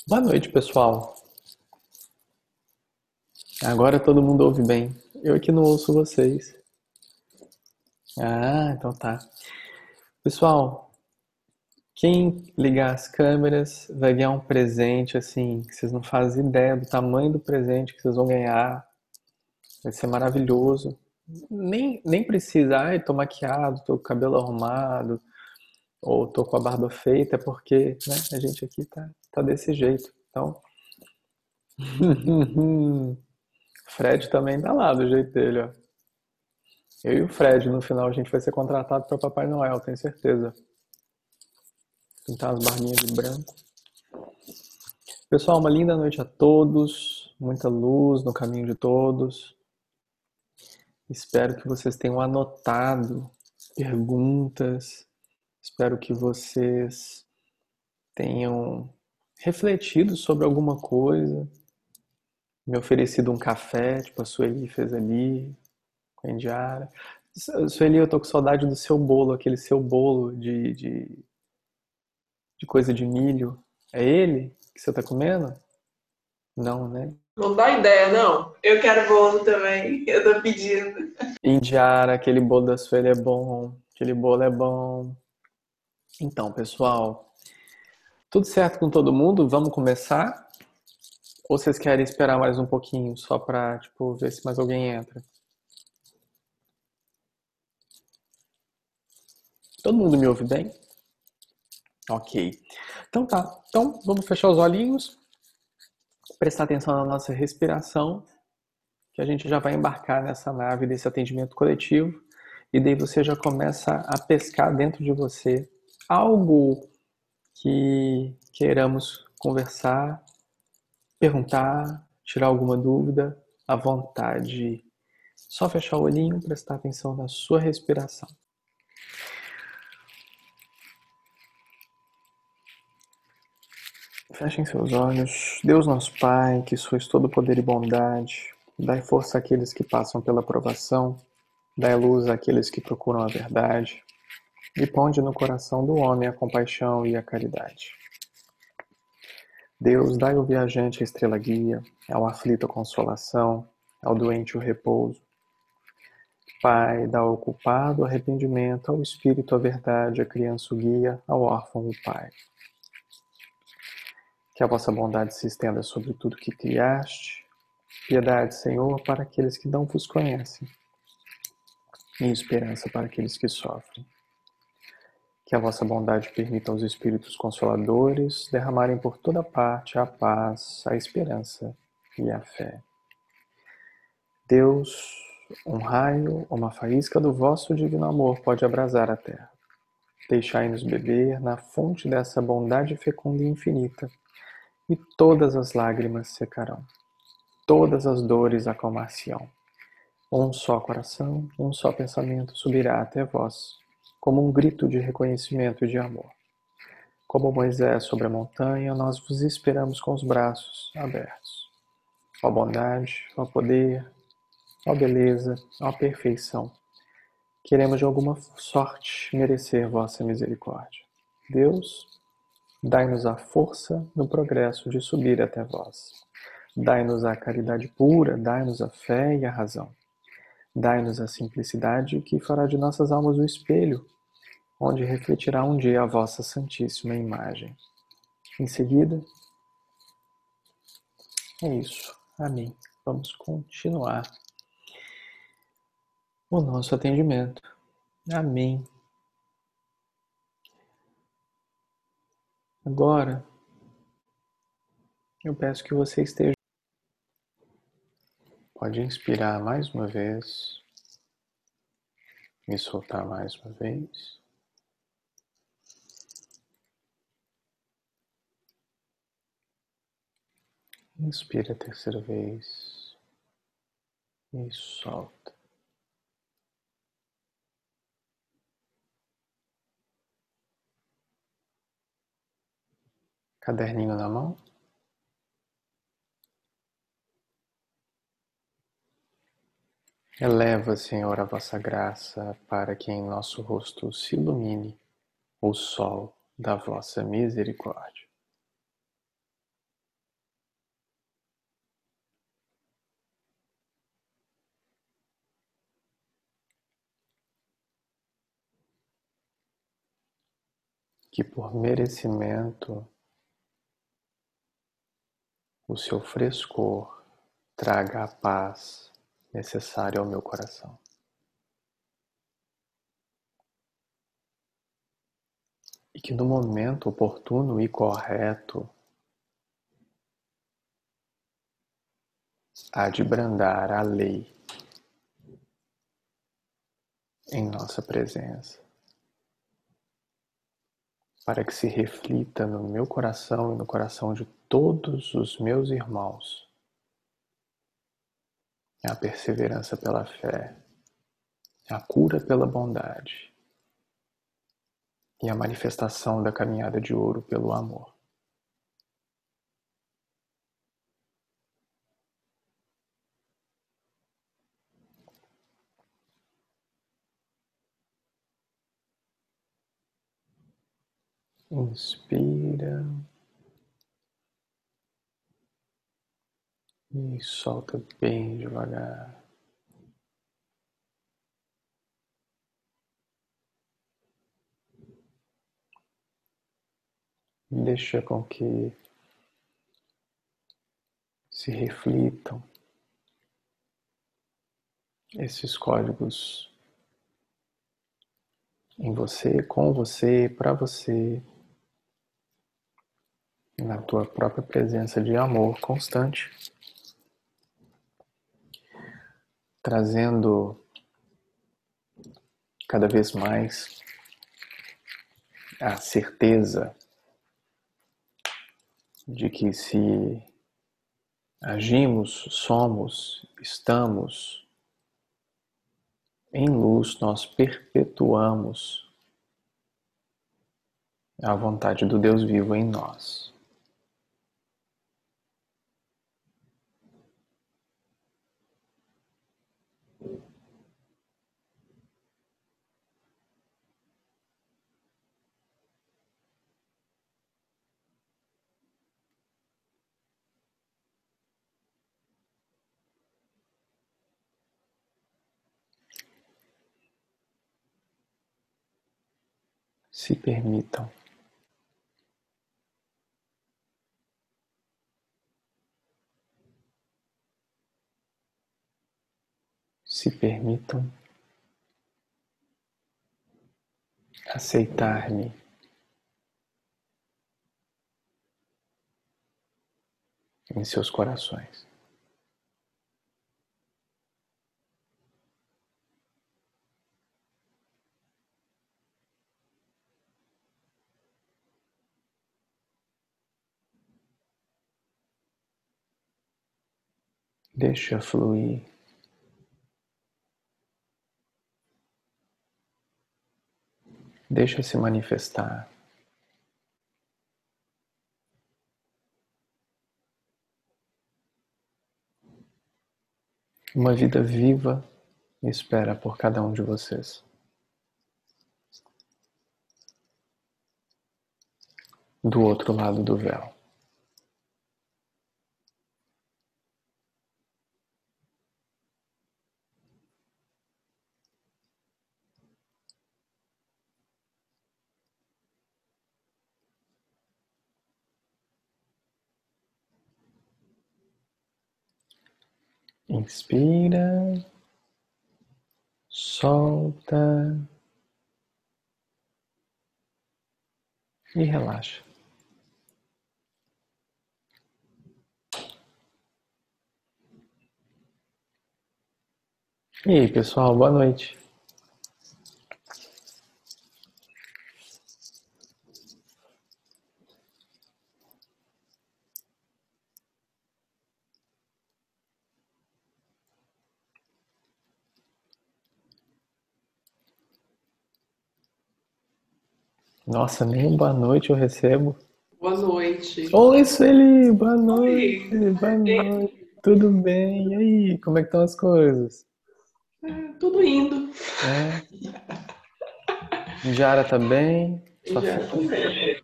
Boa noite, pessoal. Agora todo mundo ouve bem. Eu aqui não ouço vocês. Ah, então tá. Pessoal, quem ligar as câmeras vai ganhar um presente assim, que vocês não fazem ideia do tamanho do presente que vocês vão ganhar. Vai ser maravilhoso. Nem precisa, ai, tô maquiado, tô com o cabelo arrumado, ou tô com a barba feita, é porque, né, a gente aqui tá desse jeito. Então, Fred também tá lá do jeito dele, ó. Eu e o Fred, no final, a gente vai ser contratado para Papai Noel, tenho certeza. Pintar as barbinhas de branco. Pessoal, uma linda noite a todos. Muita luz no caminho de todos. Espero que vocês tenham anotado perguntas. Espero que vocês tenham refletido sobre alguma coisa. Me oferecido um café, tipo a Sueli fez ali, com a Indiara. Sueli, eu tô com saudade do seu bolo, aquele seu bolo de coisa de milho. É ele que você tá comendo? Não, né? Não dá ideia, não. Eu quero bolo também. Eu tô pedindo. Indiara, aquele bolo da Sueli é bom. Aquele bolo é bom. Então, pessoal, tudo certo com todo mundo? Vamos começar? Ou vocês querem esperar mais um pouquinho só pra, tipo, ver se mais alguém entra? Todo mundo me ouve bem? Ok. Então tá. Então, vamos fechar os olhinhos, prestar atenção na nossa respiração, que a gente já vai embarcar nessa nave desse atendimento coletivo. E daí você já começa a pescar dentro de você algo que queiramos conversar, perguntar, tirar alguma dúvida, à vontade. Só fechar o olhinho, prestar atenção na sua respiração. Fechem seus olhos. Deus nosso Pai, que sois todo poder e bondade, dai força àqueles que passam pela provação, dai luz àqueles que procuram a verdade, e ponde no coração do homem a compaixão e a caridade. Deus, dai ao viajante a estrela guia, ao aflito a consolação, ao doente o repouso. Pai, dá ao culpado o arrependimento, ao espírito a verdade, à criança o guia, ao órfão o pai. Que a vossa bondade se estenda sobre tudo que criaste. Piedade, Senhor, para aqueles que não vos conhecem, e esperança para aqueles que sofrem. Que a vossa bondade permita aos espíritos consoladores derramarem por toda parte a paz, a esperança e a fé. Deus, um raio, uma faísca do vosso divino amor pode abrasar a terra. Deixai-nos beber na fonte dessa bondade fecunda e infinita, e todas as lágrimas secarão, todas as dores acalmar-se-ão. Um só coração, um só pensamento subirá até vós, como um grito de reconhecimento e de amor. Como Moisés sobre a montanha, nós vos esperamos com os braços abertos. Ó bondade, ó poder, ó beleza, ó perfeição. Queremos de alguma sorte merecer vossa misericórdia. Deus, dai-nos a força no progresso de subir até vós. Dai-nos a caridade pura, dai-nos a fé e a razão. Dai-nos a simplicidade que fará de nossas almas o espelho, onde refletirá um dia a vossa santíssima imagem. Em seguida, é isso. Amém. Vamos continuar o nosso atendimento. Amém. Agora, eu peço que você esteja. Pode inspirar mais uma vez e soltar mais uma vez. Inspira a terceira vez e solta. Caderninho na mão. Eleva, Senhor, a vossa graça para que em nosso rosto se ilumine o sol da vossa misericórdia. que por merecimento o seu frescor traga a paz necessária ao meu coração. E que no momento oportuno e correto há de brandar a lei em nossa presença, para que se reflita no meu coração e no coração de todos os meus irmãos a perseverança pela fé, a cura pela bondade e a manifestação da caminhada de ouro pelo amor. Inspira e solta bem devagar. Deixa com que se reflitam esses códigos em você, com você, para você, na tua própria presença de amor constante, trazendo cada vez mais a certeza de que se agimos, somos, estamos em luz, nós perpetuamos a vontade do Deus vivo em nós. Se permitam. Se permitam aceitar-me em seus corações. Deixa fluir. Deixa se manifestar. Uma vida viva espera por cada um de vocês. Do outro lado do véu. Inspira, solta e relaxa. E aí, pessoal, boa noite. Nossa, nem um boa noite eu recebo. Boa noite. Oi, Sueli, boa noite. Oi. Boa noite. Tudo bem? E aí, como é que estão as coisas? Tudo indo. Jara tá bem? Já tô bem.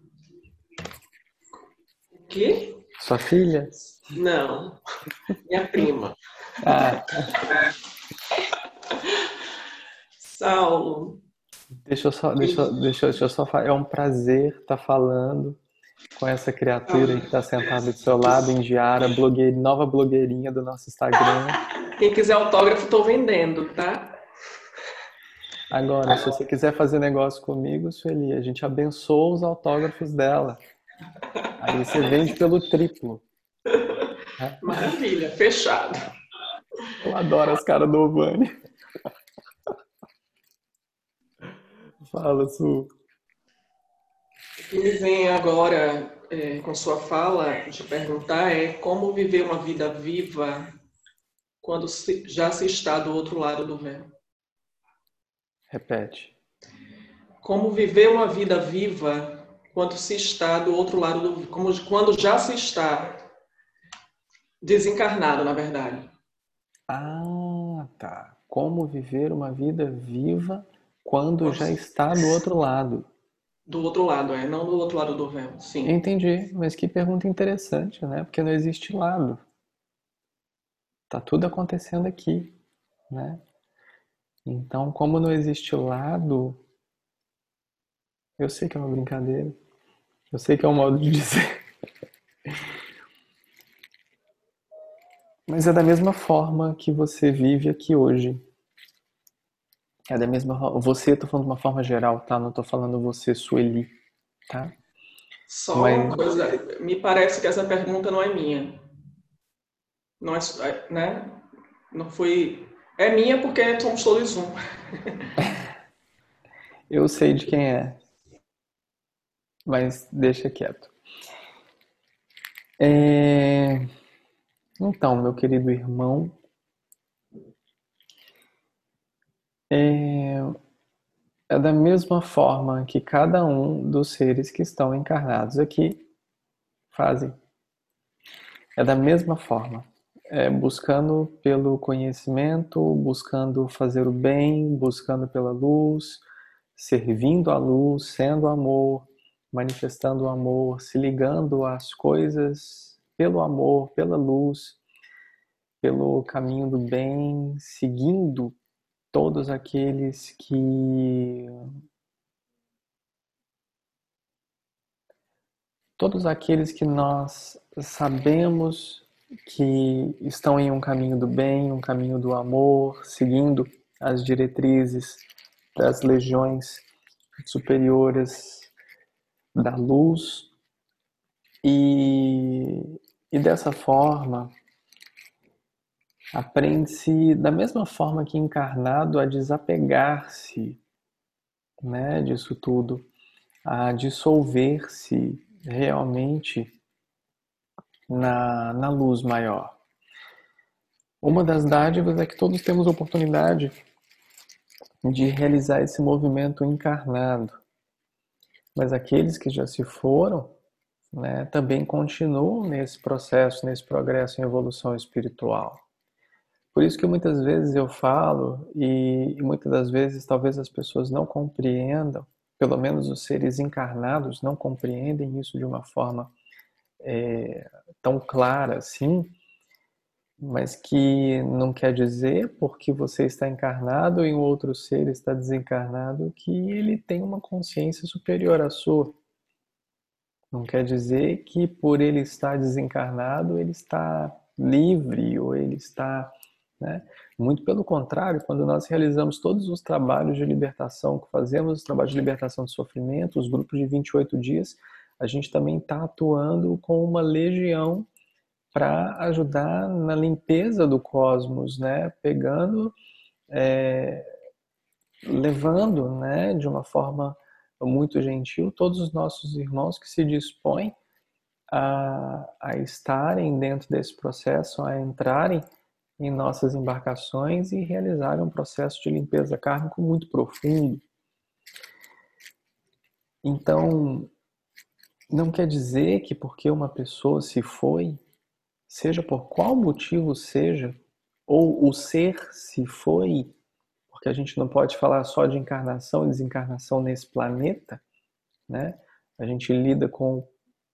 O quê? Sua filha? Não. Minha prima. Ah, Saulo, deixa eu só falar. É um prazer estar falando com essa criatura aí que está sentada do seu lado, Indiara, nova blogueirinha do nosso Instagram. Quem quiser autógrafo, estou vendendo, tá? Agora, se você quiser fazer negócio comigo, Sueli, a gente abençoa os autógrafos dela. Aí você vende pelo triplo. Né? Maravilha, fechado. Eu adoro as caras do Ovani. Fala, Su. O que me vem agora com sua fala de perguntar é como viver uma vida viva quando já se está do outro lado do véu. Repete. Como viver uma vida viva quando se está do outro lado do quando já se está desencarnado, na verdade. Ah, tá. Como viver uma vida viva quando Quando já está do outro lado. do outro lado, não do outro lado do véu, sim. Entendi, mas que pergunta interessante, né? Porque não existe lado. Tá tudo acontecendo aqui, né? Então, como não existe lado, eu sei que é uma brincadeira. Eu sei que é um modo de dizer. Mas é da mesma forma que você vive aqui hoje. É da mesma forma. Você, eu tô falando de uma forma geral, tá? Não tô falando você, Sueli, tá? Só uma Mas coisa, me parece que essa pergunta não é minha. Não é, né? Não foi. É minha porque somos todos um. eu sei de quem é. Mas deixa quieto. Então, meu querido irmão, é da mesma forma que cada um dos seres que estão encarnados aqui fazem. É da mesma forma. Buscando pelo conhecimento, buscando fazer o bem, buscando pela luz, servindo a luz, sendo amor, manifestando o amor, se ligando às coisas pelo amor, pela luz, pelo caminho do bem, seguindo todos aqueles que nós sabemos que estão em um caminho do bem, um caminho do amor, seguindo as diretrizes das legiões superiores da luz e dessa forma aprende-se da mesma forma que encarnado a desapegar-se, né, disso tudo, a dissolver-se realmente na luz maior. Uma das dádivas é que todos temos oportunidade de realizar esse movimento encarnado, mas aqueles que já se foram, né, também continuam nesse processo, nesse progresso em evolução espiritual. Por isso que muitas vezes eu falo, e muitas das vezes talvez as pessoas não compreendam, pelo menos os seres encarnados não compreendem isso de uma forma tão clara assim, mas que não quer dizer porque você está encarnado e um outro ser está desencarnado que ele tem uma consciência superior à sua. Não quer dizer que por ele estar desencarnado ele está livre ou ele está, né? Muito pelo contrário, quando nós realizamos todos os trabalhos de libertação que fazemos, os trabalhos de libertação de sofrimento, os grupos de 28 dias, a gente também está atuando com uma legião para ajudar na limpeza do cosmos, né? Pegando, levando, né, de uma forma muito gentil, todos os nossos irmãos que se dispõem a estarem dentro desse processo, a entrarem em nossas embarcações e realizarem um processo de limpeza kármico muito profundo. Então, não quer dizer que porque uma pessoa se foi, seja por qual motivo seja, ou o ser se foi, porque a gente não pode falar só de encarnação e desencarnação nesse planeta, né? A gente lida com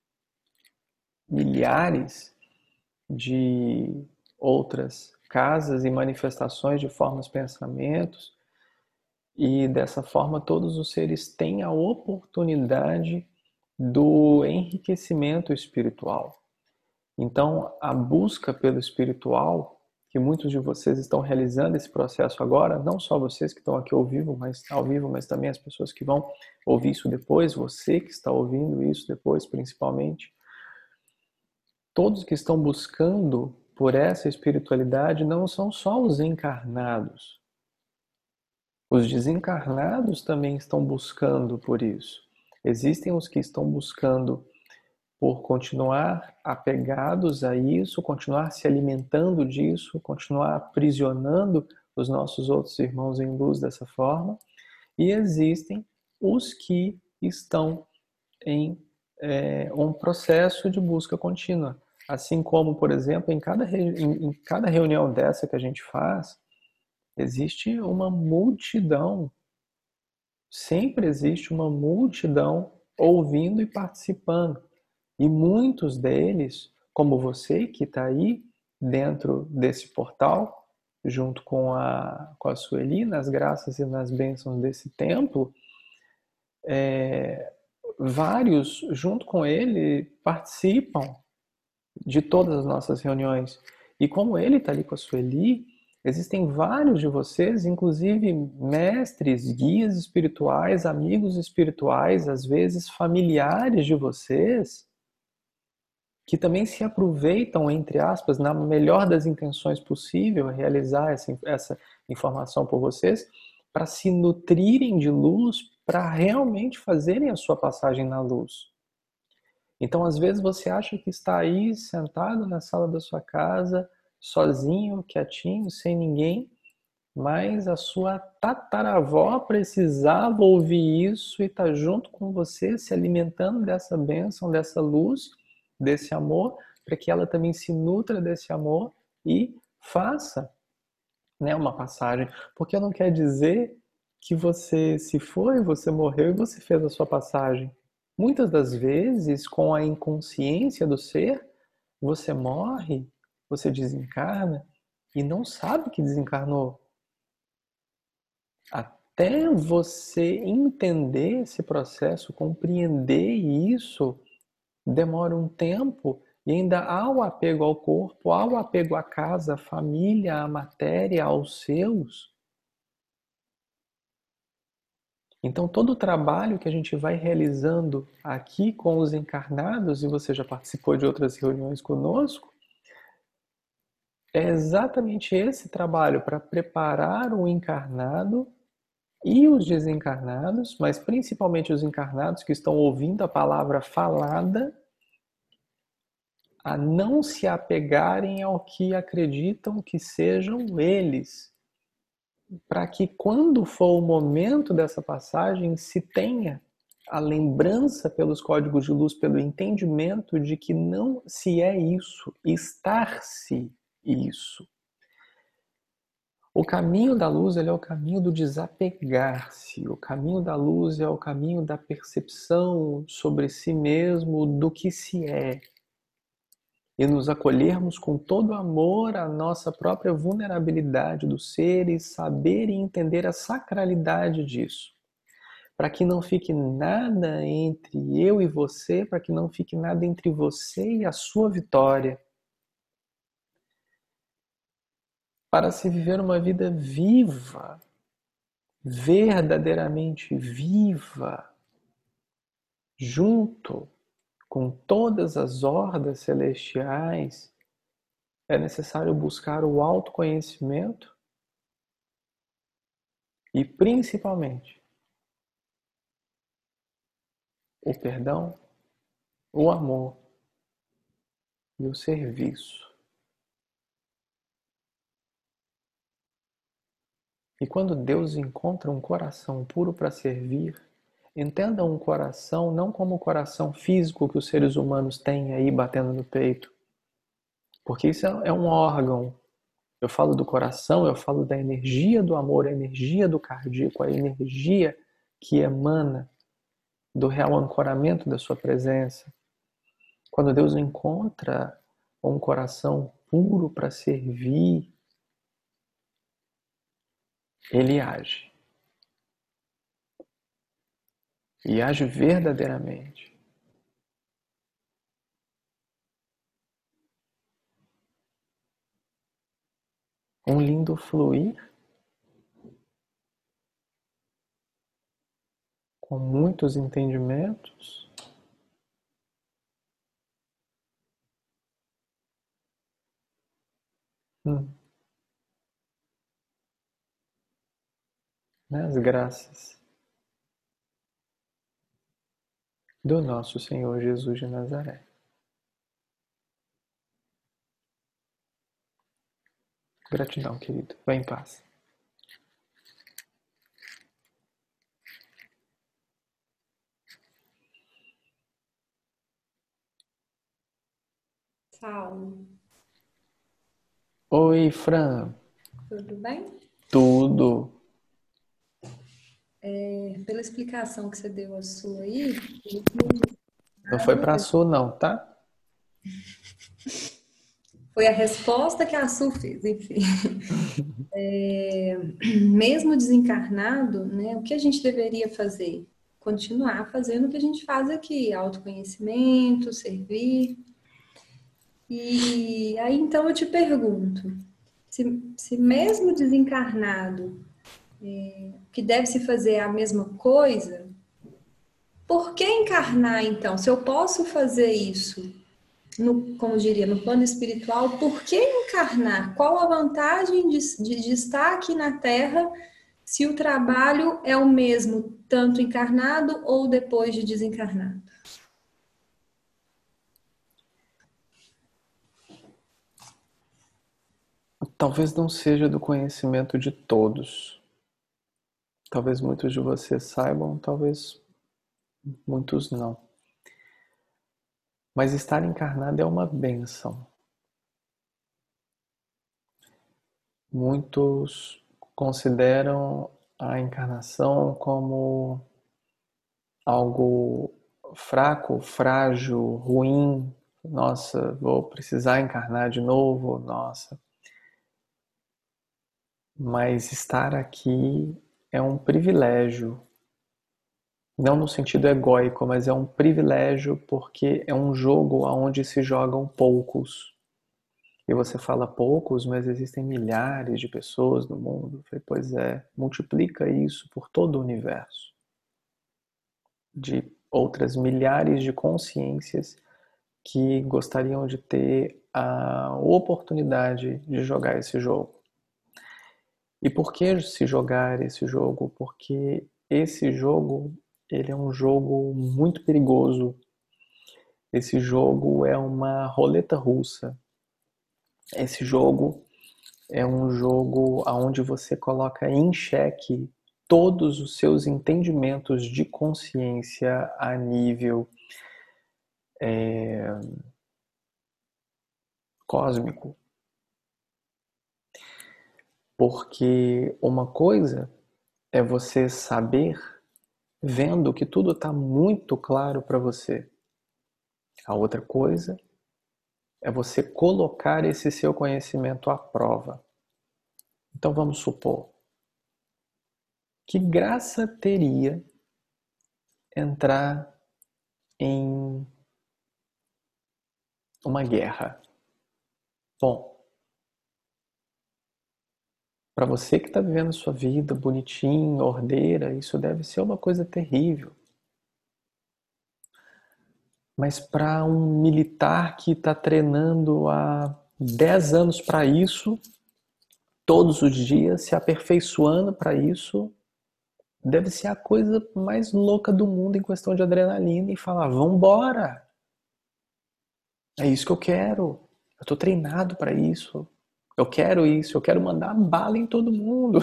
milhares de outras casas e manifestações de formas, pensamentos, E dessa forma todos os seres têm a oportunidade do enriquecimento espiritual. Então, a busca pelo espiritual, que muitos de vocês estão realizando esse processo agora, não só vocês que estão aqui ao vivo, mas também as pessoas que vão ouvir isso depois, você que está ouvindo isso depois, principalmente. Todos que estão buscando por essa espiritualidade não são só os encarnados. Os desencarnados também estão buscando por isso. Existem os que estão buscando por continuar apegados a isso, continuar se alimentando disso, continuar aprisionando os nossos outros irmãos em luz dessa forma. E existem os que estão em um processo de busca contínua. Assim como, por exemplo, em cada reunião dessa que a gente faz, existe uma multidão, sempre existe uma multidão ouvindo e participando. E muitos deles, como você que está aí dentro desse portal, junto com a Sueli, nas graças e nas bênçãos desse templo, vários, junto com ele, participam de todas as nossas reuniões. E como ele está ali com a Sueli, existem vários de vocês, inclusive mestres, guias espirituais, amigos espirituais, às vezes familiares de vocês, que também se aproveitam, entre aspas, na melhor das intenções possível, realizar essa informação por vocês, para se nutrirem de luz, para realmente fazerem a sua passagem na luz. Então, às vezes, você acha que está aí sentado na sala da sua casa, sozinho, quietinho, sem ninguém, mas a sua tataravó precisava ouvir isso e está junto com você, se alimentando dessa bênção, dessa luz, desse amor, para que ela também se nutra desse amor e faça, né, uma passagem. Porque não quer dizer que você se foi, você morreu e você fez a sua passagem. Muitas das vezes, com a inconsciência do ser, você morre, você desencarna e não sabe que desencarnou. Até você entender esse processo, compreender isso, demora um tempo e ainda há o apego ao corpo, há o apego à casa, à família, à matéria, aos seus. Então, todo o trabalho que a gente vai realizando aqui com os encarnados, e você já participou de outras reuniões conosco, é exatamente esse trabalho para preparar o encarnado e os desencarnados, mas principalmente os encarnados que estão ouvindo a palavra falada, a não se apegarem ao que acreditam que sejam eles, para que quando for o momento dessa passagem se tenha a lembrança pelos códigos de luz, pelo entendimento de que não se é isso, estar-se isso. O caminho da luz ele é o caminho do desapegar-se. O caminho da luz é o caminho da percepção sobre si mesmo do que se é. E nos acolhermos com todo amor à nossa própria vulnerabilidade do ser e saber e entender a sacralidade disso. Para que não fique nada entre eu e você, para que não fique nada entre você e a sua vitória. Para se viver uma vida viva, verdadeiramente viva, junto com todas as hordas celestiais, é necessário buscar o autoconhecimento e, principalmente, o perdão, o amor e o serviço. E quando Deus encontra um coração puro para servir, entenda um coração não como o coração físico que os seres humanos têm aí batendo no peito, porque isso é um órgão. Eu falo do coração, eu falo da energia do amor, a energia do cardíaco, a energia que emana do real ancoramento da sua presença. Quando Deus encontra um coração puro para servir, Ele age. e age verdadeiramente. Um lindo fluir com muitos entendimentos. Nas graças do nosso Senhor Jesus de Nazaré. Gratidão, querido. Vá em paz. Saulo, Oi, Fran. tudo bem? Tudo. Pela explicação que você deu a sua aí, Não foi pra Sul, não, tá? foi a resposta que a Su fez, enfim. Mesmo desencarnado, né, o que a gente deveria fazer? Continuar fazendo o que a gente faz aqui, autoconhecimento, servir. E aí então eu te pergunto, se mesmo desencarnado, o que deve se fazer é a mesma coisa, por que encarnar então? Se eu posso fazer isso, como diria, no plano espiritual, por que encarnar? Qual a vantagem de estar aqui na Terra se o trabalho é o mesmo, tanto encarnado ou depois de desencarnado? Talvez não seja do conhecimento de todos. Talvez muitos de vocês saibam, talvez muitos não. Mas estar encarnado é uma bênção. Muitos consideram a encarnação como algo fraco, frágil, ruim. Nossa, vou precisar encarnar de novo, nossa. Mas estar aqui é um privilégio. Não no sentido egóico, mas é um privilégio porque é um jogo onde se jogam poucos. E você fala poucos, mas existem milhares de pessoas no mundo. Eu falei, pois é, multiplica isso por todo o universo. De outras milhares de consciências que gostariam de ter a oportunidade de jogar esse jogo. E por que se jogar esse jogo? Porque esse jogo, ele é um jogo muito perigoso. Esse jogo é uma roleta russa. Esse jogo é um jogo onde você coloca em xeque todos os seus entendimentos de consciência a nível cósmico. Porque uma coisa é você saber vendo que tudo está muito claro para você. A outra coisa é você colocar esse seu conhecimento à prova. Então vamos supor, que graça teria entrar em uma guerra? Bom, para você que está vivendo sua vida bonitinha, ordeira, isso deve ser uma coisa terrível. Mas para um militar que está treinando há 10 anos para isso, todos os dias, se aperfeiçoando para isso, deve ser a coisa mais louca do mundo em questão de adrenalina e falar, vambora! É isso que eu quero. Eu estou treinado para isso. Eu quero isso. Eu quero mandar bala em todo mundo.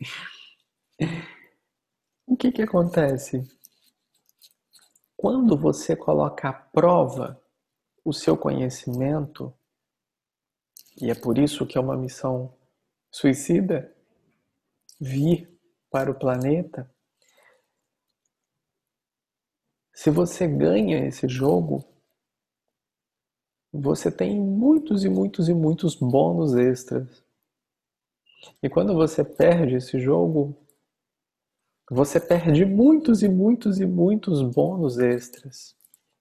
O que acontece? Quando você coloca à prova o seu conhecimento, e é por isso que é uma missão suicida, vir para o planeta, se você ganha esse jogo, você tem muitos e muitos e muitos bônus extras. E quando você perde esse jogo, você perde muitos e muitos e muitos bônus extras.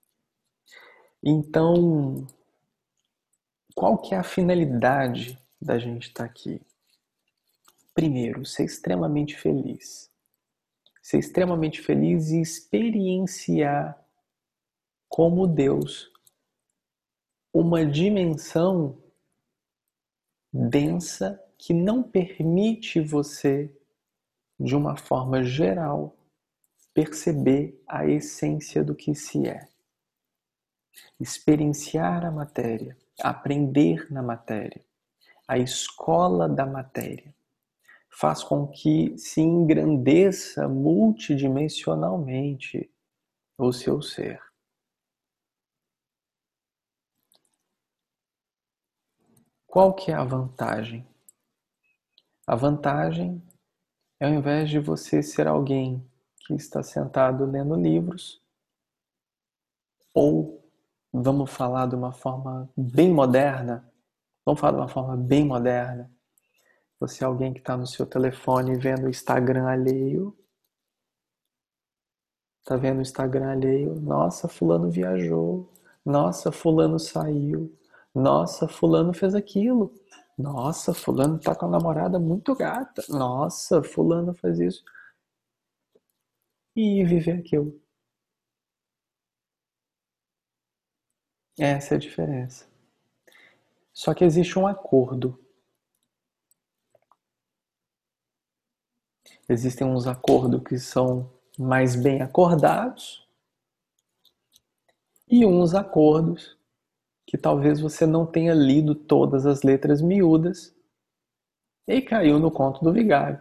Então, qual que é a finalidade da gente estar aqui? Primeiro, ser extremamente feliz. Ser extremamente feliz e experienciar como Deus uma dimensão densa que não permite você, de uma forma geral, perceber a essência do que se é. Experienciar a matéria, aprender na matéria, a escola da matéria, faz com que se engrandeça multidimensionalmente o seu ser. Qual que é a vantagem? A vantagem é, ao invés de você ser alguém que está sentado lendo livros, ou vamos falar de uma forma bem moderna, você é alguém que está no seu telefone vendo o Instagram alheio, está vendo o Instagram alheio, nossa, fulano viajou, nossa, fulano saiu, nossa, fulano fez aquilo, nossa, fulano tá com a namorada muito gata, nossa, fulano faz isso. E viver aquilo. Essa é a diferença. Só que existe um acordo. Existem uns acordos que são mais bem acordados e uns acordos que talvez você não tenha lido todas as letras miúdas e caiu no conto do vigário.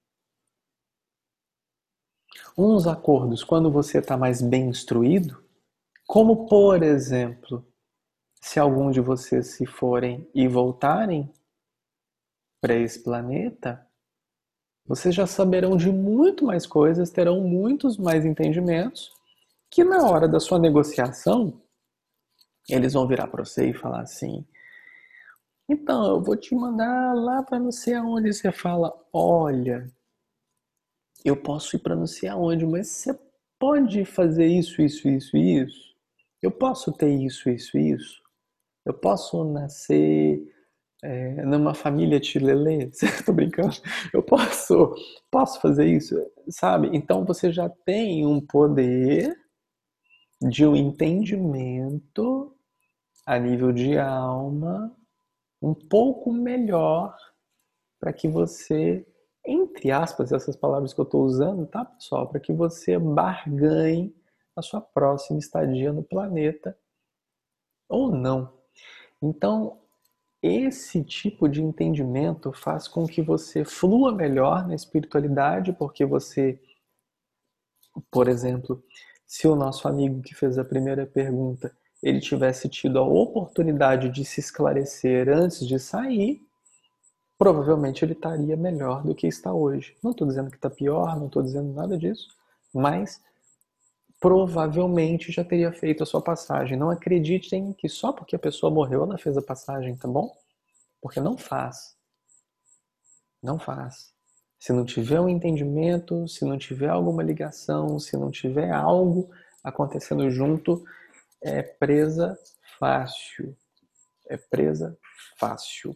Uns acordos, quando você está mais bem instruído, como por exemplo, se algum de vocês se forem e voltarem para esse planeta, vocês já saberão de muito mais coisas, terão muitos mais entendimentos, que na hora da sua negociação, eles vão virar para você e falar assim: então, eu vou te mandar lá para não sei aonde. Você fala: olha, eu posso ir para não sei aonde, mas você pode fazer isso, isso, isso e isso? Eu posso ter isso, isso e isso? Eu posso nascer numa família tilelê? Tô brincando. Eu posso fazer isso, sabe? Então você já tem um poder de um entendimento a nível de alma um pouco melhor para que você, entre aspas, essas palavras que eu estou usando, tá, pessoal? Para que você barganhe a sua próxima estadia no planeta ou não. Então, esse tipo de entendimento faz com que você flua melhor na espiritualidade, porque você, por exemplo, se o nosso amigo que fez a primeira pergunta, ele tivesse tido a oportunidade de se esclarecer antes de sair, provavelmente ele estaria melhor do que está hoje. Não estou dizendo que está pior, não estou dizendo nada disso, mas provavelmente já teria feito a sua passagem. Não acreditem que só porque a pessoa morreu ela fez a passagem, tá bom? Porque não faz. Não faz. Se não tiver um entendimento, se não tiver alguma ligação, se não tiver algo acontecendo junto, é presa fácil. É presa fácil.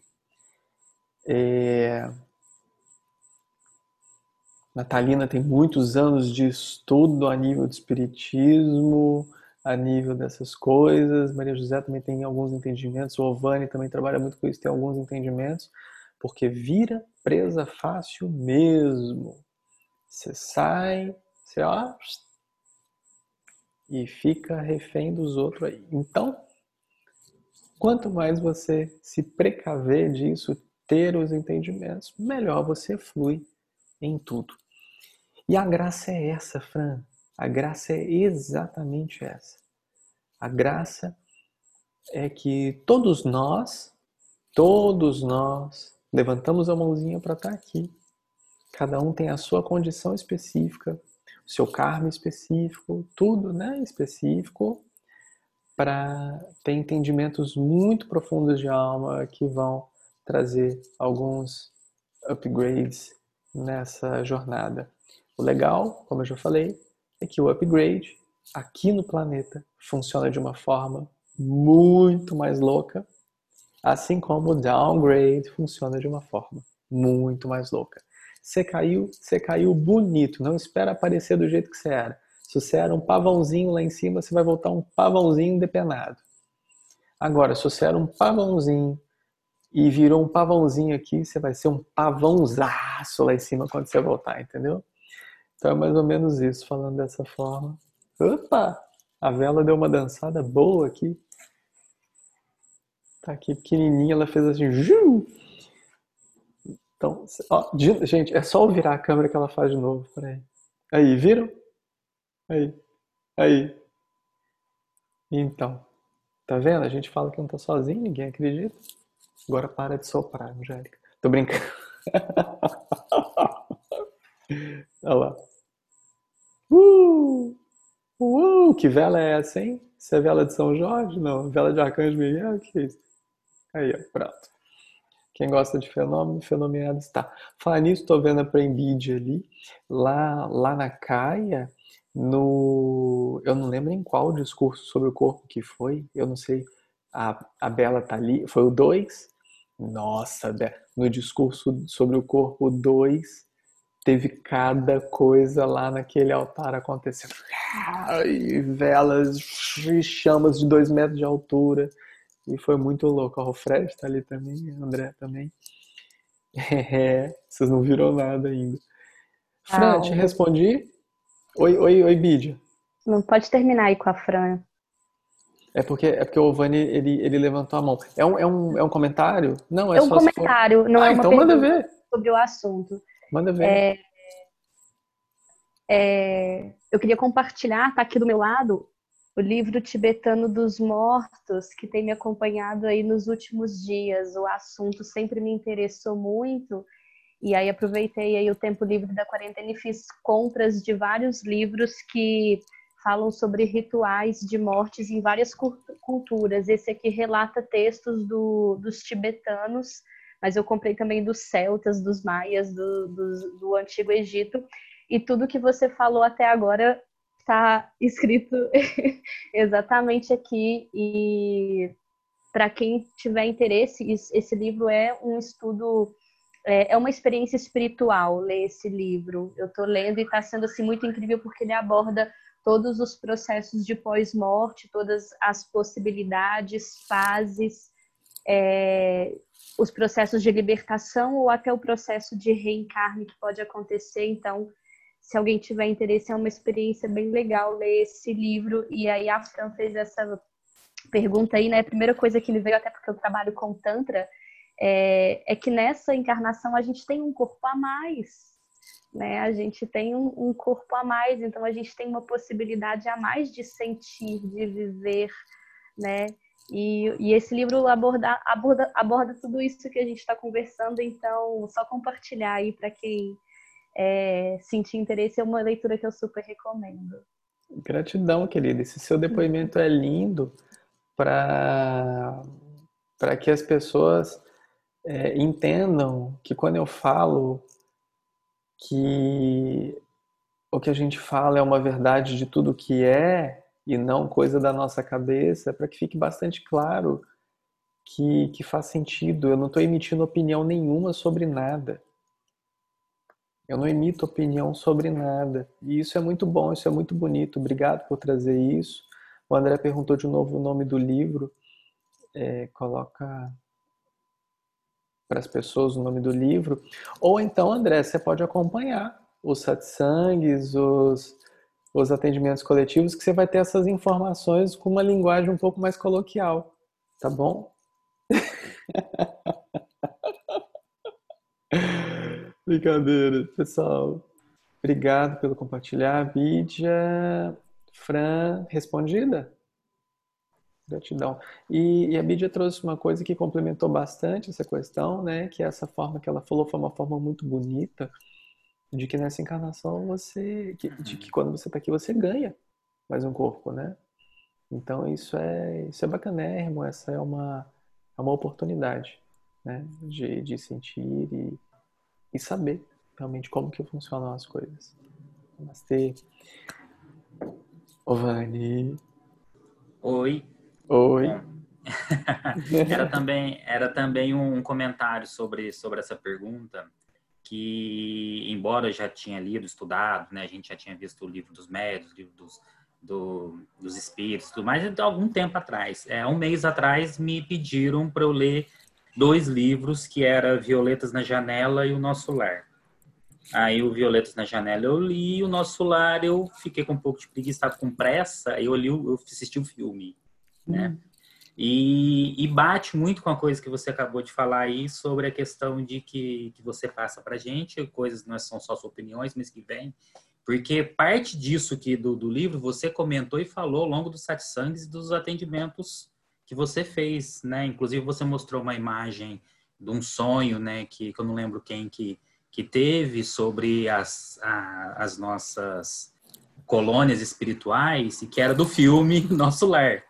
Natalina tem muitos anos de estudo a nível de espiritismo, a nível dessas coisas. Maria José também tem alguns entendimentos. O Ovani também trabalha muito com isso, tem alguns entendimentos. Porque vira presa fácil mesmo. Você sai, você ó, e fica refém dos outros aí. Então, quanto mais você se precaver disso, ter os entendimentos, melhor você flui em tudo. E a graça é essa, Fran. A graça é exatamente essa. A graça é que todos nós, levantamos a mãozinha para estar aqui. Cada um tem a sua condição específica, o seu karma específico, tudo, né, específico, para ter entendimentos muito profundos de alma que vão trazer alguns upgrades nessa jornada. O legal, como eu já falei, é que o upgrade aqui no planeta funciona de uma forma muito mais louca, assim como o downgrade funciona de uma forma muito mais louca. Você caiu bonito, não espera aparecer do jeito que você era. Se você era um pavãozinho lá em cima, você vai voltar um pavãozinho depenado. Agora, se você era um pavãozinho e virou um pavãozinho aqui, você vai ser um pavãozaço lá em cima quando você voltar, entendeu? Então é mais ou menos isso, falando dessa forma. Opa! A vela deu uma dançada boa aqui. Tá aqui pequenininha, ela fez assim. Ju! Então, ó, gente, é só eu virar a câmera que ela faz de novo. Peraí. Aí, viram? Aí, aí. Então, tá vendo? A gente fala que não tá sozinho, ninguém acredita. Agora para de soprar, Angélica. Tô brincando. Olha lá. Que vela é essa, hein? Isso é vela de São Jorge? Não, vela de Arcanjo Miguel? Que é isso? Aí, ó, pronto. Quem gosta de fenômeno, fenomenado está. Falar nisso, estou vendo a Prembid ali, lá na Caia, eu não lembro em qual discurso sobre o corpo que foi, eu não sei, a Bela tá ali, foi o 2. Nossa, no discurso sobre o corpo 2 teve cada coisa lá naquele altar acontecendo. E velas, e chamas de 2 metros de altura. E foi muito louco. O Fred tá ali também, o André também. É, vocês não viram nada ainda. Fran, te Não, respondi? Oi, Bídia. não pode terminar aí com a Fran. É porque o Vani, ele levantou a mão. É um comentário? Não, é É um só se for... comentário, não é uma Então manda pergunta ver. sobre o assunto. Manda ver. Eu queria compartilhar, tá aqui do meu lado, o livro Tibetano dos Mortos, que tem me acompanhado aí nos últimos dias. O assunto sempre me interessou muito, e aí aproveitei aí o tempo livre da quarentena e fiz compras de vários livros que falam sobre rituais de mortes em várias culturas. Esse aqui relata textos dos tibetanos, mas eu comprei também dos celtas, dos maias, do Antigo Egito. E tudo que você falou até agora está escrito exatamente aqui. E para quem tiver interesse, esse livro é um estudo, é uma experiência espiritual ler esse livro. Eu estou lendo e está sendo assim, muito incrível porque ele aborda todos os processos de pós-morte, todas as possibilidades, fases, os processos de libertação ou até o processo de reencarne que pode acontecer. Então, se alguém tiver interesse, é uma experiência bem legal ler esse livro. E aí a Fran fez essa pergunta aí, né? A primeira coisa que me veio, até porque eu trabalho com Tantra, é que nessa encarnação a gente tem um corpo a mais, né? A gente tem um corpo a mais, então a gente tem uma possibilidade a mais de sentir, de viver, né? E esse livro aborda tudo isso que a gente está conversando, então só compartilhar aí para quem sentir interesse, é uma leitura que eu super recomendo. Gratidão, querida. Esse seu depoimento é lindo para que as pessoas entendam que quando eu falo que o que a gente fala é uma verdade de tudo que é e não coisa da nossa cabeça, para que fique bastante claro que faz sentido. Eu não estou emitindo opinião nenhuma sobre nada. Eu não emito opinião sobre nada. E isso é muito bom, isso é muito bonito. Obrigado por trazer isso. O André perguntou de novo o nome do livro. Coloca para as pessoas o nome do livro. Ou então, André, você pode acompanhar os satsangs, os atendimentos coletivos, que você vai ter essas informações com uma linguagem um pouco mais coloquial. Tá bom? Brincadeira, pessoal. Obrigado pelo compartilhar. Bídia, Fran, respondida? Gratidão. E a Bídia trouxe uma coisa que complementou bastante essa questão, né? Que essa forma que ela falou foi uma forma muito bonita de que nessa encarnação de que quando você está aqui você ganha mais um corpo, né? Então isso é bacanérrimo, essa é uma oportunidade, né? De sentir e saber realmente como que funcionam as coisas. Namastê. Ovani. Oi. Oi. Bom, era também um comentário sobre essa pergunta, que, embora eu já tinha lido, estudado, né, a gente já tinha visto o livro dos médios, o livro dos espíritos, tudo mais, há algum tempo atrás. Um mês atrás me pediram para eu ler 2 livros, que era Violetas na Janela e O Nosso Lar. Aí o Violetas na Janela eu li, O Nosso Lar eu fiquei com um pouco de preguiça, estava com pressa, aí eu assisti o filme, né? E bate muito com a coisa que você acabou de falar aí sobre a questão de que você passa pra gente, coisas não são só suas opiniões, mas que vem. Porque parte disso que do livro você comentou e falou ao longo dos satsangs e dos atendimentos que você fez, né? Inclusive você mostrou uma imagem de um sonho, né? Que eu não lembro quem que teve sobre as nossas colônias espirituais e que era do filme Nosso Lar.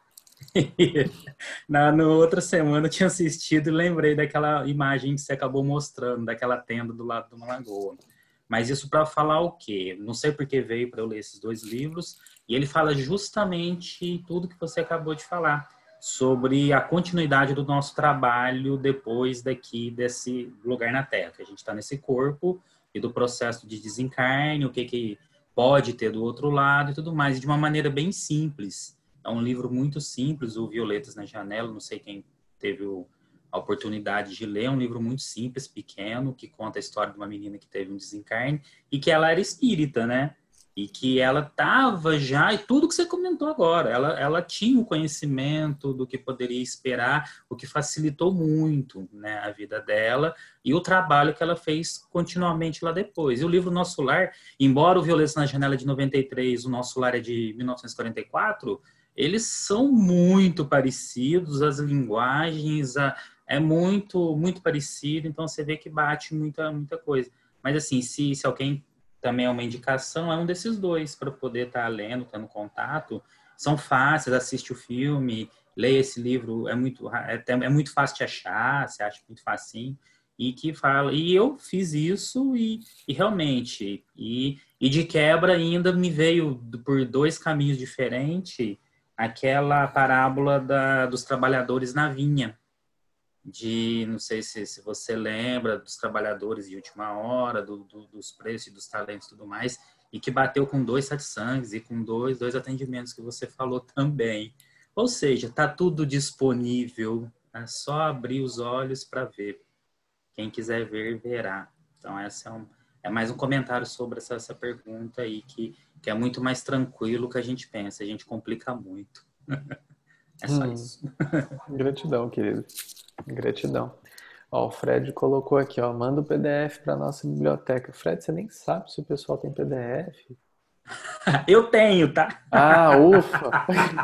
Na outra semana eu tinha assistido e lembrei daquela imagem que você acabou mostrando, daquela tenda do lado de uma lagoa. Mas isso para falar o quê? Não sei por que veio para eu ler esses 2 livros, e ele fala justamente tudo que você acabou de falar, sobre a continuidade do nosso trabalho depois desse lugar na Terra, que a gente está nesse corpo, e do processo de desencarne, o que pode ter do outro lado e tudo mais, de uma maneira bem simples. É um livro muito simples, o Violetas na Janela, não sei quem teve a oportunidade de ler, é um livro muito simples, pequeno, que conta a história de uma menina que teve um desencarne e que ela era espírita, né? E que ela estava já, e tudo que você comentou agora, ela tinha o conhecimento do que poderia esperar, o que facilitou muito, né, a vida dela e o trabalho que ela fez continuamente lá depois. E o livro Nosso Lar, embora o Violetas na Janela é de 93, o Nosso Lar é de 1944, eles são muito parecidos, as linguagens, é muito, muito parecido, então você vê que bate muita coisa. Mas assim, se alguém também é uma indicação, é um desses 2, para poder estar lendo, tendo contato. São fáceis, assiste o filme, leia esse livro, é muito fácil de achar, você acha muito facinho, e que fala. E eu fiz isso e realmente, e de quebra ainda me veio por 2 caminhos diferentes, aquela parábola dos trabalhadores na vinha, não sei se você lembra, dos trabalhadores de última hora, dos preços e dos talentos e tudo mais, e que bateu com 2 satsangs e com dois atendimentos que você falou também. Ou seja, está tudo disponível, é só abrir os olhos para ver. Quem quiser ver, verá. Então, essa é mais um comentário sobre essa pergunta aí, que é muito mais tranquilo que a gente pensa, a gente complica muito. É só isso. Gratidão, querido. Gratidão. Ó, o Fred colocou aqui, ó, manda o PDF para nossa biblioteca. Fred, você nem sabe se o pessoal tem PDF. Eu tenho, tá? Ah, ufa!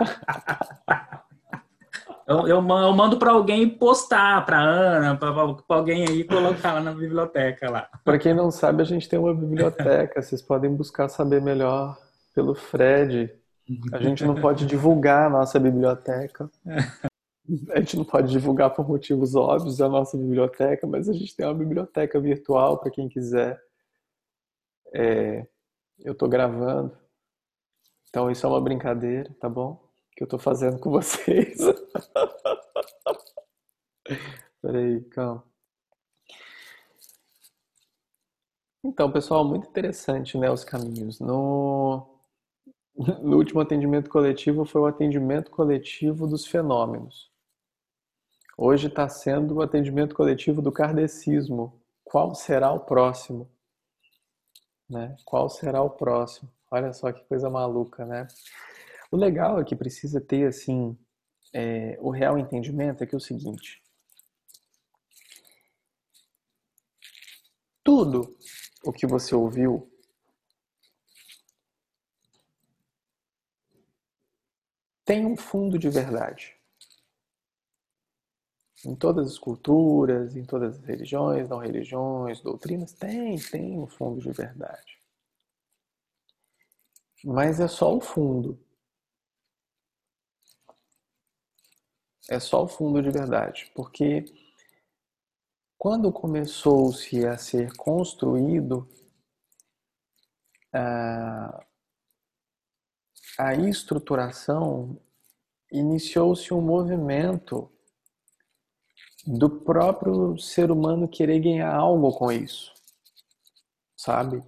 Eu mando para alguém postar, para Ana, para alguém aí colocar lá na biblioteca lá. Para quem não sabe, a gente tem uma biblioteca. Vocês podem buscar saber melhor pelo Fred. A gente não pode divulgar a nossa biblioteca. A gente não pode divulgar por motivos óbvios a nossa biblioteca, mas a gente tem uma biblioteca virtual para quem quiser. Eu estou gravando. Então isso é uma brincadeira, tá bom? Que eu estou fazendo com vocês. Peraí, calma. Então, pessoal, muito interessante, né, os caminhos. No último atendimento coletivo foi o atendimento coletivo dos fenômenos. Hoje está sendo o atendimento coletivo do kardecismo. Qual será o próximo? Né? Qual será o próximo? Olha só que coisa maluca, né? O legal é que precisa ter, assim, o real entendimento é que é o seguinte. Tudo o que você ouviu tem um fundo de verdade. Em todas as culturas, em todas as religiões, não religiões, doutrinas, tem um fundo de verdade. Mas é só o fundo. É só o fundo de verdade. Porque quando começou-se a ser construído a estruturação, iniciou-se um movimento do próprio ser humano querer ganhar algo com isso, sabe?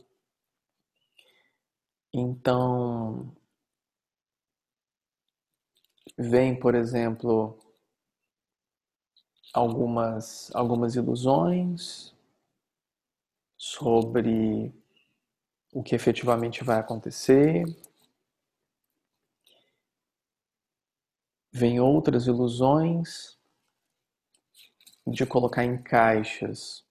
Então, vem, por exemplo, algumas ilusões sobre o que efetivamente vai acontecer. Vem outras ilusões de colocar em caixas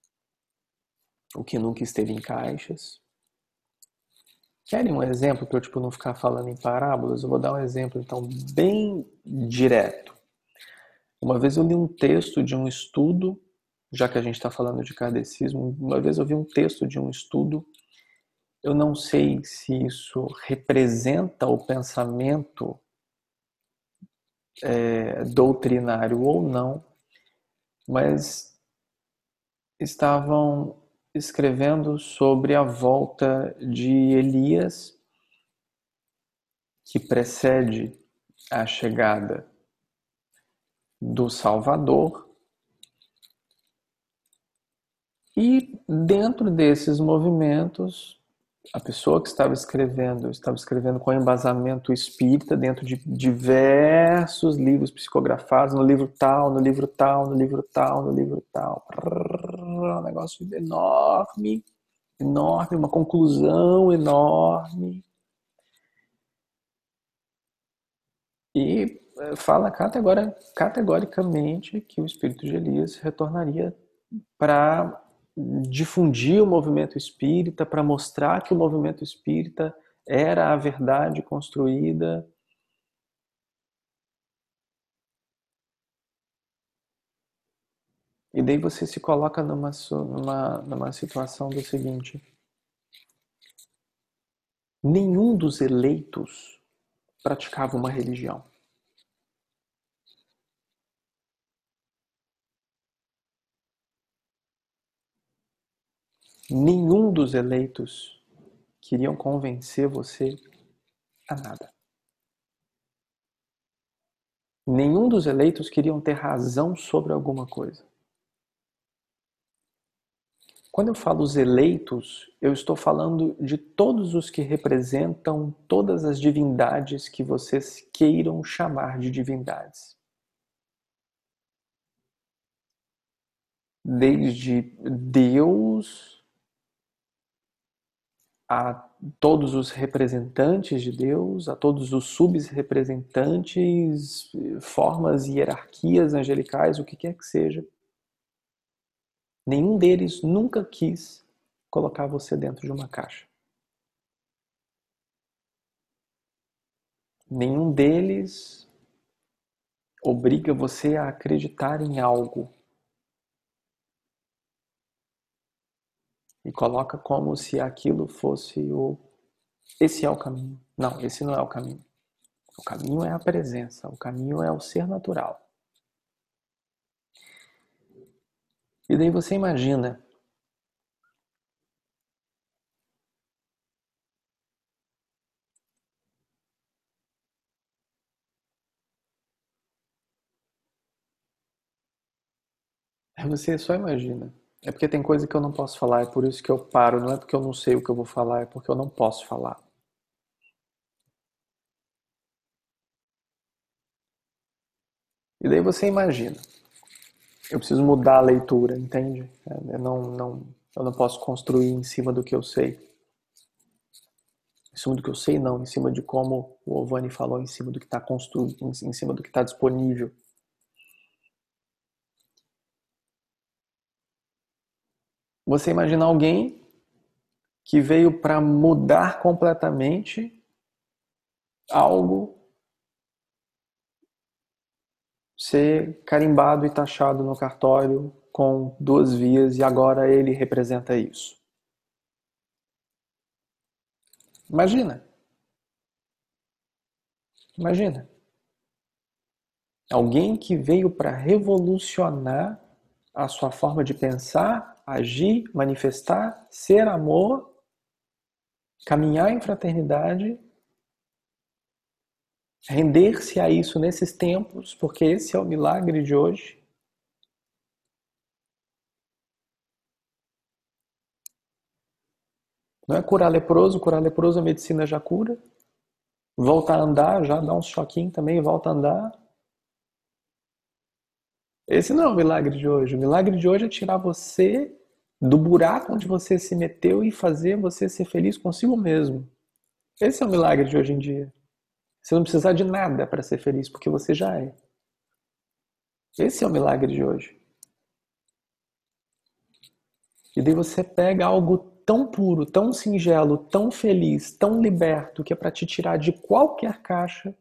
o que nunca esteve em caixas. Querem um exemplo para eu não ficar falando em parábolas? Eu vou dar um exemplo então bem direto. Uma vez eu li um texto de um estudo, já que a gente está falando de kardecismo, uma vez eu vi um texto de um estudo. Eu não sei se isso representa o pensamento doutrinário ou não, mas estavam escrevendo sobre a volta de Elias, que precede a chegada do Salvador. E dentro desses movimentos, a pessoa que estava escrevendo com embasamento espírita dentro de diversos livros psicografados, no livro tal, no livro tal, no livro tal, no livro tal. Um negócio enorme, enorme, uma conclusão enorme. E fala categoricamente que o espírito de Elias retornaria para difundir o movimento espírita, para mostrar que o movimento espírita era a verdade construída. E daí você se coloca numa situação do seguinte: nenhum dos eleitos praticava uma religião. Nenhum dos eleitos queriam convencer você a nada. Nenhum dos eleitos queriam ter razão sobre alguma coisa. Quando eu falo os eleitos, eu estou falando de todos os que representam todas as divindades que vocês queiram chamar de divindades. Desde Deus a todos os representantes de Deus, a todos os subrepresentantes, formas e hierarquias angelicais, o que quer que seja. Nenhum deles nunca quis colocar você dentro de uma caixa. Nenhum deles obriga você a acreditar em algo. E coloca como se aquilo fosse esse é o caminho. Não, esse não é o caminho. O caminho é a presença, o caminho é o ser natural. E daí você imagina você só imagina. É porque tem coisa que eu não posso falar, é por isso que eu paro. Não é porque eu não sei o que eu vou falar, é porque eu não posso falar. E daí você imagina. Eu preciso mudar a leitura, entende? Eu não posso construir em cima do que eu sei. Em cima do que eu sei, não. Em cima de como o Ovani falou, em cima do que está construído, em cima do que está disponível. Você imagina alguém que veio para mudar completamente algo, ser carimbado e taxado no cartório com 2 vias e agora ele representa isso. Imagina. Alguém que veio para revolucionar a sua forma de pensar, agir, manifestar, ser amor caminhar em fraternidade, render-se a isso nesses tempos, porque esse é o milagre de hoje. Não é curar leproso a medicina já cura. Volta a andar, já dá uns choquinhos também e volta a andar. Esse não é o milagre de hoje. O milagre de hoje é tirar você do buraco onde você se meteu e fazer você ser feliz consigo mesmo. Esse é o milagre de hoje em dia. Você não precisar de nada para ser feliz, porque você já é. Esse é o milagre de hoje. E daí você pega algo tão puro, tão singelo, tão feliz, tão liberto, que é para te tirar de qualquer caixa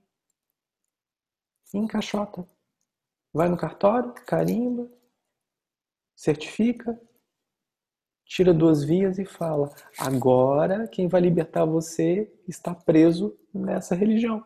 e encaixota. Vai no cartório, carimba, certifica, tira 2 vias e fala: agora quem vai libertar você está preso nessa religião.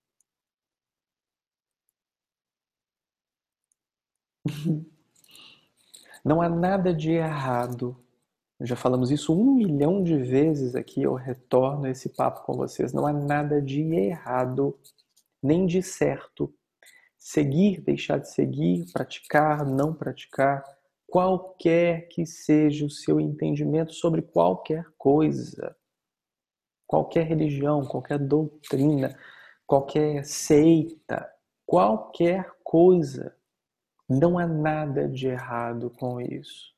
Não há nada de errado. Já falamos isso 1 milhão de vezes aqui, eu retorno esse papo com vocês. Não há nada de errado, nem de certo. Seguir, deixar de seguir, praticar, não praticar, qualquer que seja o seu entendimento sobre qualquer coisa, qualquer religião, qualquer doutrina, qualquer seita, qualquer coisa. Não há nada de errado com isso.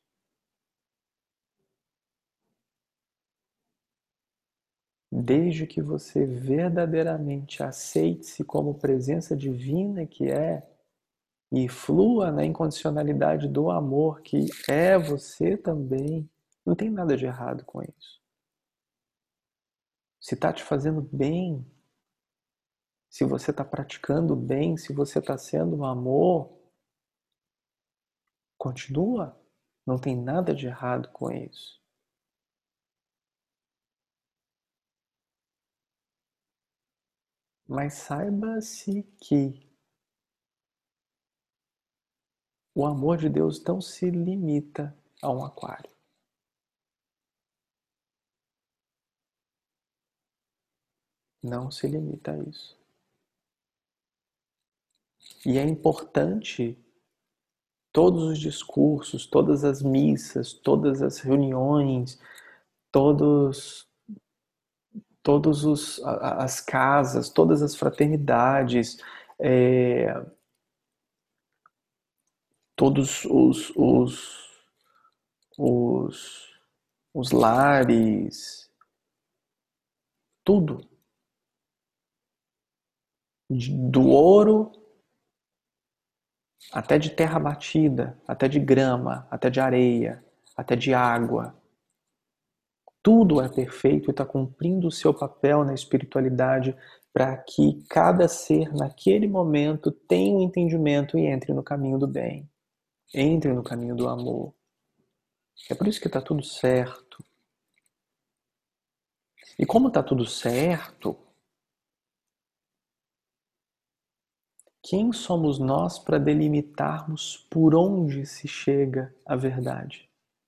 Desde que você verdadeiramente aceite-se como presença divina que é e flua na incondicionalidade do amor que é você também, não tem nada de errado com isso. Se está te fazendo bem, se você está praticando bem, se você está sendo um amor, continua. Não tem nada de errado com isso. Mas saiba-se que o amor de Deus não se limita a um aquário. Não se limita a isso. E é importante todos os discursos, todas as missas, todas as reuniões, todos as casas, todas as fraternidades, todos os lares, tudo. Do ouro até de terra batida, até de grama, até de areia, até de água. Tudo é perfeito e está cumprindo o seu papel na espiritualidade para que cada ser, naquele momento, tenha um entendimento e entre no caminho do bem. Entre no caminho do amor. É por isso que está tudo certo. E como está tudo certo, quem somos nós para delimitarmos por onde se chega à verdade?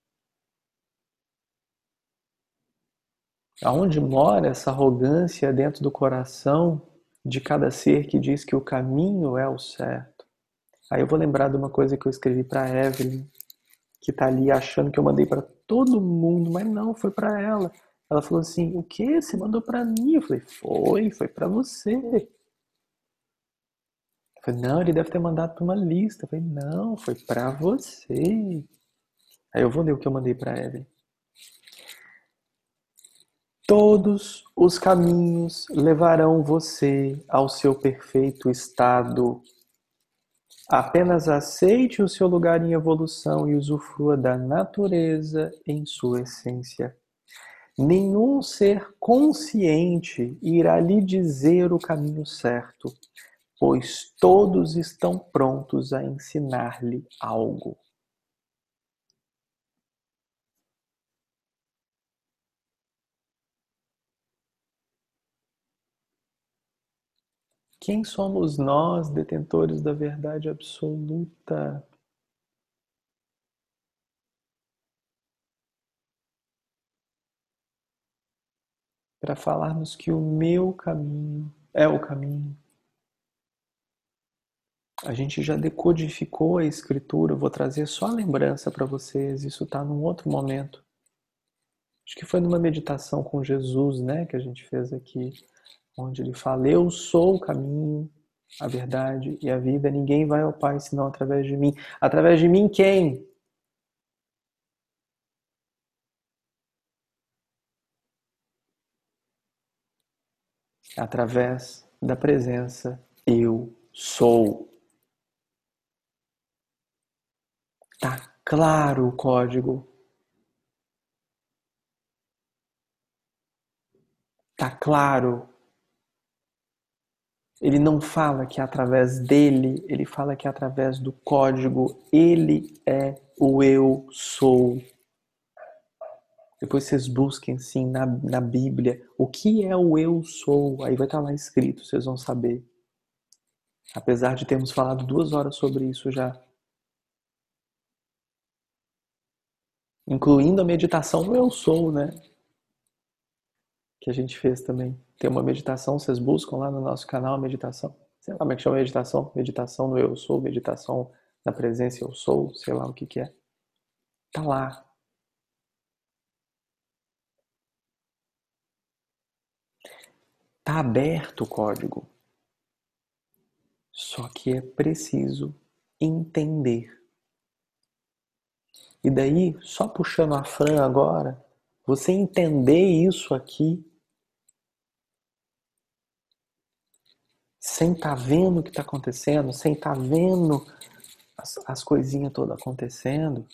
Aonde mora essa arrogância dentro do coração de cada ser que diz que o caminho é o certo? Aí eu vou lembrar de uma coisa que eu escrevi para Evelyn, que tá ali achando que eu mandei para todo mundo, mas não, foi para ela. Ela falou assim: "O quê? Você mandou para mim?" Eu falei: "Foi para você." Eu falei: "Não, ele deve ter mandado para uma lista." Eu falei: "Não, foi para você." Aí eu vou ler o que eu mandei para Evelyn. Todos os caminhos levarão você ao seu perfeito estado. Apenas aceite o seu lugar em evolução e usufrua da natureza em sua essência. Nenhum ser consciente irá lhe dizer o caminho certo, pois todos estão prontos a ensinar-lhe algo. Quem somos nós, detentores da verdade absoluta? para falarmos que o meu caminho é o caminho. A gente já decodificou a escritura, eu vou trazer só a lembrança para vocês, isso está num outro momento. Acho que foi numa meditação com Jesus, né, que a gente fez aqui, onde ele fala, eu sou o caminho, a verdade e a vida, ninguém vai ao Pai senão através de mim. Através de mim quem? Através da presença eu sou. Tá claro o código. Tá claro. Ele não fala que é através dele, ele fala que é através do código. Ele é o eu sou. Depois vocês busquem sim na Bíblia o que é o eu sou. Aí vai estar lá escrito, vocês vão saber. Apesar de termos falado 2 horas sobre isso já. Incluindo a meditação do eu sou, né? Que a gente fez também. Tem uma meditação, vocês buscam lá no nosso canal a meditação. Sei lá como é que chama a meditação. Meditação no eu sou, meditação na presença eu sou, sei lá o que é. Tá lá. Tá aberto o código. Só que é preciso entender. E daí, só puxando a Fran agora, você entender isso aqui, sem estar vendo o que está acontecendo, sem estar vendo as coisinhas todas acontecendo,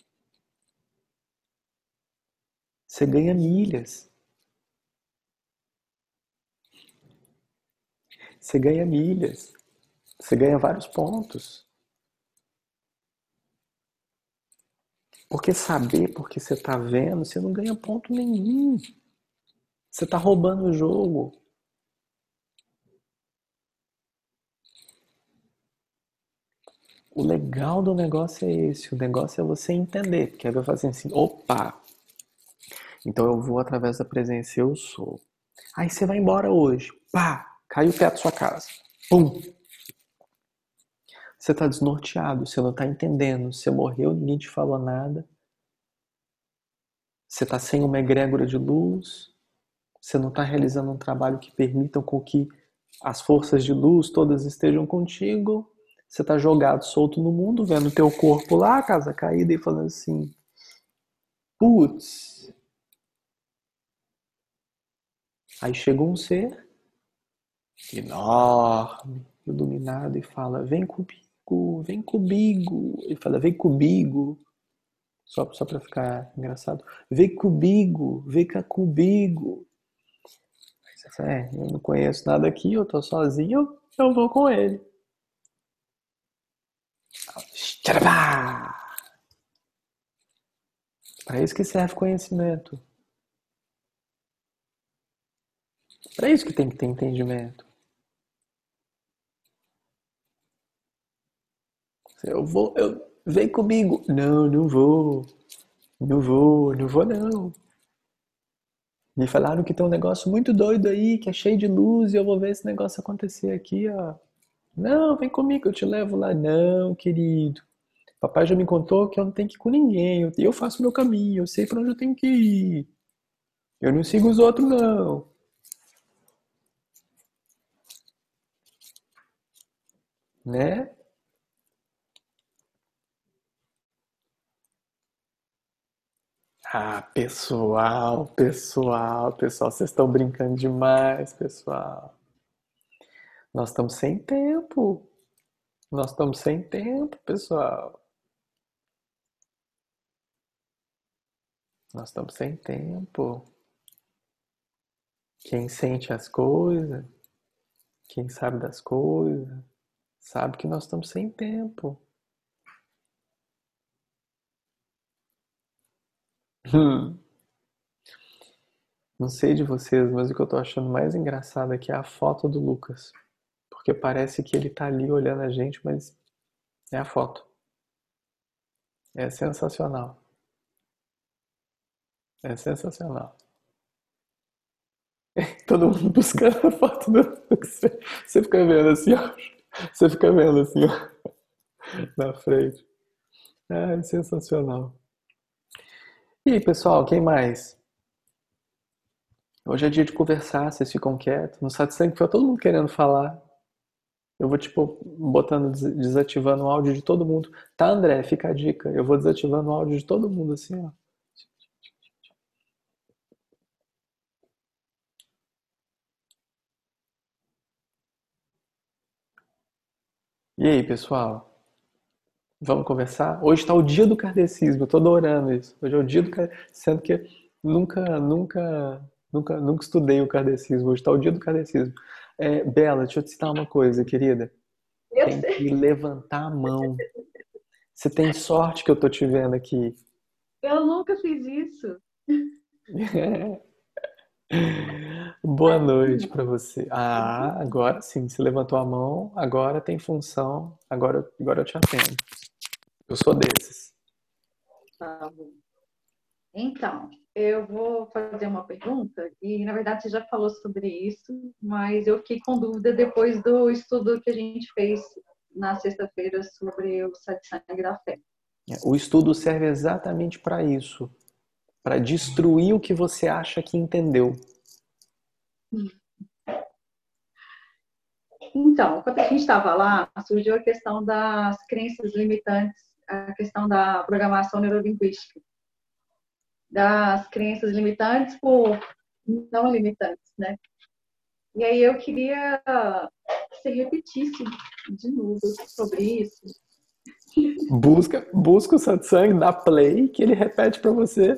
você ganha milhas. Você ganha milhas. Você ganha vários pontos. Porque saber porque você está vendo, você não ganha ponto nenhum. Você está roubando o jogo. O legal do negócio é esse. O negócio é você entender. Porque aí vai fazer assim, opa, então eu vou através da presença eu sou. Aí você vai embora hoje. Pá, caiu o teto da sua casa. Pum. Você está desnorteado, você não está entendendo. Você morreu, ninguém te falou nada. Você está sem uma egrégora de luz. Você não está realizando um trabalho que permita com que as forças de luz todas estejam contigo. Você está jogado, solto no mundo, vendo teu corpo lá, casa caída, e falando assim, putz. Aí chega um ser enorme, iluminado, e fala, vem comigo, vem comigo. Ele fala, vem comigo. Só para ficar engraçado. Vem comigo, vem cá comigo. Eu não conheço nada aqui, eu tô sozinho, eu vou com ele. Para isso que serve conhecimento. Para isso que tem que ter entendimento. Vem comigo. Não, não vou. Não vou, não vou não. Me falaram que tem um negócio muito doido aí, que é cheio de luz, e eu vou ver esse negócio acontecer aqui, ó. Não, vem comigo, eu te levo lá. Não, querido. Papai já me contou que eu não tenho que ir com ninguém. Eu faço meu caminho, eu sei pra onde eu tenho que ir. Eu não sigo os outros, não. Né? Ah, pessoal, vocês estão brincando demais, pessoal. Nós estamos sem tempo. Nós estamos sem tempo, pessoal. Nós estamos sem tempo. Quem sente as coisas, quem sabe das coisas, sabe que nós estamos sem tempo. Não sei de vocês, mas o que eu tô achando mais engraçado aqui é a foto do Lucas. Porque parece que ele tá ali olhando a gente, mas é a foto. É sensacional. É sensacional. Todo mundo buscando a foto do que você fica vendo assim, ó. Você fica vendo assim, ó, na frente. Ai, sensacional. E aí, pessoal, quem mais? Hoje é dia de conversar, vocês ficam quietos. No satsang foi todo mundo querendo falar. Eu vou, tipo, botando, desativando o áudio de todo mundo. Tá, André? Fica a dica. Eu vou desativando o áudio de todo mundo, assim, ó. E aí, pessoal? Vamos conversar? Hoje tá o dia do kardecismo. Eu tô adorando isso. Hoje é o dia do kardecismo. Sendo que nunca estudei o kardecismo. Hoje tá o dia do kardecismo. Bela, deixa eu te citar uma coisa, querida. Eu Tem sei. que levantar a mão. Você tem sorte que eu tô te vendo aqui. Eu nunca fiz isso. Boa noite para você. Ah, agora sim, você levantou a mão, agora tem função, agora eu te atendo. Eu sou desses. Tá bom. Então, eu vou fazer uma pergunta, e na verdade você já falou sobre isso, mas eu fiquei com dúvida depois do estudo que a gente fez na sexta-feira sobre o satsang da fé. O estudo serve exatamente para isso, para destruir o que você acha que entendeu. Então, quando a gente estava lá, surgiu a questão das crenças limitantes, a questão da programação neurolinguística, das crenças limitantes por não limitantes, né? E aí eu queria que você repetisse de novo sobre isso. Busca o satsang, dá play, que ele repete para você.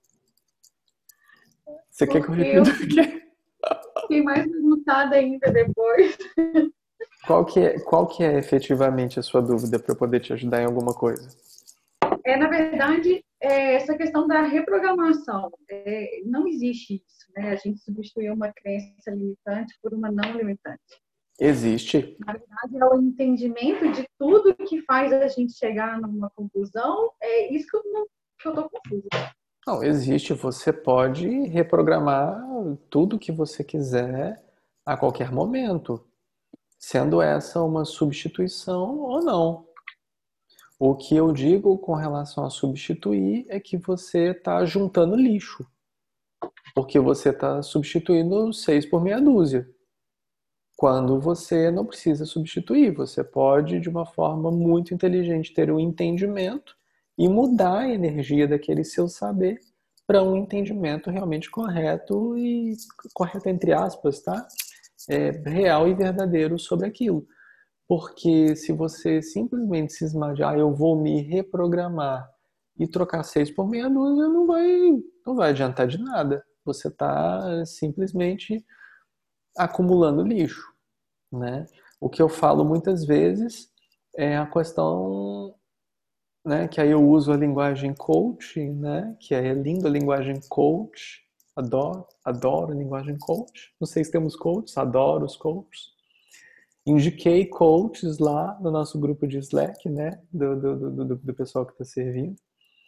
Você quer que eu Porque repita eu o quê? fiquei mais perguntada ainda depois. Qual que é efetivamente a sua dúvida para eu poder te ajudar em alguma coisa? Na verdade, essa questão da reprogramação. Não existe isso, né? A gente substituiu uma crença limitante por uma não limitante. Existe. Na verdade, é o entendimento de tudo que faz a gente chegar numa conclusão. É isso que eu tô confusa. Não, existe. Você pode reprogramar tudo que você quiser a qualquer momento, sendo essa uma substituição ou não. O que eu digo com relação a substituir é que você está juntando lixo, porque você está substituindo 6 por meia dúzia. Quando você não precisa substituir, você pode, de uma forma muito inteligente, ter um entendimento e mudar a energia daquele seu saber para um entendimento realmente correto e correto entre aspas, tá? Real e verdadeiro sobre aquilo. Porque se você simplesmente cismar de, eu vou me reprogramar e trocar 6 por meia dúzia, não vai adiantar de nada. Você está simplesmente acumulando lixo, né? O que eu falo muitas vezes é a questão, né, que aí eu uso a linguagem coach, né, que é linda a linguagem coach, adoro a linguagem coach. Não sei se temos coaches, adoro os coaches. Indiquei coaches lá no nosso grupo de Slack, né, do pessoal que está servindo,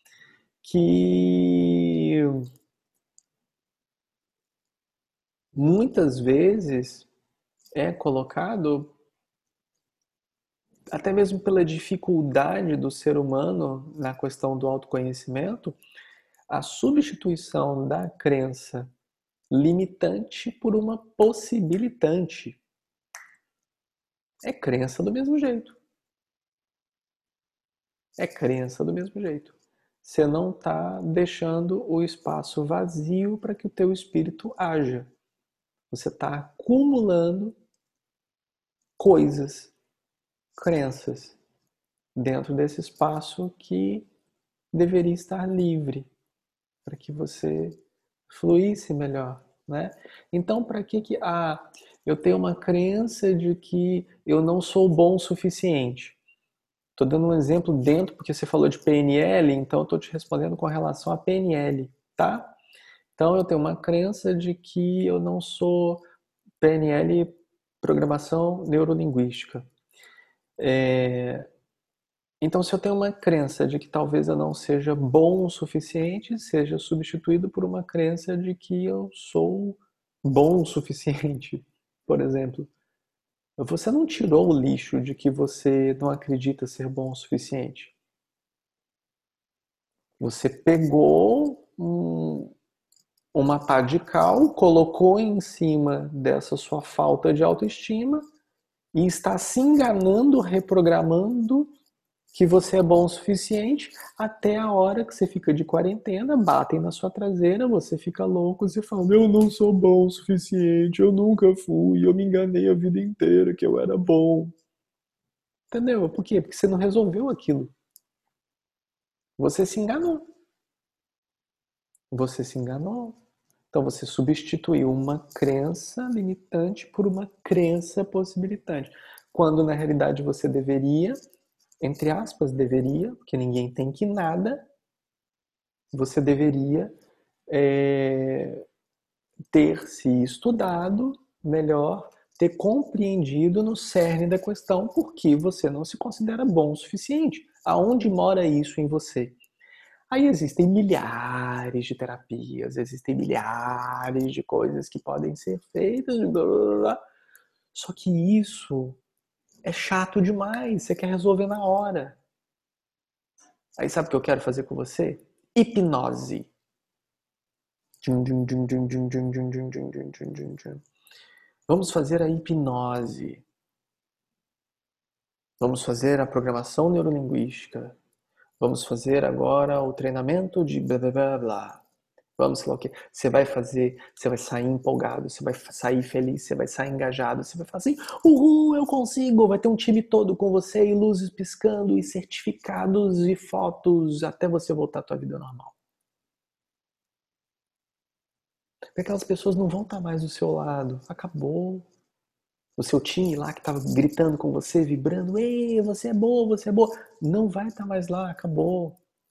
que muitas vezes é colocado até mesmo pela dificuldade do ser humano na questão do autoconhecimento, a substituição da crença limitante por uma possibilitante. É crença do mesmo jeito. É crença do mesmo jeito. Você não está deixando o espaço vazio para que o teu espírito haja. Você está acumulando coisas, crenças, dentro desse espaço que deveria estar livre, para que você fluísse melhor, né? Então, para que eu tenho uma crença de que eu não sou bom o suficiente? Estou dando um exemplo dentro, porque você falou de PNL, então eu estou te respondendo com relação a PNL, tá? Então, eu tenho uma crença de que eu não sou PNL, programação neurolinguística. Então, se eu tenho uma crença de que talvez eu não seja bom o suficiente, seja substituído por uma crença de que eu sou bom o suficiente, por exemplo. Você não tirou o lixo de que você não acredita ser bom o suficiente. Você pegou uma pá de cal, colocou em cima dessa sua falta de autoestima e está se enganando, reprogramando que você é bom o suficiente até a hora que você fica de quarentena, batem na sua traseira, você fica louco, você fala, eu não sou bom o suficiente, eu nunca fui, eu me enganei a vida inteira que eu era bom. Entendeu? Por quê? Porque você não resolveu aquilo. Você se enganou. Você se enganou. Então você substituiu uma crença limitante por uma crença possibilitante. Quando na realidade você deveria, entre aspas, deveria, porque ninguém tem que nada, você deveria ter se estudado melhor, ter compreendido no cerne da questão por que você não se considera bom o suficiente. Aonde mora isso em você? Aí existem milhares de terapias, existem milhares de coisas que podem ser feitas, blá, blá, blá. Só que isso é chato demais, você quer resolver na hora. Aí sabe o que eu quero fazer com você? Hipnose. Vamos fazer a hipnose. Vamos fazer a programação neurolinguística. Vamos fazer agora o treinamento de blá blá blá blá. Vamos lá o quê? Você vai fazer, você vai sair empolgado, você vai sair feliz, você vai sair engajado, você vai falar assim, uhul, eu consigo! Vai ter um time todo com você e luzes piscando e certificados e fotos até você voltar à tua vida normal. Porque aquelas pessoas não vão estar mais do seu lado. Acabou. O seu time lá que estava gritando com você, vibrando, ei, você é boa, não vai estar mais lá, acabou.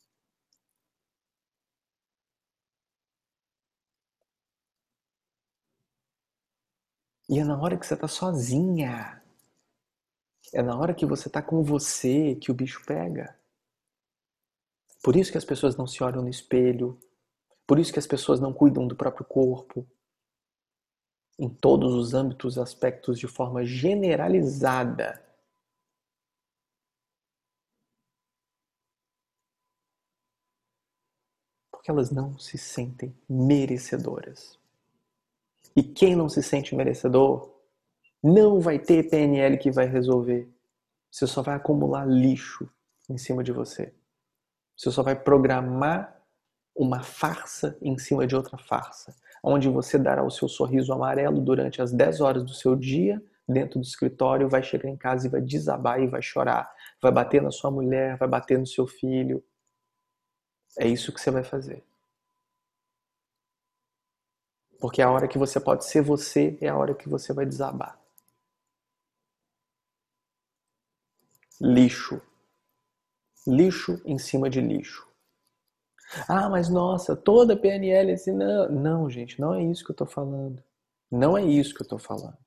E é na hora que você está sozinha, é na hora que você está com você que o bicho pega. Por isso que as pessoas não se olham no espelho, por isso que as pessoas não cuidam do próprio corpo, em todos os âmbitos, aspectos, de forma generalizada. Porque elas não se sentem merecedoras. E quem não se sente merecedor, não vai ter PNL que vai resolver. Você só vai acumular lixo em cima de você. Você só vai programar uma farsa em cima de outra farsa, onde você dará o seu sorriso amarelo durante as 10 horas do seu dia, dentro do escritório, vai chegar em casa e vai desabar e vai chorar, vai bater na sua mulher, vai bater no seu filho. É isso que você vai fazer. Porque a hora que você pode ser você é a hora que você vai desabar. Lixo. Lixo em cima de lixo. Ah, mas nossa, toda PNL assim, não. Não, gente, não é isso que eu tô falando. Não é isso que eu tô falando.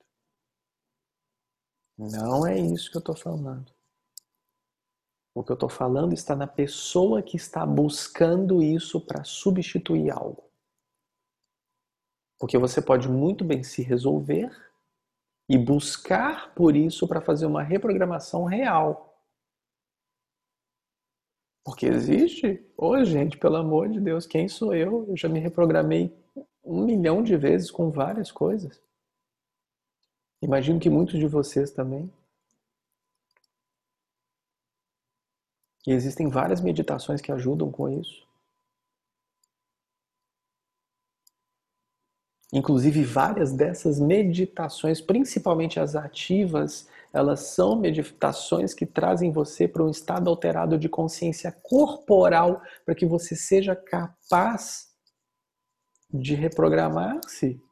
Não é isso que eu tô falando. O que eu tô falando está na pessoa que está buscando isso para substituir algo. Porque você pode muito bem se resolver e buscar por isso para fazer uma reprogramação real. Porque existe? Ô, gente, pelo amor de Deus, quem sou eu? Eu já me reprogramei 1 milhão de vezes com várias coisas. Imagino que muitos de vocês também. E existem várias meditações que ajudam com isso. Inclusive, várias dessas meditações, principalmente as ativas, elas são meditações que trazem você para um estado alterado de consciência corporal, para que você seja capaz de reprogramar-se.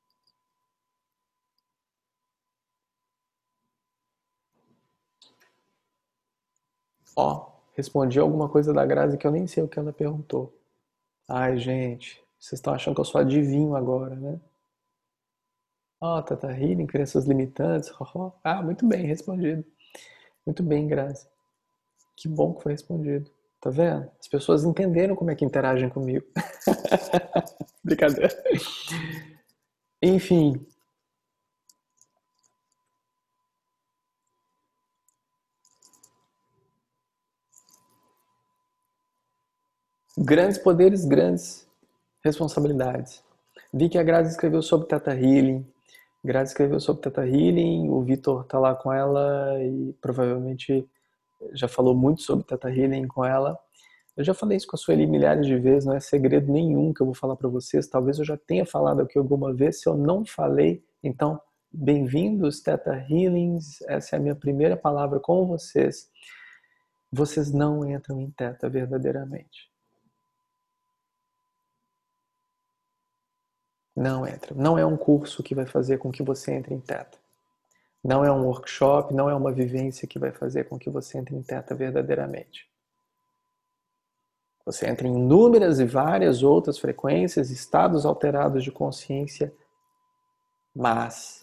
Ó, respondi alguma coisa da Grazi que eu nem sei o que ela perguntou. Ai, gente, vocês estão achando que eu sou adivinho agora, né? Ó, Tata Healing, crenças limitantes. Ah, muito bem, respondido. Muito bem, Grazi. Que bom que foi respondido. Tá vendo? As pessoas entenderam como é que interagem comigo. Brincadeira. Enfim, grandes poderes, grandes responsabilidades. Vi que a Grazi escreveu sobre Theta Healing. Grazi escreveu sobre Theta Healing, o Vitor tá lá com ela e provavelmente já falou muito sobre Theta Healing com ela. Eu já falei isso com a Sueli milhares de vezes, não é segredo nenhum que eu vou falar para vocês. Talvez eu já tenha falado aqui alguma vez, se eu não falei, então bem-vindos, Theta Healings. Essa é a minha primeira palavra com vocês. Vocês não entram em Theta verdadeiramente. Não entra. Não é um curso que vai fazer com que você entre em Theta. Não é um workshop, não é uma vivência que vai fazer com que você entre em Theta verdadeiramente. Você entra em inúmeras e várias outras frequências, estados alterados de consciência, mas...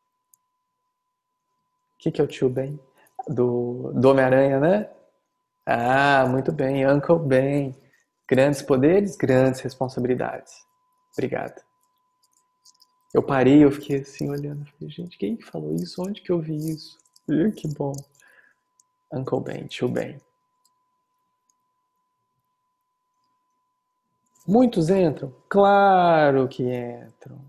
O que é o tio Ben? Do Homem-Aranha, né? Ah, muito bem, Uncle Ben. Grandes poderes, grandes responsabilidades. Obrigado. Eu parei, eu fiquei assim olhando. Falei, gente, quem que falou isso? Onde que eu vi isso? Que bom. Uncle Ben, tio Ben. Muitos entram? Claro que entram.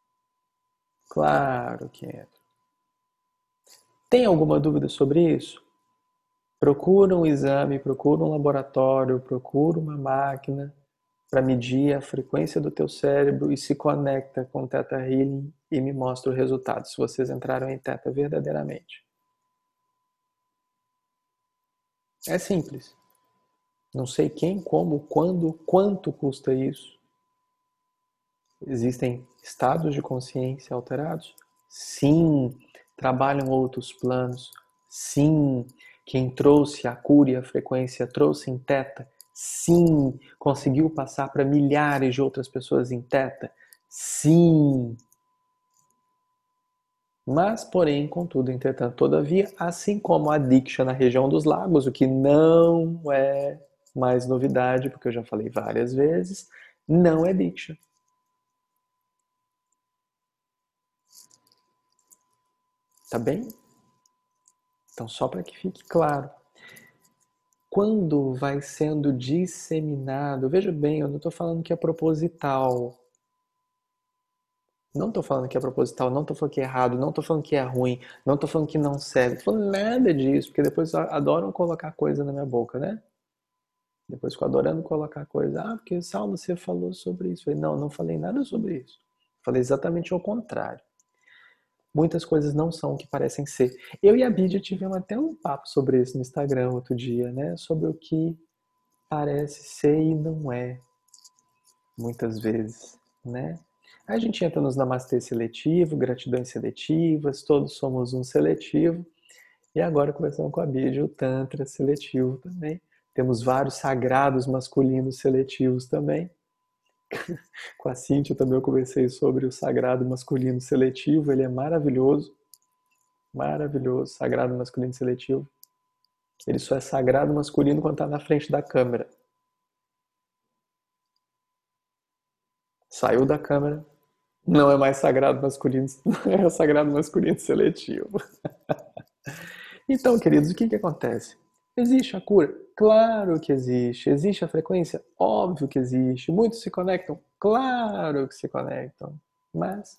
Claro que entram. Tem alguma dúvida sobre isso? Procura um exame, procura um laboratório, procura uma máquina para medir a frequência do teu cérebro e se conecta com o Theta Healing e me mostra o resultado, se vocês entraram em Theta verdadeiramente. É simples. Não sei quem, como, quando, quanto custa isso. Existem estados de consciência alterados? Sim. Trabalham outros planos? Sim. Quem trouxe a cura e a frequência trouxe em Theta? Sim. Conseguiu passar para milhares de outras pessoas em Theta? Sim. Mas, porém, contudo, entretanto, todavia, assim como a Diksha na região dos lagos, o que não é mais novidade, porque eu já falei várias vezes, não é Diksha. Tá bem? Então, só para que fique claro. Quando vai sendo disseminado, veja bem, eu não estou falando que é proposital. Não estou falando que é proposital, não estou falando que é errado, não estou falando que é ruim, não estou falando que não serve. Estou falando nada disso, porque depois adoram colocar coisa na minha boca, né? Depois ficam adorando colocar coisa. Ah, porque Saulo, você falou sobre isso. Eu falei, não falei nada sobre isso. Falei exatamente o contrário. Muitas coisas não são o que parecem ser. Eu e a Bídia tivemos até um papo sobre isso no Instagram outro dia, né? Sobre o que parece ser e não é, muitas vezes, né? A gente entra nos namastê seletivo, gratidões seletivas, todos somos um seletivo. E agora conversando com a Bídia, o Tantra seletivo também. Temos vários sagrados masculinos seletivos também. Com a Cíntia também eu conversei sobre o sagrado masculino seletivo. Ele é maravilhoso. Maravilhoso, sagrado masculino seletivo. Ele só é sagrado masculino quando está na frente da câmera. Saiu da câmera, não é mais sagrado masculino, é sagrado masculino seletivo. Então, queridos, o que acontece? Existe a cura? Claro que existe. Existe a frequência? Óbvio que existe. Muitos se conectam? Claro que se conectam. Mas,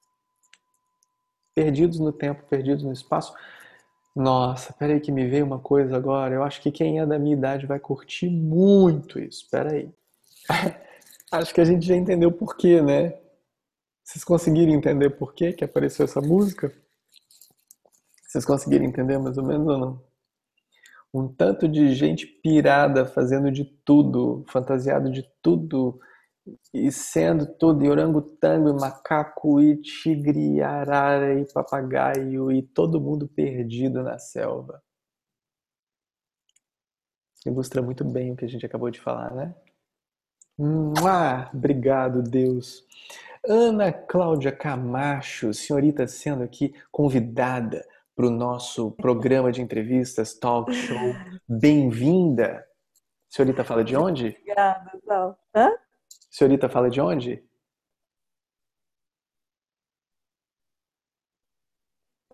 perdidos no tempo, perdidos no espaço. Nossa, peraí que me veio uma coisa agora. Eu acho que quem é da minha idade vai curtir muito isso. Peraí. Acho que a gente já entendeu por quê, né? Vocês conseguiram entender por quê que apareceu essa música? Vocês conseguiram entender mais ou menos ou não? Um tanto de gente pirada fazendo de tudo, fantasiado de tudo, e sendo tudo, e orangotango, e macaco, e tigre, e arara, e papagaio, e todo mundo perdido na selva. Ilustra muito bem o que a gente acabou de falar, né? Obrigado, Deus. Ana Cláudia Camacho, senhorita sendo aqui convidada para o nosso programa de entrevistas, talk show. Bem-vinda. Senhorita fala de onde? Obrigada, Sal. Hã? Senhorita fala de onde?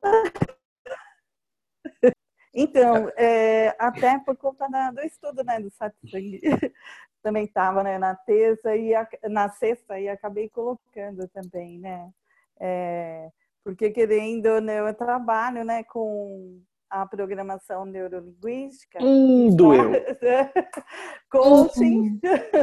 Então, até por conta do estudo, né, do satsang, também estava, né, na terça e na sexta e acabei colocando também, né, porque querendo, né, eu trabalho, né, com a programação neurolinguística, doeu. coaching,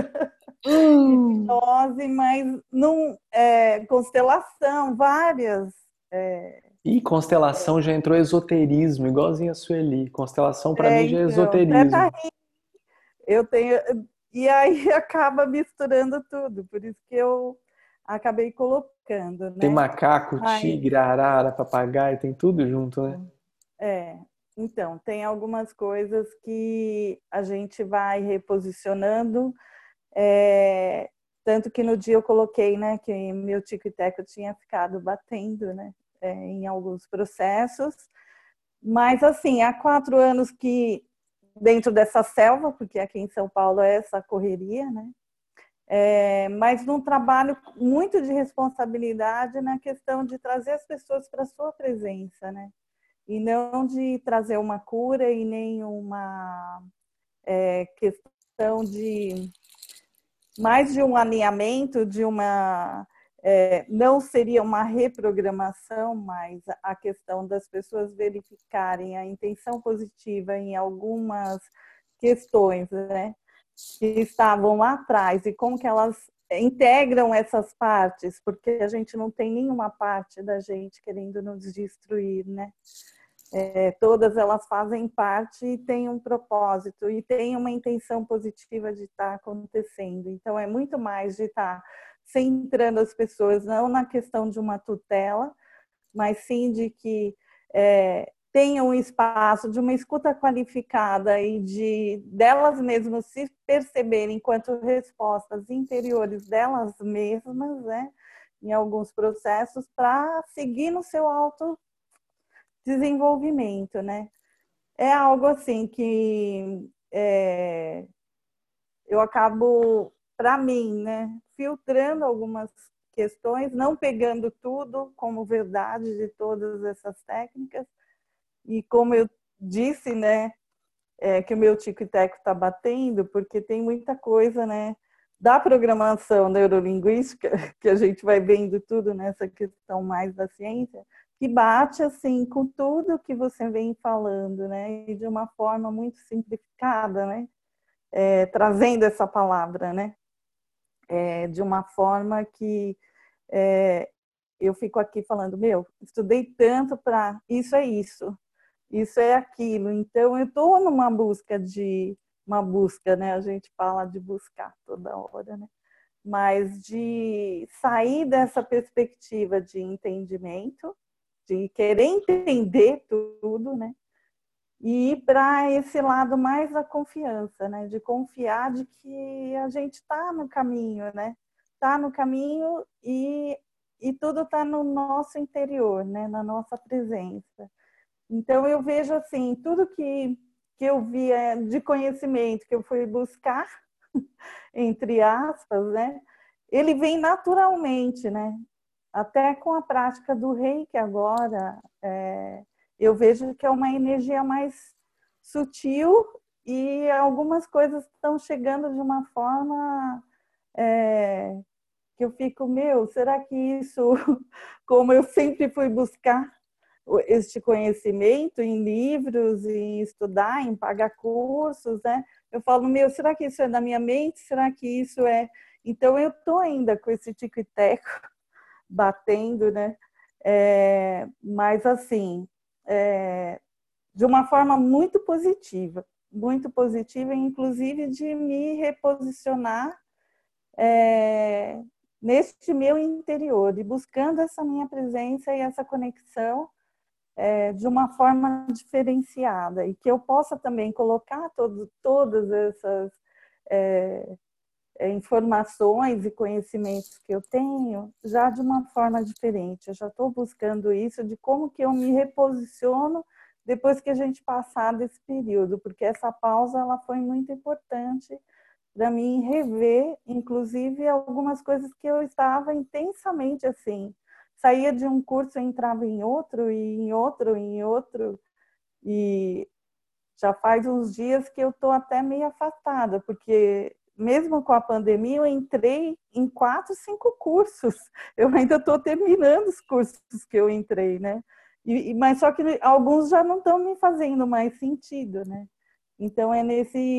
hipnose, mas não, constelação, várias. E constelação já entrou esoterismo, igualzinho a Sueli. Constelação para mim já é Então, esoterismo. eu tenho, e aí acaba misturando tudo, por isso que eu acabei colocando, né? Tem macaco, tigre, arara, papagaio, tem tudo junto, né? Então, tem algumas coisas que a gente vai reposicionando, tanto que no dia eu coloquei, né, que meu tico e teco tinha ficado batendo, né, em alguns processos, mas assim, há 4 anos que dentro dessa selva, porque aqui em São Paulo é essa correria, né, mas num trabalho muito de responsabilidade na questão de trazer as pessoas para a sua presença, né, e não de trazer uma cura e nem uma questão de mais de um alinhamento, de uma não seria uma reprogramação, mas a questão das pessoas verificarem a intenção positiva em algumas questões, né, que estavam lá atrás e como que elas integram essas partes, porque a gente não tem nenhuma parte da gente querendo nos destruir, né? Todas elas fazem parte e têm um propósito e têm uma intenção positiva de estar acontecendo. Então, é muito mais de estar centrando as pessoas, não na questão de uma tutela, mas sim de que tenham um espaço de uma escuta qualificada e de delas mesmas se perceberem enquanto respostas interiores delas mesmas, né, em alguns processos, para seguir no seu autodesenvolvimento, né? É algo assim que eu acabo, para mim, né, filtrando algumas questões, não pegando tudo como verdade de todas essas técnicas. E como eu disse, né, que o meu tico e teco está batendo, porque tem muita coisa, né, da programação neurolinguística, que a gente vai vendo tudo nessa questão mais da ciência, que bate assim com tudo que você vem falando, né, e de uma forma muito simplificada, né, trazendo essa palavra, né, de uma forma que eu fico aqui falando, estudei tanto para isso é aquilo, então eu estou numa busca né, a gente fala de buscar toda hora, né, mas de sair dessa perspectiva de entendimento, de querer entender tudo, né, e ir para esse lado mais da confiança, né, de confiar de que a gente está no caminho, né, está no caminho e tudo está no nosso interior, né, na nossa presença. Então, eu vejo assim, tudo que eu vi de conhecimento que eu fui buscar, entre aspas, né, ele vem naturalmente, né? Até com a prática do reiki agora, eu vejo que é uma energia mais sutil e algumas coisas estão chegando de uma forma que eu fico, será que isso, como eu sempre fui buscar este conhecimento em livros, em estudar, em pagar cursos, né? Eu falo, será que isso é da minha mente? Será que isso é... Então, eu estou ainda com esse tico e teco batendo, né? Mas, assim, de uma forma muito positiva, inclusive de me reposicionar neste meu interior, e buscando essa minha presença e essa conexão de uma forma diferenciada, e que eu possa também colocar todas essas informações e conhecimentos que eu tenho já de uma forma diferente. Eu já estou buscando isso, de como que eu me reposiciono depois que a gente passar desse período, porque essa pausa ela foi muito importante para mim rever, inclusive, algumas coisas que eu estava intensamente assim, saía de um curso e entrava em outro, e em outro, e em outro. E já faz uns dias que eu estou até meio afastada, porque mesmo com a pandemia eu entrei em 4, 5 cursos. Eu ainda estou terminando os cursos que eu entrei, né? Mas só que alguns já não estão me fazendo mais sentido, né? Então é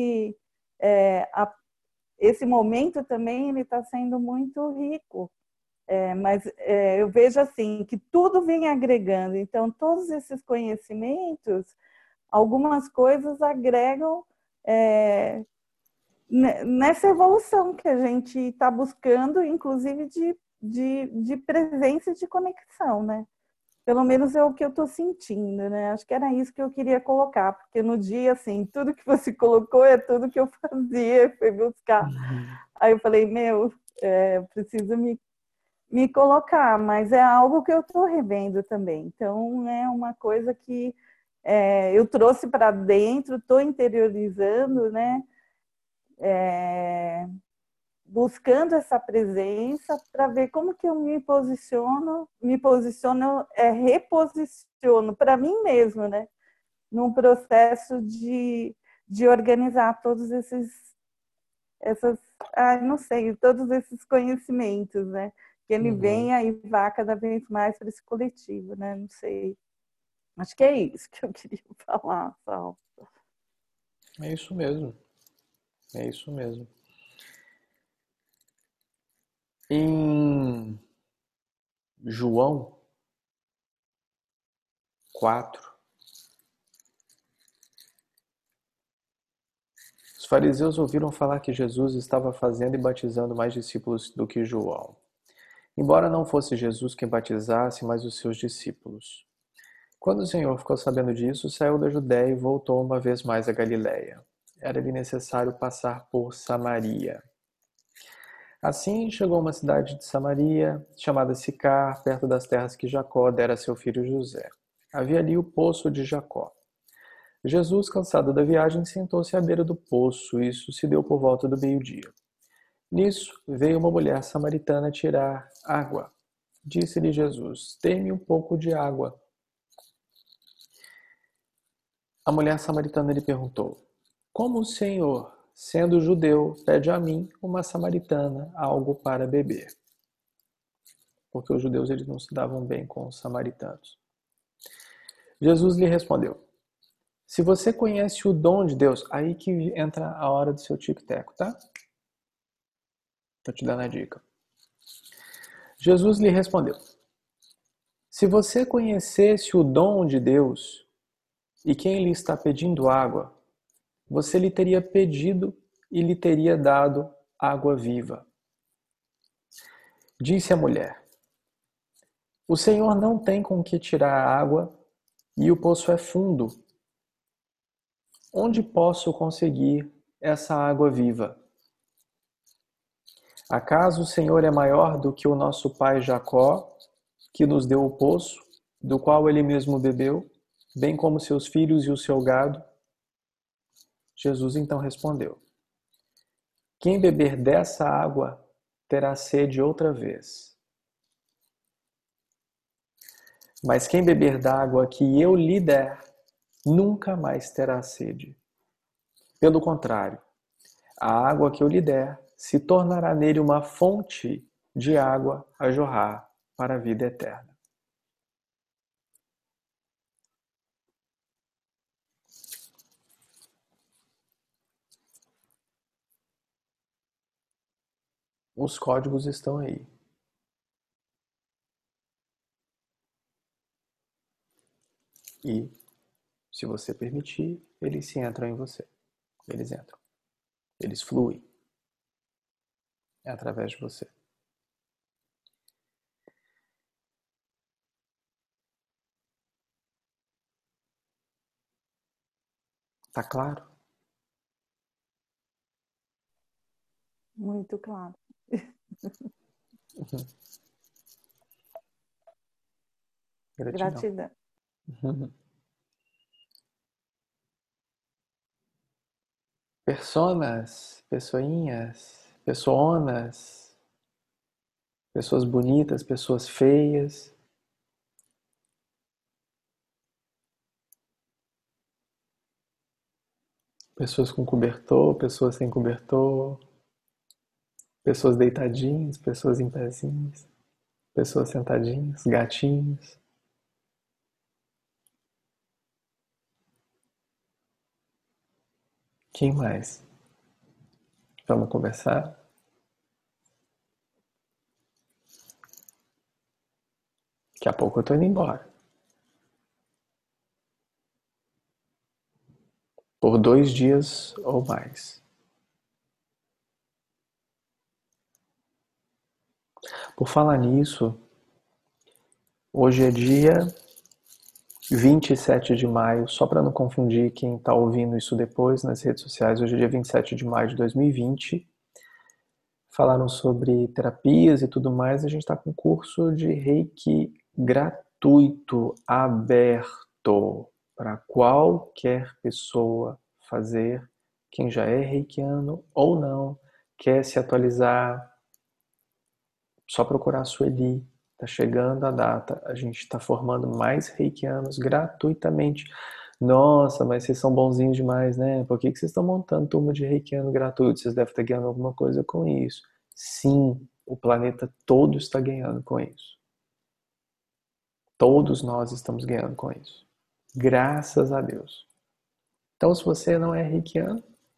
esse momento também ele está sendo muito rico. Mas eu vejo assim que tudo vem agregando. Então todos esses conhecimentos, algumas coisas agregam nessa evolução que a gente está buscando, inclusive de presença e de conexão, né? Pelo menos é o que eu estou sentindo, né? Acho que era isso que eu queria colocar, porque no dia, assim, tudo que você colocou é tudo que eu fazia, fui buscar. Aí eu falei, preciso me colocar, mas é algo que eu estou revendo também. Então, é uma coisa que eu trouxe para dentro, estou interiorizando, né? Buscando essa presença para ver como que eu reposiciono para mim mesmo, né? Num processo de organizar todos não sei, todos esses conhecimentos, né? Que ele venha e vá cada vez mais para esse coletivo, né? Não sei. Acho que é isso que eu queria falar, Sal. É isso mesmo. É isso mesmo. Em João 4, os fariseus ouviram falar que Jesus estava fazendo e batizando mais discípulos do que João, embora não fosse Jesus quem batizasse, mas os seus discípulos. Quando o Senhor ficou sabendo disso, saiu da Judéia e voltou uma vez mais a Galiléia. Era-lhe necessário passar por Samaria. Assim chegou a uma cidade de Samaria, chamada Sicar, perto das terras que Jacó dera a seu filho José. Havia ali o poço de Jacó. Jesus, cansado da viagem, sentou-se à beira do poço. Isso se deu por volta do meio-dia. Nisso, veio uma mulher samaritana tirar água. Disse-lhe Jesus: "Dê-me um pouco de água." A mulher samaritana lhe perguntou: "Como o Senhor, sendo judeu, pede a mim, uma samaritana, algo para beber?" Porque os judeus eles não se davam bem com os samaritanos. Jesus lhe respondeu: "Se você conhece o dom de Deus," aí que entra a hora do seu tic-teco, tá? Tô te dando a dica. Jesus lhe respondeu: "Se você conhecesse o dom de Deus e quem lhe está pedindo água, você lhe teria pedido e lhe teria dado água viva." Disse a mulher: "O Senhor não tem com que tirar a água e o poço é fundo. Onde posso conseguir essa água viva? Acaso o Senhor é maior do que o nosso pai Jacó, que nos deu o poço, do qual ele mesmo bebeu, bem como seus filhos e o seu gado?" Jesus então respondeu: "Quem beber dessa água terá sede outra vez. Mas quem beber da água que eu lhe der, nunca mais terá sede. Pelo contrário, a água que eu lhe der se tornará nele uma fonte de água a jorrar para a vida eterna." Os códigos estão aí. E, se você permitir, eles se entram em você. Eles entram. Eles fluem. É através de você. Tá claro? Muito claro. Gratidão. Personas, pessoinhas, pessoas bonitas, pessoas feias, Pessoas com cobertor, pessoas sem cobertor, pessoas deitadinhas, pessoas em pezinhos, pessoas sentadinhas, gatinhos. Quem mais? Vamos conversar? Daqui a pouco eu tô indo embora. Por 2 dias ou mais. Por falar nisso, hoje é dia 27 de maio, só para não confundir quem está ouvindo isso depois nas redes sociais, hoje é dia 27 de maio de 2020. Falaram sobre terapias e tudo mais, a gente está com um curso de Reiki gratuito, aberto, para qualquer pessoa fazer, quem já é reikiano ou não, quer se atualizar, só procurar a Sueli. Está chegando a data, a gente está formando mais reikianos gratuitamente. Nossa, mas vocês são bonzinhos demais, né? Por que vocês estão montando turma de reikiano gratuito? Vocês devem estar ganhando alguma coisa com isso. Sim, o planeta todo está ganhando com isso. Todos nós estamos ganhando com isso. Graças a Deus. Então, se você não é reikiano,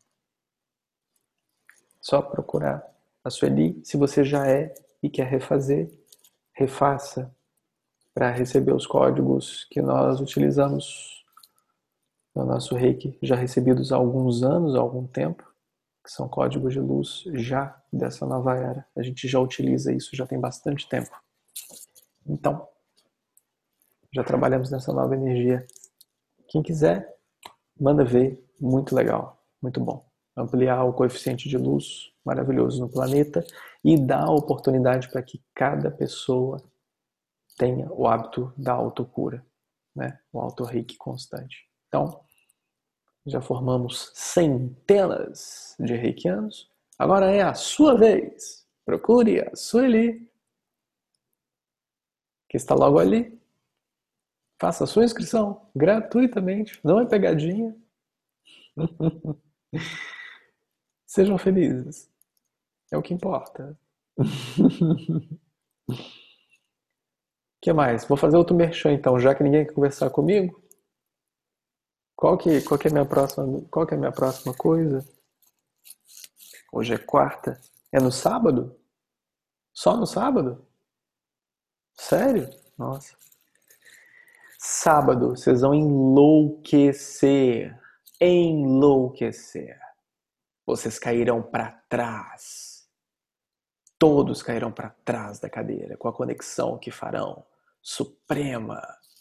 só procurar a Sueli. Se você já é e quer refazer, refaça para receber os códigos que nós utilizamos no nosso Reiki, já recebidos há alguns anos, há algum tempo, que são códigos de luz já dessa nova era. A gente já utiliza isso já tem bastante tempo. Então, já trabalhamos nessa nova energia. Quem quiser, manda ver. Muito legal, muito bom. Ampliar o coeficiente de luz maravilhoso no planeta e dar a oportunidade para que cada pessoa tenha o hábito da autocura, né? O auto-reiki constante. Então, já formamos centenas de reikianos. Agora é a sua vez. Procure a Sueli, que está logo ali. Faça a sua inscrição gratuitamente. Não é pegadinha. Sejam felizes. É o que importa. O que mais? Vou fazer outro merchan então, já que ninguém quer conversar comigo. Qual que é a minha próxima coisa? Hoje é quarta. É no sábado? Só no sábado? Sério? Nossa. Sábado, vocês vão enlouquecer. Enlouquecer. Vocês cairão para trás. Todos cairão para trás da cadeira com a conexão que farão suprema.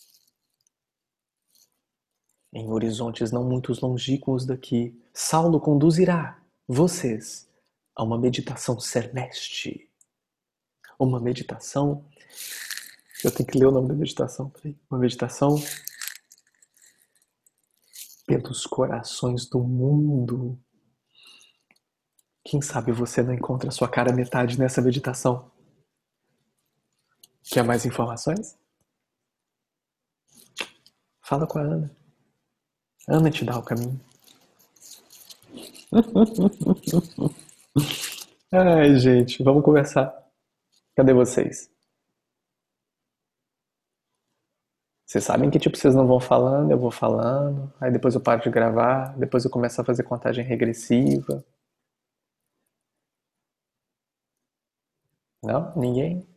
Em horizontes não muito longínquos daqui, Saulo conduzirá vocês a uma meditação celeste. Uma meditação... Eu tenho que ler o nome da meditação. Uma meditação pelos corações do mundo. Quem sabe você não encontra a sua cara metade nessa meditação? Quer mais informações? Fala com a Ana. Ana te dá o caminho. Ai, gente, vamos conversar. Cadê vocês? Vocês sabem que tipo vocês não vão falando, eu vou falando, aí depois eu paro de gravar, depois eu começo a fazer contagem regressiva. Não? Ninguém?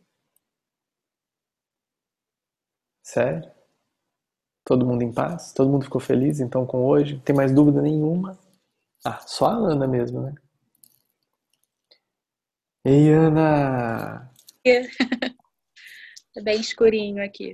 Sério? Todo mundo em paz? Todo mundo ficou feliz então com hoje? Não tem mais dúvida nenhuma? Ah, só a Ana mesmo, né? Ei, Ana! Tá bem escurinho aqui.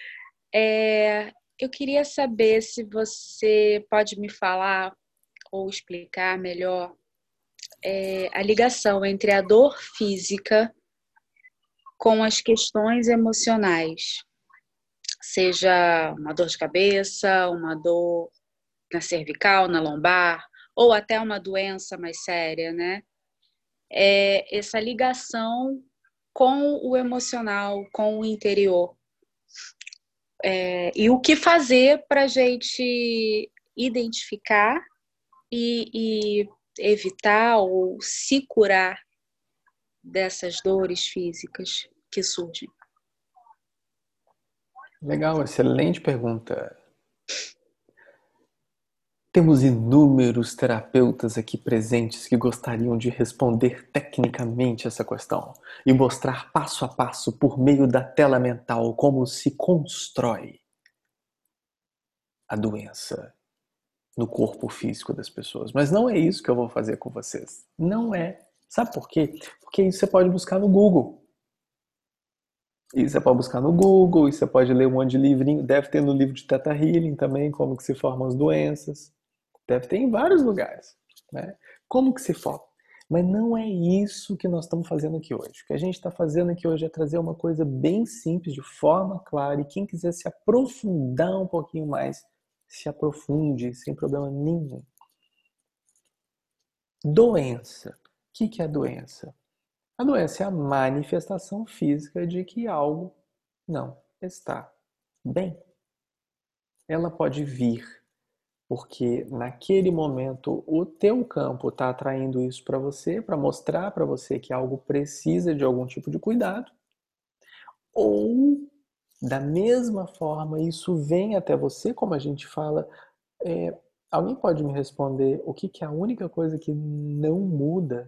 Eu queria saber se você pode me falar ou explicar melhor a ligação entre a dor física com as questões emocionais. Seja uma dor de cabeça, uma dor na cervical, na lombar, ou até uma doença mais séria, né? Essa ligação com o emocional, com o interior. E o que fazer para a gente identificar e evitar ou se curar dessas dores físicas que surgem? Legal, excelente pergunta. Temos inúmeros terapeutas aqui presentes que gostariam de responder tecnicamente essa questão e mostrar passo a passo por meio da tela mental como se constrói a doença no corpo físico das pessoas. Mas não é isso que eu vou fazer com vocês. Não é. Sabe por quê? Porque isso você pode buscar no Google. E você pode buscar no Google, e você pode ler um monte de livrinho. Deve ter no livro de Theta Healing também, como que se formam as doenças. Deve ter em vários lugares, né? Como que se forma? Mas não é isso que nós estamos fazendo aqui hoje. O que a gente está fazendo aqui hoje é trazer uma coisa bem simples, de forma clara, e quem quiser se aprofundar um pouquinho mais, se aprofunde, sem problema nenhum. Doença. O que é doença? A doença é a manifestação física de que algo não está bem. Ela pode vir porque naquele momento o teu campo está atraindo isso para você, para mostrar para você que algo precisa de algum tipo de cuidado. Ou, da mesma forma, isso vem até você, como a gente fala. Alguém pode me responder o que é a única coisa que não muda?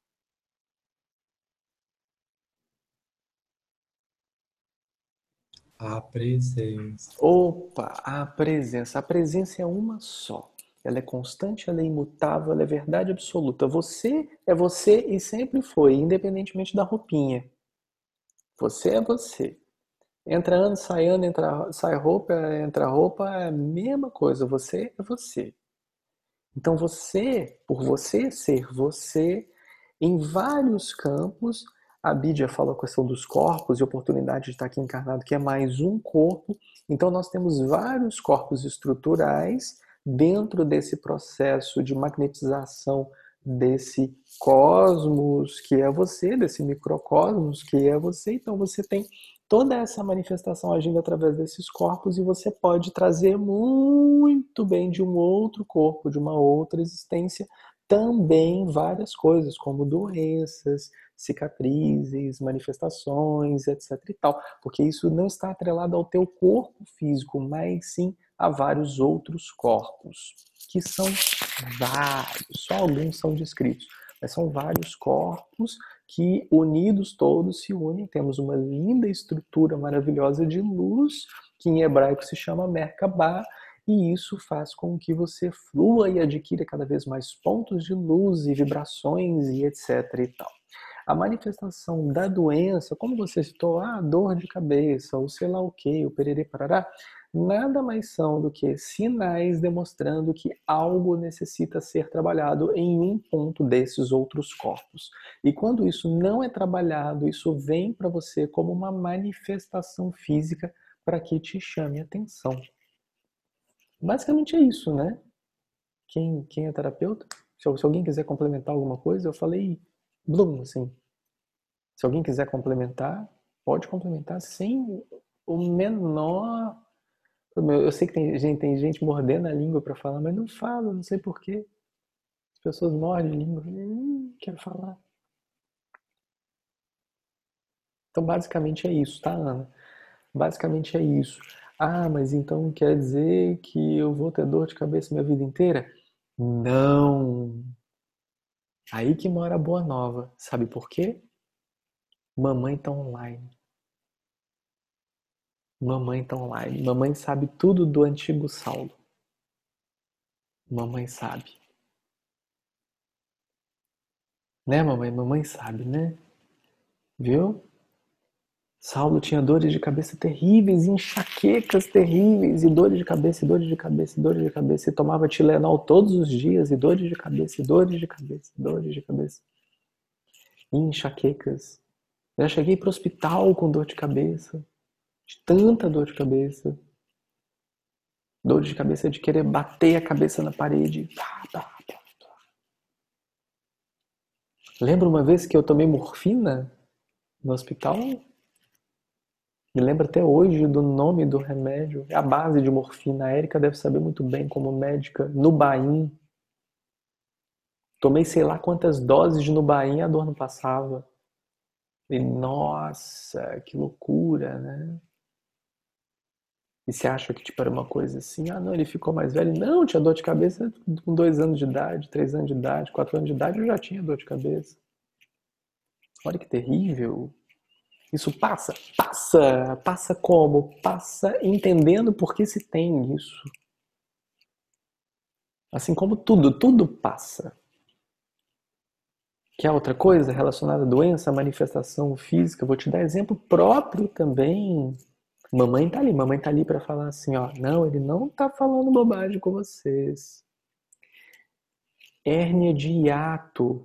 A presença. Opa, a presença. A presença é uma só. Ela é constante, ela é imutável, ela é verdade absoluta. Você é você e sempre foi, independentemente da roupinha. Você é você. Entra ano, sai ano, sai roupa, entra roupa, é a mesma coisa. Você é você. Então você, por você ser você, em vários campos, a Bíblia fala a questão dos corpos e oportunidade de estar aqui encarnado, que é mais um corpo. Então nós temos vários corpos estruturais dentro desse processo de magnetização desse cosmos que é você, desse microcosmos que é você. Então você tem toda essa manifestação agindo através desses corpos e você pode trazer muito bem de um outro corpo, de uma outra existência, também várias coisas, como doenças, cicatrizes, manifestações, etc e tal, porque isso não está atrelado ao teu corpo físico, mas sim a vários outros corpos, que são vários, só alguns são descritos, mas são vários corpos que unidos todos se unem, temos uma linda estrutura maravilhosa de luz, que em hebraico se chama Merkabah, e isso faz com que você flua e adquira cada vez mais pontos de luz e vibrações e etc e tal. A manifestação da doença, como você citou, dor de cabeça, ou sei lá o que, o pererê parará, nada mais são do que sinais demonstrando que algo necessita ser trabalhado em um ponto desses outros corpos. E quando isso não é trabalhado, isso vem para você como uma manifestação física para que te chame a atenção. Basicamente é isso, né? Quem é terapeuta? Se alguém quiser complementar alguma coisa, eu falei blum, assim. Se alguém quiser complementar, pode complementar sem o menor problema. Eu sei que tem gente mordendo a língua para falar, mas não fala, não sei porquê. As pessoas mordem a língua. Quero falar. Então, basicamente é isso, tá, Ana? Basicamente é isso. Mas então quer dizer que eu vou ter dor de cabeça minha vida inteira? Não! Aí que mora a boa nova. Sabe por quê? Mamãe tá online. Mamãe tá online. Mamãe sabe tudo do antigo Saulo. Mamãe sabe. Né, mamãe? Mamãe sabe, né? Viu? Saulo tinha dores de cabeça terríveis, enxaquecas terríveis, e dores de cabeça, e dores de cabeça, e dores de cabeça, e tomava Tilenol todos os dias, e dores de cabeça, e dores de cabeça, e dores de cabeça. E enxaquecas. Já cheguei para o hospital com dor de cabeça, de tanta dor de cabeça. Dor de cabeça de querer bater a cabeça na parede. Lembro uma vez que eu tomei morfina no hospital? Me lembro até hoje do nome do remédio. É a base de morfina. A Érica deve saber muito bem como médica. Nubain. Tomei sei lá quantas doses de Nubain e a dor não passava. E nossa, que loucura, né? E você acha que tipo, era uma coisa assim, ah não, ele ficou mais velho. Não, tinha dor de cabeça com 2 anos de idade, 3 anos de idade, 4 anos de idade, eu já tinha dor de cabeça. Olha que terrível. Isso passa como? Passa entendendo por que se tem isso. Assim como tudo passa. Quer outra coisa relacionada à doença, à manifestação física? Vou te dar exemplo próprio também. Mamãe tá ali para falar assim, ó, não, ele não tá falando bobagem com vocês. Hérnia de hiato.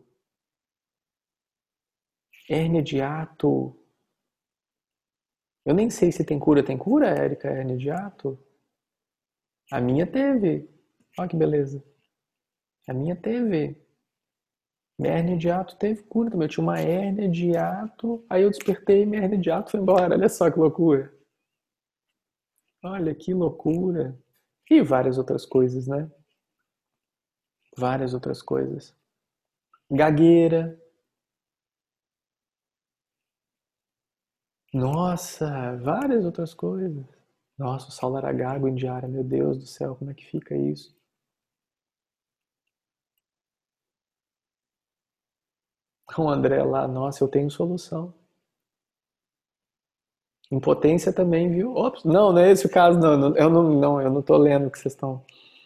Hérnia de hiato. Eu nem sei se tem cura. Tem cura, Érica, hérnia de hiato? A minha teve. Olha que beleza. A minha teve. Minha hérnia de hiato teve cura também. Eu tinha uma hérnia de hiato, aí eu despertei e minha hérnia de hiato foi embora. Olha só que loucura. Olha que loucura. E várias outras coisas, né? Várias outras coisas. Gagueira. Nossa, várias outras coisas. Nossa, o Saulo era gago, Indiara, meu Deus do céu, como é que fica isso? O André lá, nossa, eu tenho solução. Impotência também, viu? Ops, não é esse o caso, não. Eu não tô lendo o que vocês estão.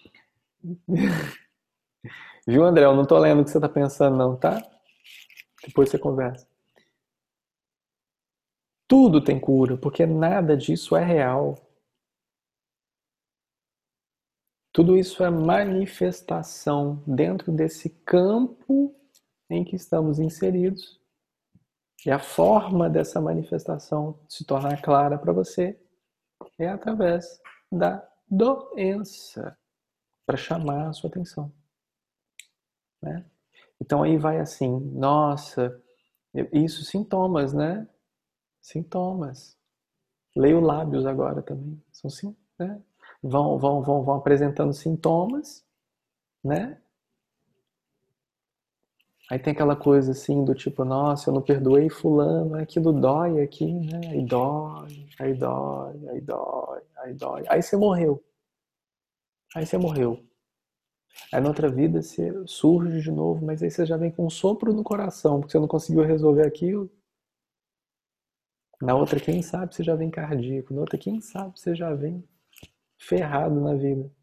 Viu, André? Eu não tô lendo o que você tá pensando, não, tá? Depois você conversa. Tudo tem cura, porque nada disso é real. Tudo isso é manifestação dentro desse campo em que estamos inseridos. E a forma dessa manifestação se tornar clara para você é através da doença, para chamar a sua atenção. Né? Então aí vai assim, nossa, isso sintomas, né? Sintomas. Leio lábios agora também. São sim, né? Vão apresentando sintomas, né? Aí tem aquela coisa assim do tipo, nossa, eu não perdoei fulano, aquilo dói aqui, né? Aí dói, aí dói, aí dói, aí dói. Aí você morreu. Aí você morreu. Aí na outra vida você surge de novo, mas aí você já vem com um sopro no coração, porque você não conseguiu resolver aquilo. Na outra, quem sabe você já vem cardíaco. Na outra, quem sabe você já vem ferrado na vida.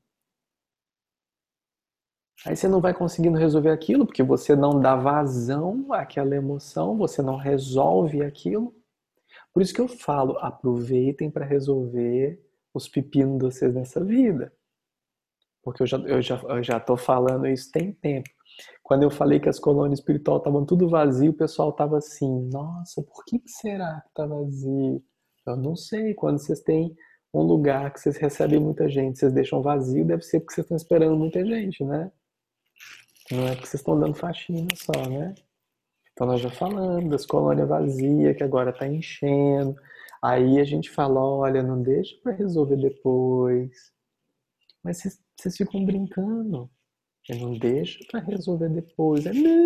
Aí você não vai conseguindo resolver aquilo, porque você não dá vazão àquela emoção, você não resolve aquilo. Por isso que eu falo, aproveitem para resolver os pepinos de vocês nessa vida. Porque eu já tô falando isso tem tempo. Quando eu falei que as colônias espirituais estavam tudo vazio, o pessoal tava assim, nossa, por que será que tá vazio? Eu não sei, quando vocês têm um lugar que vocês recebem muita gente, vocês deixam vazio, deve ser porque vocês estão esperando muita gente, né? Não é porque vocês estão dando faxina só, né? Então nós já falamos das colônias vazias, que agora tá enchendo. Aí a gente fala, olha, não deixa para resolver depois. Mas vocês ficam brincando. Não deixa para resolver depois.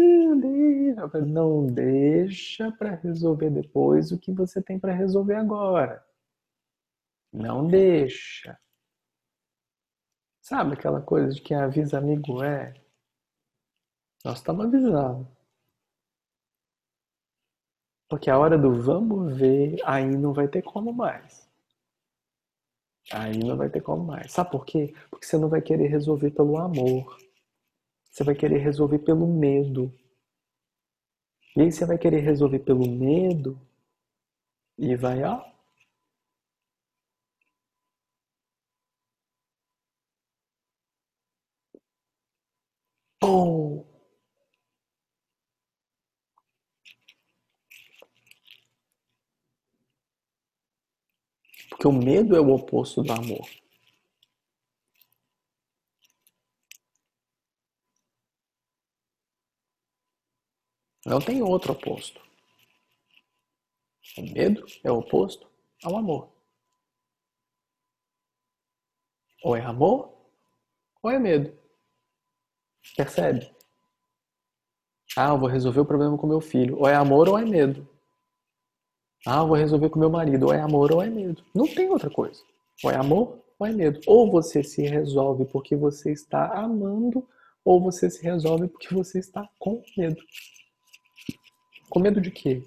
Não deixa para resolver depois o que você tem para resolver agora. Não deixa. Sabe aquela coisa de quem avisa amigo é? Nós estamos avisando. Porque a hora do vamos ver, aí não vai ter como mais. Aí não vai ter como mais. Sabe por quê? Porque você não vai querer resolver pelo amor. Você vai querer resolver pelo medo. E aí você vai querer resolver pelo medo e vai, ó. Pum! Porque o medo é o oposto do amor. Não tem outro oposto. O medo é o oposto ao amor. Ou é amor, ou é medo. Percebe? Ah, eu vou resolver o problema com meu filho. Ou é amor ou é medo. Ah, eu vou resolver com meu marido. Ou é amor ou é medo. Não tem outra coisa. Ou é amor ou é medo. Ou você se resolve porque você está amando, ou você se resolve porque você está com medo. Com medo de quê?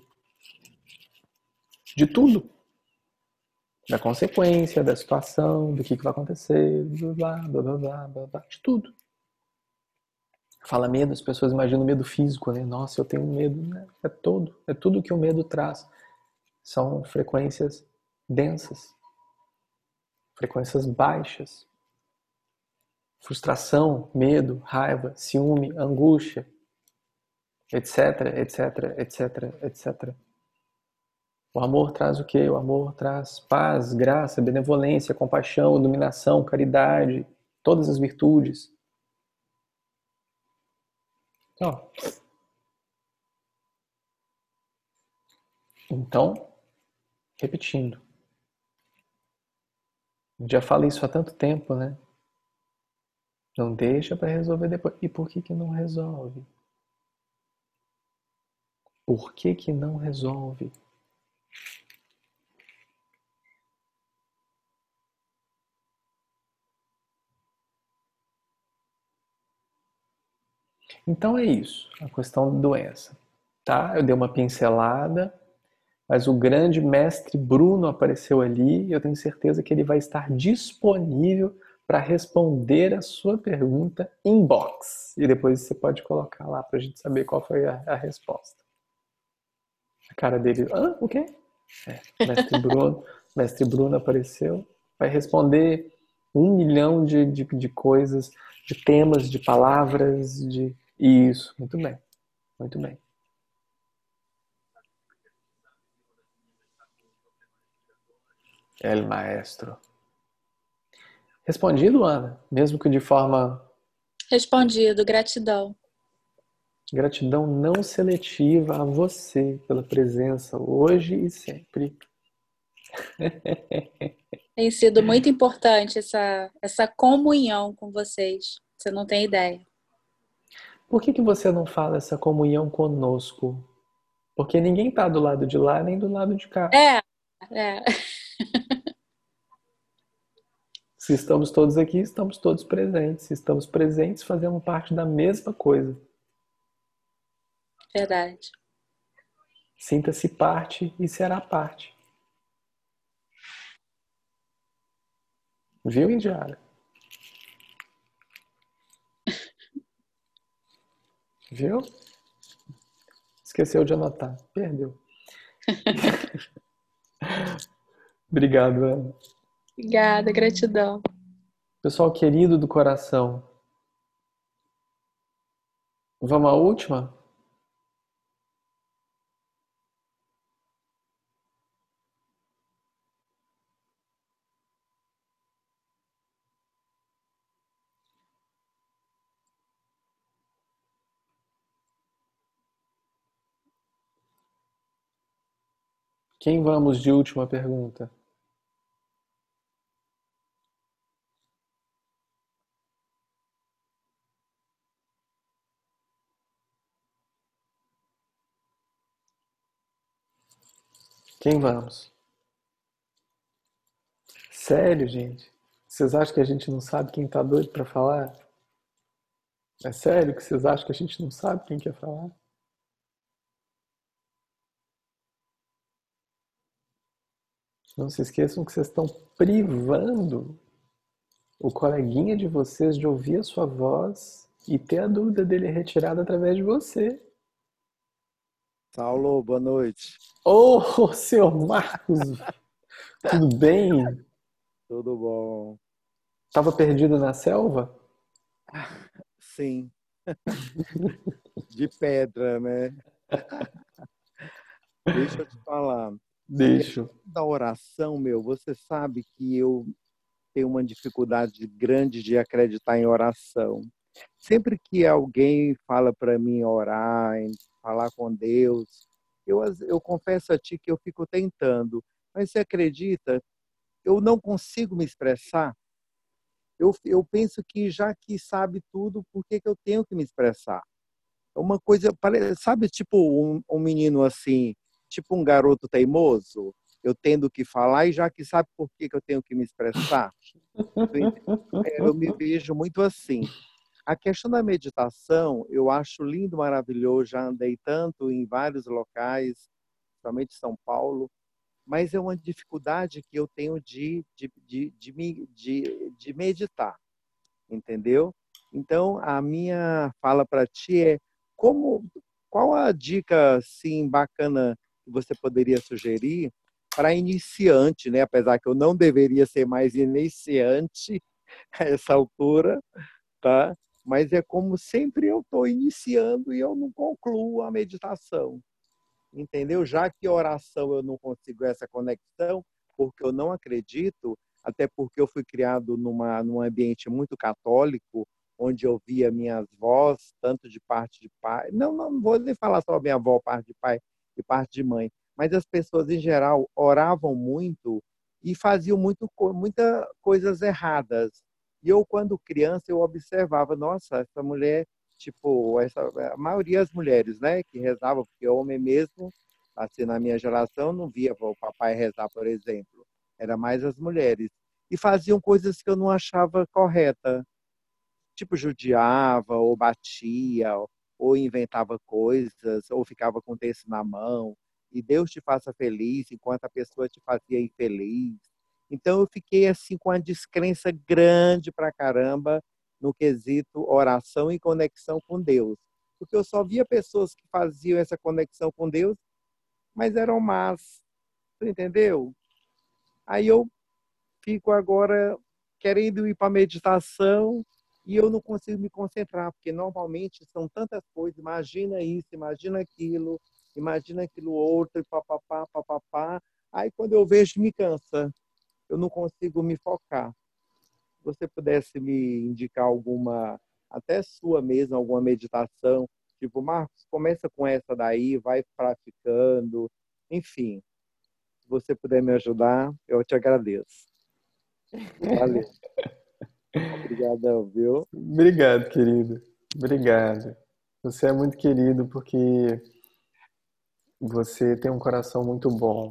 De tudo. Da consequência, da situação, do que vai acontecer, blá, blá, blá, blá, blá, blá, de tudo. Fala medo, as pessoas imaginam medo físico, né? Nossa, eu tenho medo. Né? É tudo que o medo traz. São frequências densas, frequências baixas. Frustração, medo, raiva, ciúme, angústia, etc, etc, etc, etc. O amor traz o quê? O amor traz paz, graça, benevolência, compaixão, iluminação, caridade, todas as virtudes. Então, repetindo. Já falei isso há tanto tempo, né? Não deixa para resolver depois. E por que não resolve? Por que não resolve? Então é isso, a questão da doença. Tá? Eu dei uma pincelada, mas o grande mestre Bruno apareceu ali e eu tenho certeza que ele vai estar disponível para responder a sua pergunta inbox. E depois você pode colocar lá para a gente saber qual foi a resposta. A cara dele, o quê? Mestre Bruno apareceu, vai responder 1 milhão de coisas, de temas, de palavras, de... Isso, muito bem, muito bem. El maestro. Respondido, Ana? Mesmo que de forma... Respondido, gratidão. Gratidão não seletiva a você pela presença hoje e sempre. Tem sido muito importante essa comunhão com vocês. Você não tem ideia. Por que você não fala essa comunhão conosco? Porque ninguém está do lado de lá nem do lado de cá. É. Se estamos todos aqui, estamos todos presentes. Se estamos presentes, fazemos parte da mesma coisa. Verdade. Sinta-se parte e será parte. Viu, Indiara? Viu? Esqueceu de anotar. Perdeu. Obrigado, Ana. Obrigada, gratidão. Pessoal querido do coração. Vamos à última? Quem vamos de última pergunta? Quem vamos? Sério, gente? Vocês acham que a gente não sabe quem tá doido para falar? É sério que vocês acham que a gente não sabe quem quer falar? Não se esqueçam que vocês estão privando o coleguinha de vocês de ouvir a sua voz e ter a dúvida dele retirada através de você. Saulo, boa noite. Ô, senhor Marcos, tudo bem? Tudo bom? Tava perdido na selva? Sim. De pedra, né? Deixa eu te falar. Deixa. Da oração, você sabe que eu tenho uma dificuldade grande de acreditar em oração. Sempre que alguém fala para mim orar, em falar com Deus, eu confesso a ti que eu fico tentando. Mas você acredita? Eu não consigo me expressar. Eu penso que já que sabe tudo, por que eu tenho que me expressar? É uma coisa, sabe, tipo um menino assim, tipo um garoto teimoso, eu tendo que falar e já que sabe por que que eu tenho que me expressar. Eu me vejo muito assim. A questão da meditação, eu acho lindo, maravilhoso, já andei tanto em vários locais, principalmente São Paulo, mas é uma dificuldade que eu tenho de meditar, entendeu? Então, a minha fala para ti é qual a dica assim bacana que você poderia sugerir para iniciante, né? Apesar que eu não deveria ser mais iniciante a essa altura, tá? Mas é como sempre eu estou iniciando e eu não concluo a meditação, entendeu? Já que a oração eu não consigo essa conexão, porque eu não acredito, até porque eu fui criado num ambiente muito católico, onde eu via minhas avós, tanto de parte de pai, não vou nem falar só minha avó, parte de pai e parte de mãe, mas as pessoas em geral oravam muito e faziam muitas coisas erradas. E eu, quando criança, eu observava, nossa, essa mulher, tipo, a maioria das mulheres, né, que rezavam, porque homem mesmo, assim, na minha geração, não via o papai rezar, por exemplo. Era mais as mulheres. E faziam coisas que eu não achava correta. Tipo, judiava, ou batia, ou inventava coisas, ou ficava com o texto na mão. E Deus te faça feliz, enquanto a pessoa te fazia infeliz. Então, eu fiquei assim com uma descrença grande pra caramba no quesito oração e conexão com Deus. Porque eu só via pessoas que faziam essa conexão com Deus, mas eram más. Tu entendeu? Aí eu fico agora querendo ir para a meditação e eu não consigo me concentrar, porque normalmente são tantas coisas. Imagina isso, imagina aquilo outro, e papapá, papapá. Aí quando eu vejo, me cansa. Eu não consigo me focar. Se você pudesse me indicar alguma, até sua mesmo, alguma meditação, tipo, Marcos, começa com essa daí, vai praticando, enfim. Se você puder me ajudar, eu te agradeço. Valeu. Obrigadão, viu? Obrigado, querido. Obrigado. Você é muito querido porque você tem um coração muito bom.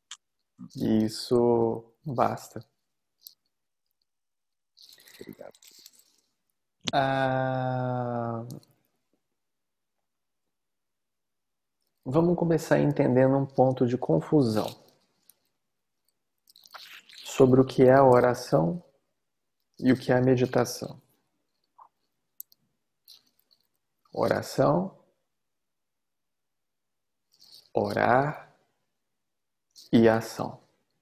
E isso basta. Obrigado. Vamos começar entendendo um ponto de confusão sobre o que é a oração e o que é a meditação. Oração, orar e ação.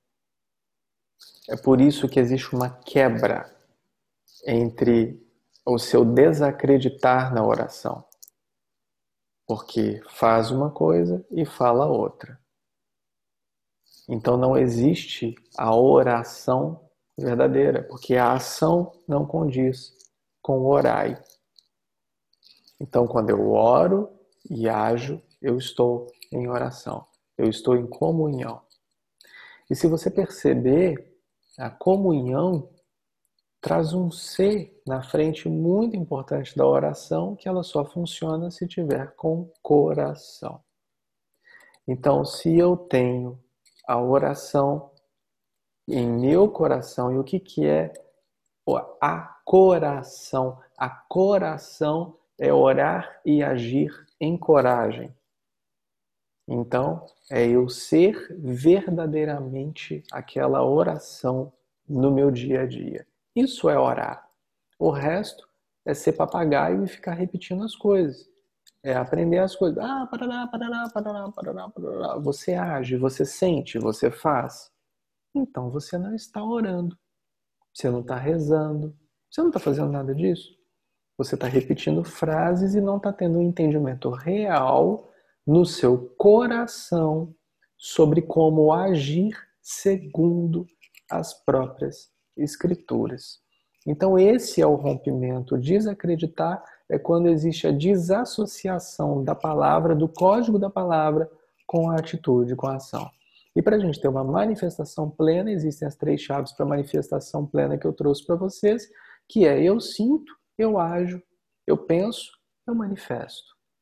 É por isso que existe uma quebra entre o seu desacreditar na oração, porque faz uma coisa e fala outra. Então não existe a oração verdadeira, porque a ação não condiz com o orai. Então quando eu oro e ajo, eu estou em oração, eu estou em comunhão. E se você perceber, a comunhão traz um ser na frente muito importante da oração, que ela só funciona se tiver com coração. Então, se eu tenho a oração em meu coração, e o que é a coração? A coração é orar e agir em coragem. Então, é eu ser verdadeiramente aquela oração no meu dia a dia. Isso é orar. O resto é ser papagaio e ficar repetindo as coisas. É aprender as coisas. Parará, parará, parará, parará, parará. Você age, você sente, você faz. Então você não está orando. Você não está rezando. Você não está fazendo nada disso. Você está repetindo frases e não está tendo um entendimento real no seu coração sobre como agir segundo as próprias escrituras. Então esse é o rompimento. Desacreditar é quando existe a desassociação da palavra, do código da palavra, com a atitude, com a ação. E para a gente ter uma manifestação plena, existem as 3 chaves para manifestação plena que eu trouxe para vocês, que é eu sinto, eu ajo, eu penso, eu manifesto.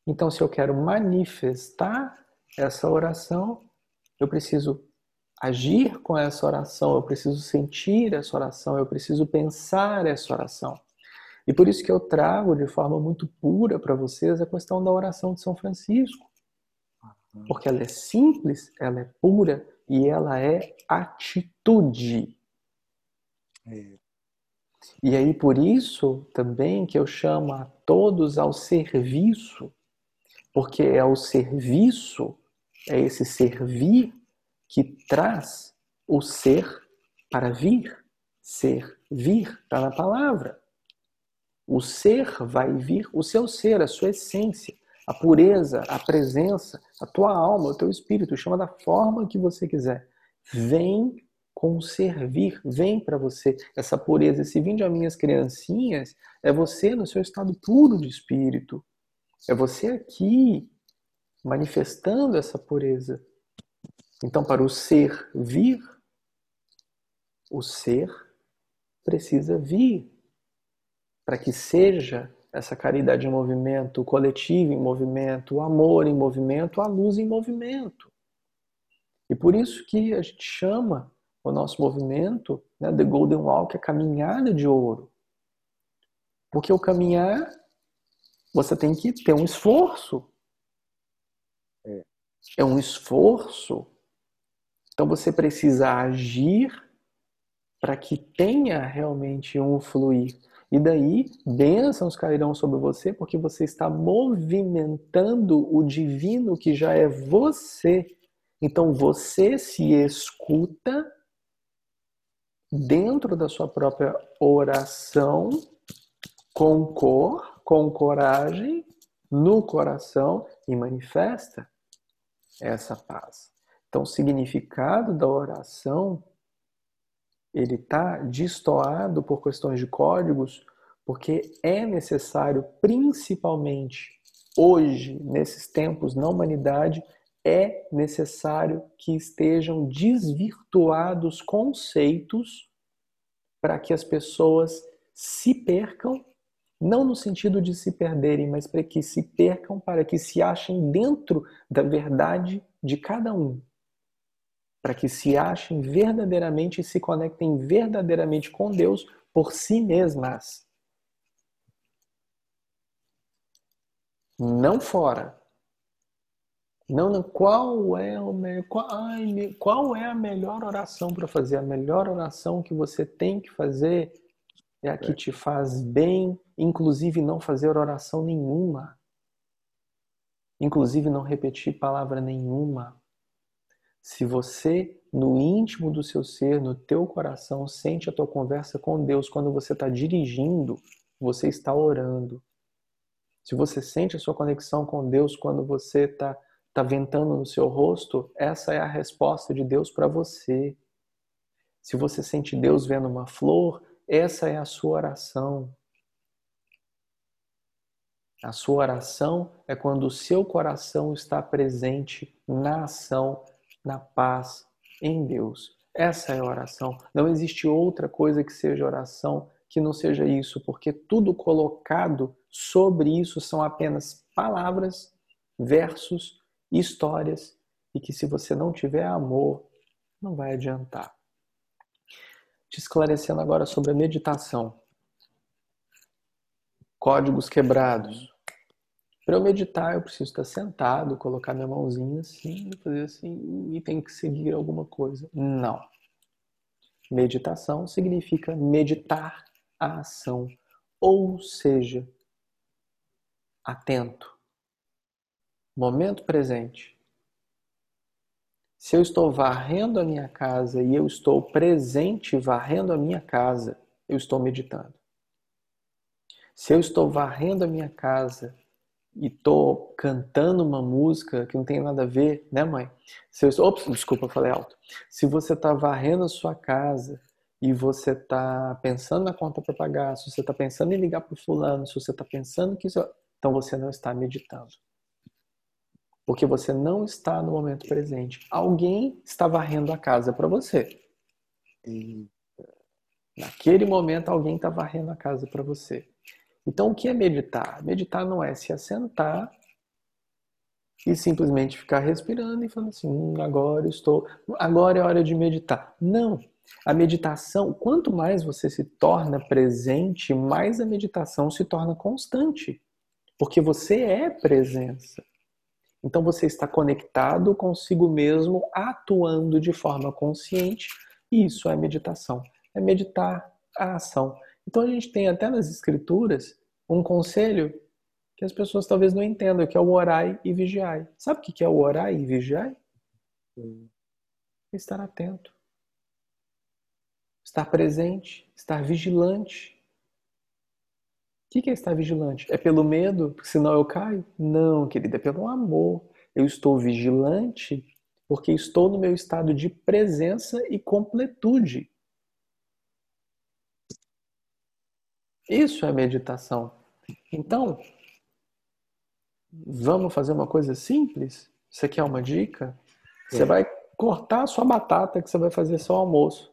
Então, se eu quero manifestar essa oração, eu preciso agir com essa oração, eu preciso sentir essa oração, eu preciso pensar essa oração. E por isso que eu trago de forma muito pura para vocês a questão da oração de São Francisco. Porque ela é simples, ela é pura e ela é atitude. E aí por isso também que eu chamo a todos ao serviço, porque é o serviço, é esse servir que traz o ser para vir. Servir está na palavra. O ser vai vir, o seu ser, a sua essência, a pureza, a presença, a tua alma, o teu espírito, chama da forma que você quiser. Vem com o servir, vem para você. Essa pureza, esse vinde a minhas criancinhas, é você no seu estado puro de espírito. É você aqui manifestando essa pureza. Então, para o ser vir, o ser precisa vir. Para que seja essa caridade em movimento, o coletivo em movimento, o amor em movimento, a luz em movimento. E por isso que a gente chama o nosso movimento, né, The Golden Walk, a caminhada de ouro. Porque o caminhar, você tem que ter um esforço. É um esforço. Então você precisa agir para que tenha realmente um fluir. E daí, bênçãos cairão sobre você, porque você está movimentando o divino que já é você. Então você se escuta dentro da sua própria oração, com cor, com coragem, no coração, e manifesta essa paz. Então o significado da oração, ele está destoado por questões de códigos, porque é necessário, principalmente hoje, nesses tempos na humanidade, é necessário que estejam desvirtuados conceitos para que as pessoas se percam, não no sentido de se perderem, mas para que se percam, para que se achem dentro da verdade de cada um. Para que se achem verdadeiramente e se conectem verdadeiramente com Deus por si mesmas. Não fora. Não, qual é a melhor oração para fazer? A melhor oração que você tem que fazer é a que te faz bem, inclusive não fazer oração nenhuma. Inclusive não repetir palavra nenhuma. Se você, no íntimo do seu ser, no teu coração, sente a tua conversa com Deus quando você está dirigindo, você está orando. Se você sente a sua conexão com Deus quando você está ventando no seu rosto, essa é a resposta de Deus para você. Se você sente Deus vendo uma flor, essa é a sua oração. A sua oração é quando o seu coração está presente na ação, na paz, em Deus. Essa é a oração. Não existe outra coisa que seja oração que não seja isso, porque tudo colocado sobre isso são apenas palavras, versos, histórias, e que se você não tiver amor, não vai adiantar. Te esclarecendo agora sobre a meditação. Códigos quebrados. Para eu meditar, eu preciso estar sentado, colocar minha mãozinha assim, fazer assim, e tem que seguir alguma coisa. Não. Meditação significa meditar a ação, ou seja, atento. Momento presente. Se eu estou varrendo a minha casa e eu estou presente varrendo a minha casa, eu estou meditando. Se eu estou varrendo a minha casa e estou cantando uma música que não tem nada a ver, né, mãe? Desculpa, eu falei alto. Se você está varrendo a sua casa e você está pensando na conta para pagar, se você está pensando em ligar para o fulano, se você está pensando que isso... Então você não está meditando. Porque você não está no momento presente. Alguém está varrendo a casa para você. E naquele momento alguém está varrendo a casa para você. Então o que é meditar? Meditar não é se assentar E simplesmente ficar respirando e falando assim, agora é hora de meditar. Não. A meditação, quanto mais você se torna presente, mais a meditação se torna constante. Porque você é presença. Então você está conectado consigo mesmo, atuando de forma consciente. E isso é meditação. É meditar a ação. Então a gente tem até nas escrituras um conselho que as pessoas talvez não entendam, que é o orai e vigiai. Sabe o que é o orai e vigiai? Estar atento. Estar presente, estar vigilante. O que é estar vigilante? É pelo medo, porque senão eu caio? Não, querida, é pelo amor. Eu estou vigilante porque estou no meu estado de presença e completude. Isso é meditação. Então, vamos fazer uma coisa simples? Você quer uma dica? Você vai cortar a sua batata que você vai fazer seu almoço.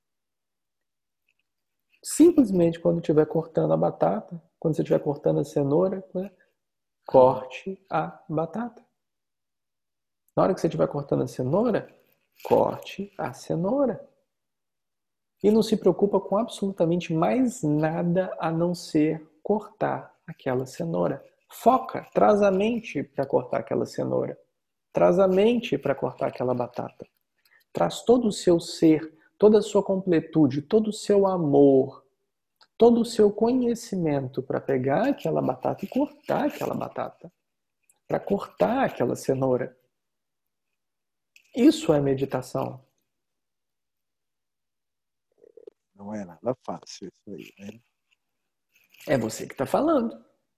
Simplesmente quando estiver cortando a batata, quando você estiver cortando a cenoura, corte a batata. Na hora que você estiver cortando a cenoura, corte a cenoura. E não se preocupa com absolutamente mais nada a não ser cortar aquela cenoura. Foca, traz a mente para cortar aquela cenoura. Traz a mente para cortar aquela batata. Traz todo o seu ser, toda a sua completude, todo o seu amor, todo o seu conhecimento para pegar aquela batata e cortar aquela batata. Para cortar aquela cenoura. Isso é meditação. Não é nada fácil isso aí, né? É você que está falando.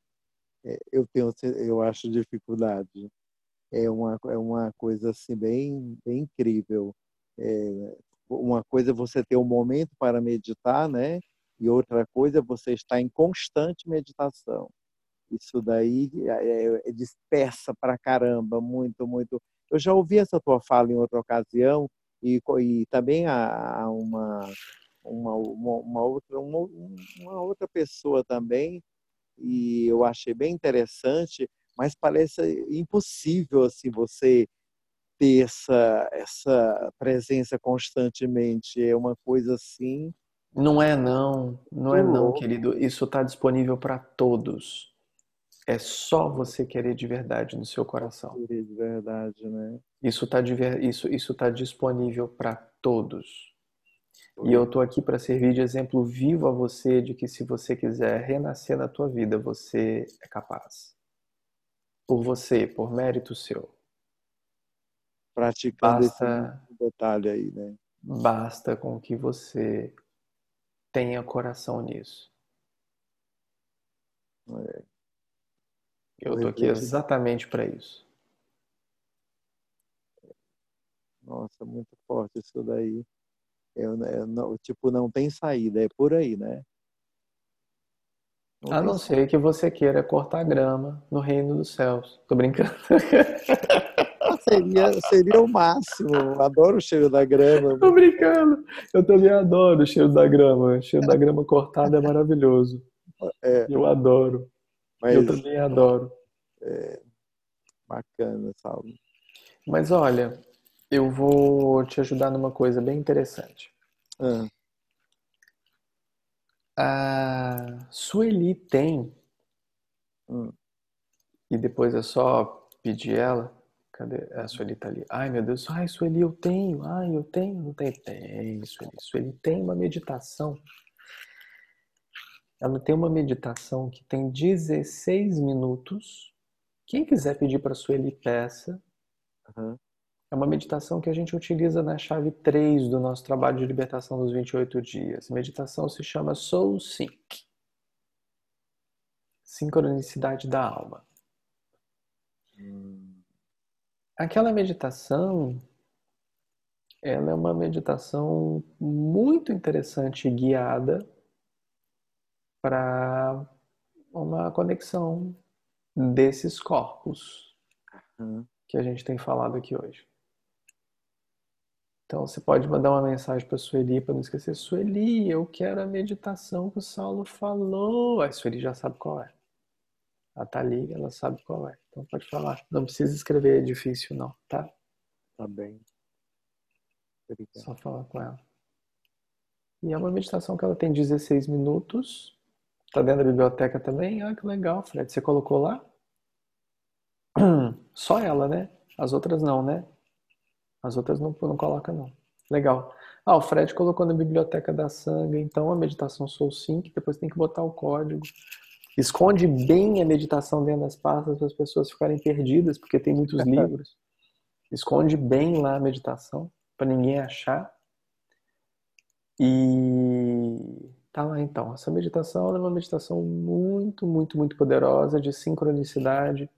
Eu acho dificuldade. É uma coisa assim bem incrível. Uma coisa é você ter um momento para meditar, né? E outra coisa é você estar em constante meditação. Isso daí dispersa pra caramba, muito, muito. Eu já ouvi essa tua fala em outra ocasião e também há uma outra pessoa também, e eu achei bem interessante, mas parece impossível assim você ter essa presença constantemente. É uma coisa assim Não é não, não muito é não, louca. querido. Isso está disponível para todos. É só você querer de verdade no seu coração. De verdade, né? Isso tá disponível para todos. E eu tô aqui para servir de exemplo vivo a você de que se você quiser renascer na tua vida, você é capaz. Por você, por mérito seu. Praticando esse Basta, detalhe aí, né? basta com que você tenha coração nisso. Eu tô aqui refleti. exatamente para isso. Nossa, muito forte isso daí. Tipo, não tem saída, é por aí, né? Não A tem não saída. ser que você queira cortar grama no reino dos céus. Tô brincando. Seria o máximo. Adoro o cheiro da grama. Tô brincando. Eu também adoro o cheiro da grama. O cheiro da grama cortada é maravilhoso. É, Eu adoro. Eu mas também adoro. bacana, Saulo. Mas olha, eu vou te ajudar numa coisa bem interessante. Ah, A Sueli tem, hum. e depois é só pedir ela. Cadê? A Sueli tá ali. Ai, meu Deus. Ai, Sueli, eu tenho. Ai, eu tenho. Não tem. Tem, Sueli. Sueli tem uma meditação. Ela tem uma meditação que tem 16 minutos. Quem quiser pedir para a Sueli, peça. Uhum. É uma meditação que a gente utiliza na chave 3 do nosso trabalho de libertação dos 28 dias. A meditação se chama Soul Sync. Sincronicidade da alma. Aquela meditação, ela é uma meditação muito interessante e guiada para uma conexão desses corpos que a gente tem falado aqui hoje. Então você pode mandar uma mensagem para a Sueli para não esquecer. Sueli, eu quero a meditação que o Saulo falou. A Sueli já sabe qual é. A Thalie, ela sabe qual é. Então pode falar. Não precisa escrever, é difícil não, tá? Tá bem. Obrigado. Só falar com ela. E é uma meditação que ela tem 16 minutos. Tá dentro da biblioteca também. Ah, que legal, Fred. Você colocou lá? Só ela, né? As outras não, né? As outras não coloca, não. Legal. Ah, o Fred colocou na biblioteca da Sangha, então a meditação Soul Sync, depois tem que botar o código. Esconde bem a meditação dentro das pastas para as pessoas ficarem perdidas, porque tem muitos livros. Esconde bem lá a meditação, para ninguém achar. E tá lá então. Essa meditação é uma meditação muito, muito, muito poderosa de sincronicidade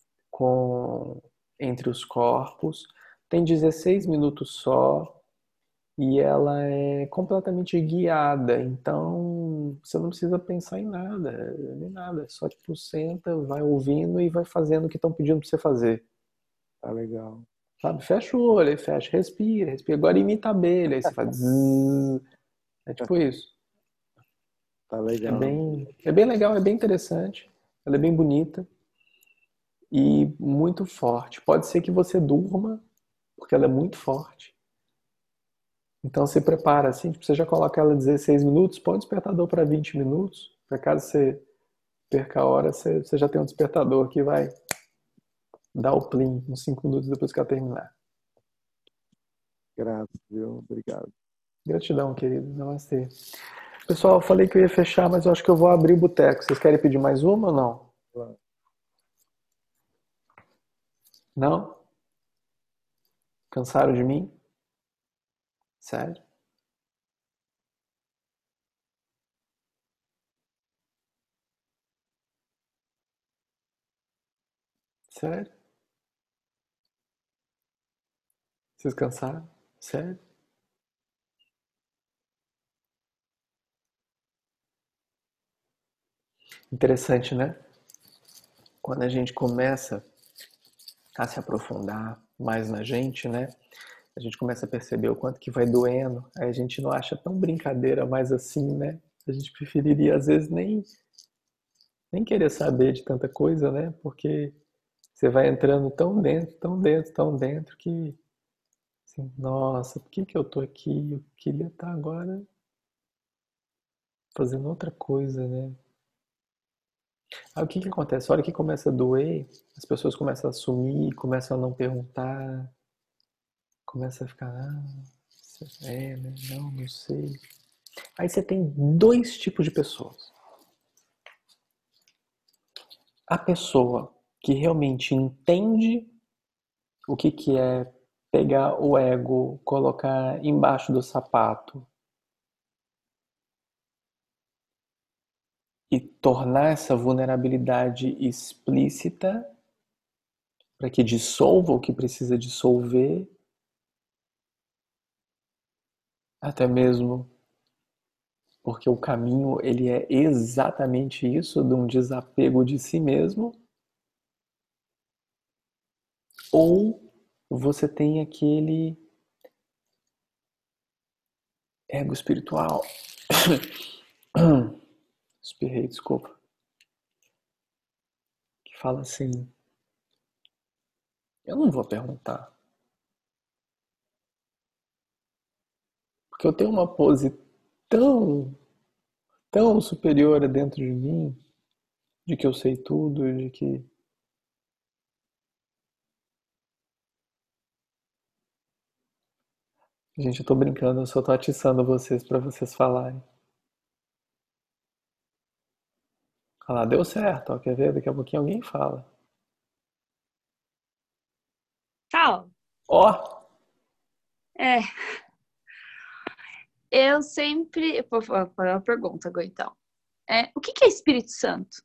entre os corpos. Tem 16 minutos só. E ela é completamente guiada, então você não precisa pensar em nada, nem nada. Só tipo, senta, vai ouvindo e vai fazendo o que estão pedindo para você fazer. Tá legal. Sabe? Fecha o olho, aí fecha, respira, respira. Agora imita a abelha, aí você faz zzz. É tipo isso. Tá legal. É bem legal, é bem interessante. Ela é bem bonita e muito forte. Pode ser que você durma, porque ela é muito forte. Então você prepara assim, você já coloca ela 16 minutos, põe o despertador para 20 minutos, para caso você perca a hora, você já tem um despertador que vai dar o plim uns 5 minutos depois que ela terminar. Graças, viu? Obrigado. Gratidão, querido. Namastê. Pessoal, eu falei que eu ia fechar, mas eu acho que eu vou abrir o boteco. Vocês querem pedir mais uma ou não? Claro. Não? Cansaram de mim? Sério? Sério? Vocês cansaram? Sério? Interessante, né? Quando a gente começa a se aprofundar mais na gente, né? A gente começa a perceber o quanto que vai doendo. Aí a gente não acha tão brincadeira mais assim, né? A gente preferiria, às vezes, nem querer saber de tanta coisa, né? Porque você vai entrando tão dentro, tão dentro, tão dentro que, assim, nossa, por que eu tô aqui? Eu queria estar agora fazendo outra coisa, né? Aí o que acontece? A hora que começa a doer, as pessoas começam a sumir, começam a não perguntar, começa a ficar, né? Não sei. Aí você tem dois tipos de pessoas. A pessoa que realmente entende o que é pegar o ego, colocar embaixo do sapato e tornar essa vulnerabilidade explícita para que dissolva o que precisa dissolver, até mesmo porque o caminho ele é exatamente isso, de um desapego de si mesmo. Ou você tem aquele ego espiritual. Espirrei, desculpa. Que fala assim, eu não vou perguntar. Porque eu tenho uma pose tão superior dentro de mim, de que eu sei tudo, de que... Gente, eu tô brincando, eu só tô atiçando vocês pra vocês falarem. Olha lá, deu certo, ó, quer ver? Daqui a pouquinho alguém fala. Tchau. Ó! É. Eu sempre. Vou fazer uma pergunta agora, então. O que é Espírito Santo?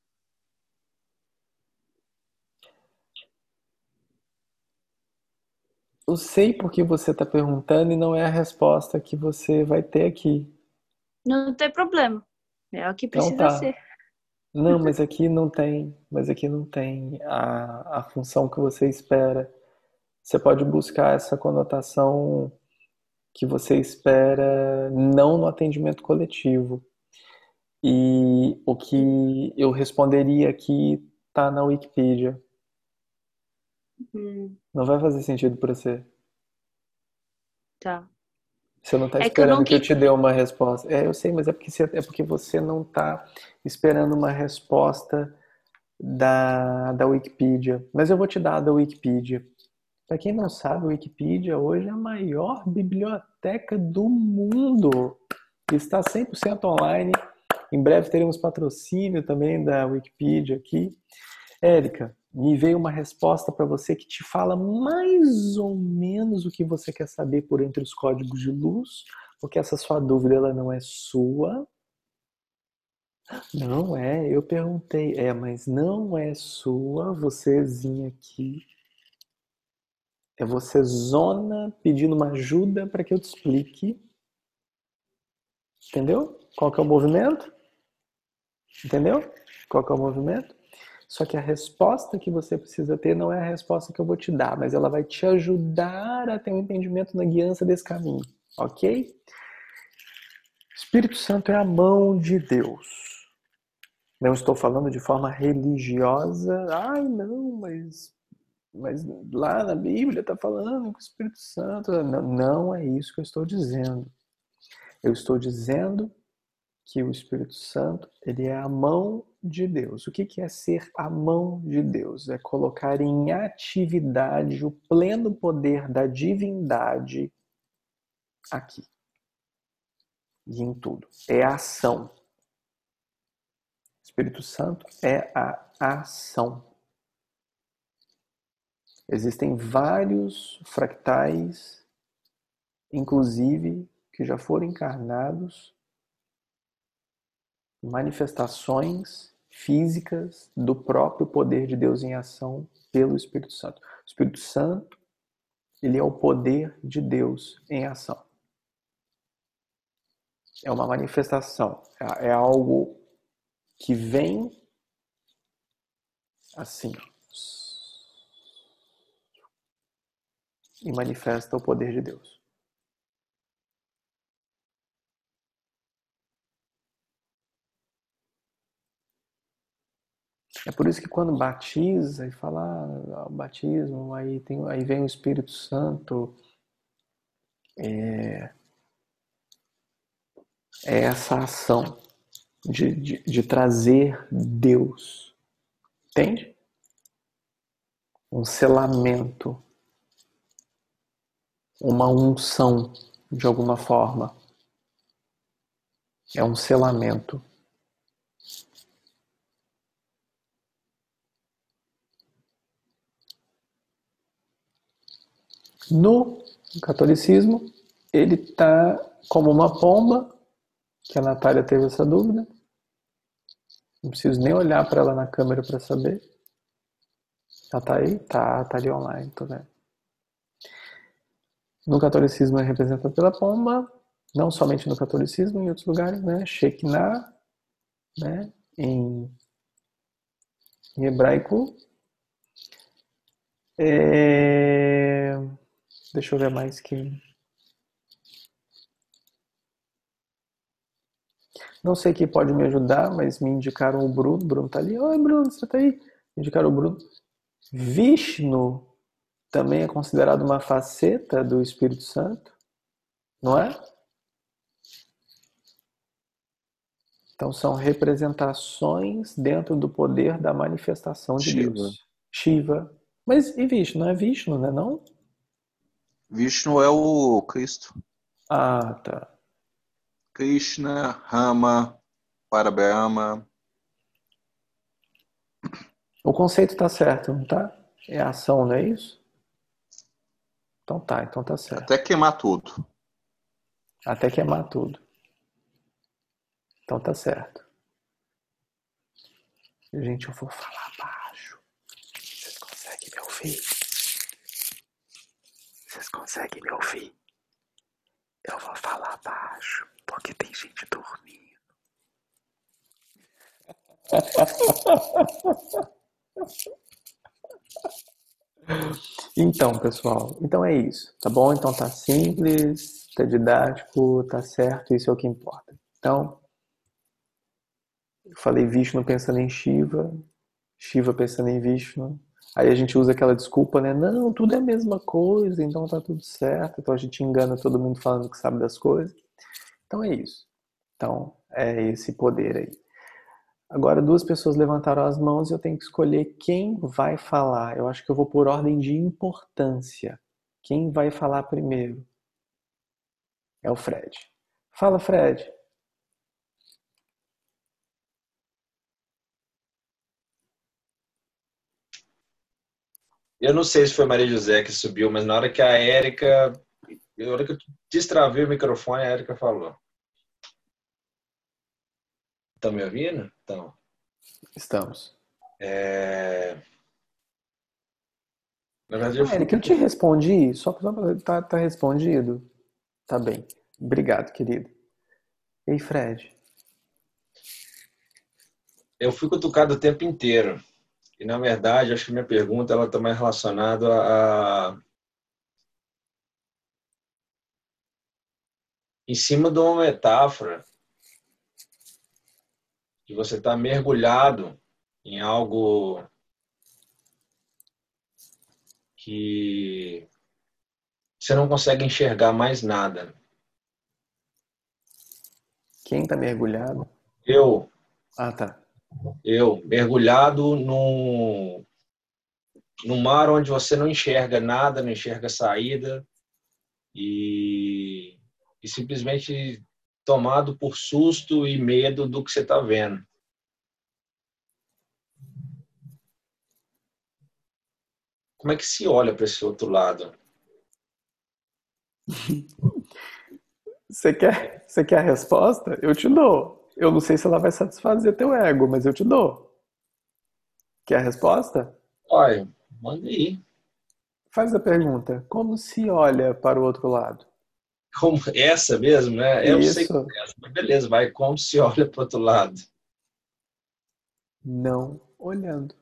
Eu sei porque você tá perguntando e não é a resposta que você vai ter aqui. Não tem problema. É o que Então precisa tá. ser. Não, mas aqui não tem. Mas aqui não tem a função que você espera. Você pode buscar essa conotação que você espera não no atendimento coletivo. E o que eu responderia aqui tá na Wikipedia. Não vai fazer sentido para você. Tá. Você não está É que eu esperando não que eu quis. te dê uma resposta. Eu sei, mas é porque você não está esperando uma resposta da Wikipedia. Mas eu vou te dar a da Wikipedia. Para quem não sabe, a Wikipedia hoje é a maior biblioteca do mundo. Está 100% online. Em breve teremos patrocínio também da Wikipedia aqui. Érica, me veio uma resposta para você que te fala mais ou menos o que você quer saber por entre os códigos de luz, porque essa sua dúvida ela não é sua. Não é, eu perguntei, mas não é sua, vocêzinha aqui. É você zona pedindo uma ajuda para que eu te explique. Entendeu? Qual que é o movimento? Entendeu? Qual que é o movimento? Só que a resposta que você precisa ter não é a resposta que eu vou te dar, mas ela vai te ajudar a ter um entendimento na guiança desse caminho, ok? Espírito Santo é a mão de Deus. Não estou falando de forma religiosa. Ai, não, mas lá na Bíblia está falando que o Espírito Santo... Não é isso que eu estou dizendo. Eu estou dizendo que o Espírito Santo, ele é a mão de Deus. O que é ser a mão de Deus? É colocar em atividade o pleno poder da divindade aqui. E em tudo. É a ação. O Espírito Santo é a ação. Existem vários fractais, inclusive, que já foram encarnados, manifestações físicas do próprio poder de Deus em ação pelo Espírito Santo. O Espírito Santo, ele é o poder de Deus em ação. É uma manifestação, é algo que vem assim, e manifesta o poder de Deus. É por isso que quando batiza e fala o batismo, aí vem o Espírito Santo, é essa ação de trazer Deus. Entende? Um selamento, uma unção, de alguma forma. É um selamento. No catolicismo, ele está como uma pomba, que a Natália teve essa dúvida. Não preciso nem olhar para ela na câmera para saber. Ela tá aí? Tá ali online, tô vendo. No catolicismo é representado pela pomba, não somente no catolicismo, em outros lugares, né? Shekinah, né? Em hebraico. Deixa eu ver mais que... Não sei quem pode me ajudar, mas me indicaram o Bruno. Bruno tá ali. Oi, Bruno, você tá aí? Me indicaram o Bruno. Vishnu também é considerado uma faceta do Espírito Santo, não é? Então são representações dentro do poder da manifestação de Shiva. Deus. Shiva. Mas e Vishnu? Não é Vishnu, né, não? Vishnu é o Cristo. Ah, tá. Krishna, Rama, Parabrahma. O conceito tá certo, não tá? É ação, não é isso? Então tá certo. Até queimar tudo. Até queimar tudo. Então tá certo. Gente, eu vou falar baixo. Vocês conseguem me ouvir? Vocês conseguem me ouvir? Eu vou falar baixo, porque tem gente dormindo. Então, pessoal, então é isso, tá bom? Então tá simples, tá didático, tá certo, isso é o que importa. Então, eu falei Vishnu pensando em Shiva, Shiva pensando em Vishnu. Aí a gente usa aquela desculpa, né? Não, tudo é a mesma coisa, então tá tudo certo. Então a gente engana todo mundo falando que sabe das coisas. Então é isso. Então é esse poder aí. Agora duas pessoas levantaram as mãos e eu tenho que escolher quem vai falar. Eu acho que eu vou por ordem de importância. Quem vai falar primeiro? É o Fred. Fala, Fred. Eu não sei se foi Maria José que subiu, mas na hora que a Érica, na hora que eu destravei o microfone, a Érica falou. Estão me ouvindo? Então, Estamos. na verdade, eu fui. Érica, eu te respondi. Tá respondido? Tá bem. Obrigado, querido. Ei, Fred. Eu fui cutucado o tempo inteiro. E, na verdade, acho que minha pergunta ela está mais relacionada a em cima de uma metáfora de você estar mergulhado em algo que você não consegue enxergar mais nada. Quem tá mergulhado? Eu Ah, tá. mergulhado num mar onde você não enxerga nada, não enxerga saída e simplesmente tomado por susto e medo do que você está vendo. Como é que se olha para esse outro lado? Você quer a resposta? Eu te dou. Eu não sei se ela vai satisfazer teu ego, mas eu te dou. Quer a resposta? Olha, manda aí. Faz a pergunta. Como se olha para o outro lado? Como essa mesmo, né? Eu sei Isso. que é essa, mas beleza, vai. Como se olha para o outro lado? Não olhando.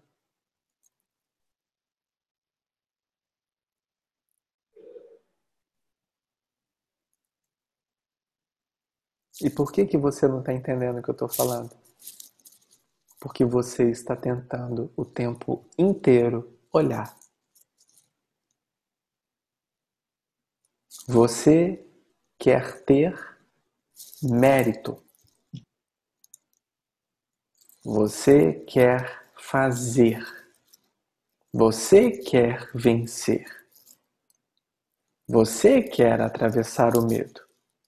E por que você não está entendendo o que eu estou falando? Porque você está tentando o tempo inteiro olhar. Você quer ter mérito. Você quer fazer. Você quer vencer. Você quer atravessar o medo.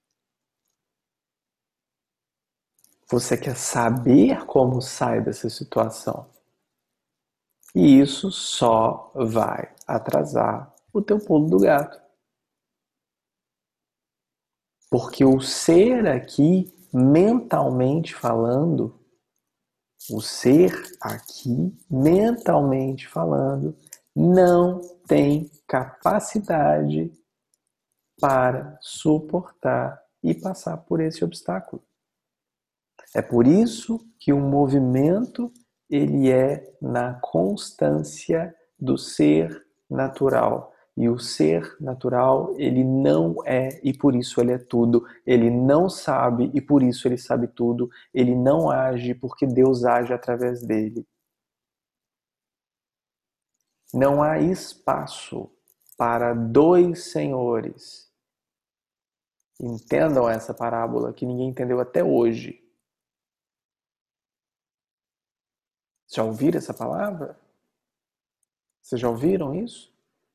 Você quer saber como sai dessa situação. E isso só vai atrasar o teu pulo do gato. Porque o ser aqui, mentalmente falando, o ser aqui, mentalmente falando, não tem capacidade para suportar e passar por esse obstáculo. É por isso que o movimento ele é na constância do ser natural. E o ser natural, ele não é e por isso ele é tudo. Ele não sabe e por isso ele sabe tudo. Ele não age porque Deus age através dele. Não há espaço para dois senhores. Entendam essa parábola que ninguém entendeu até hoje. Já ouviram essa palavra? Vocês já ouviram isso?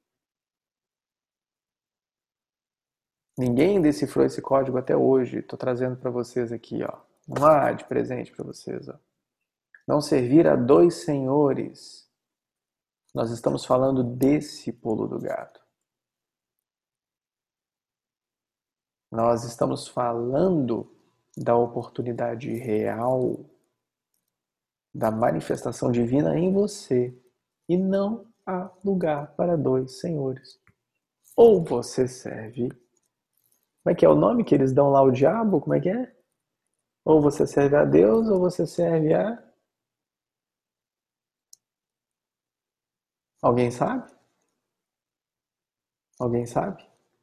Ninguém decifrou esse código até hoje. Estou trazendo para vocês aqui, ó. De presente para vocês, ó. Não servir a dois senhores. Nós estamos falando desse pulo do gato. Nós estamos falando da oportunidade real da manifestação divina em você. E não há lugar para dois senhores. Ou você serve. Como é que é o nome que eles dão lá ao diabo? Como é que é? Ou você serve a Deus ou você serve a... Alguém sabe? Alguém sabe?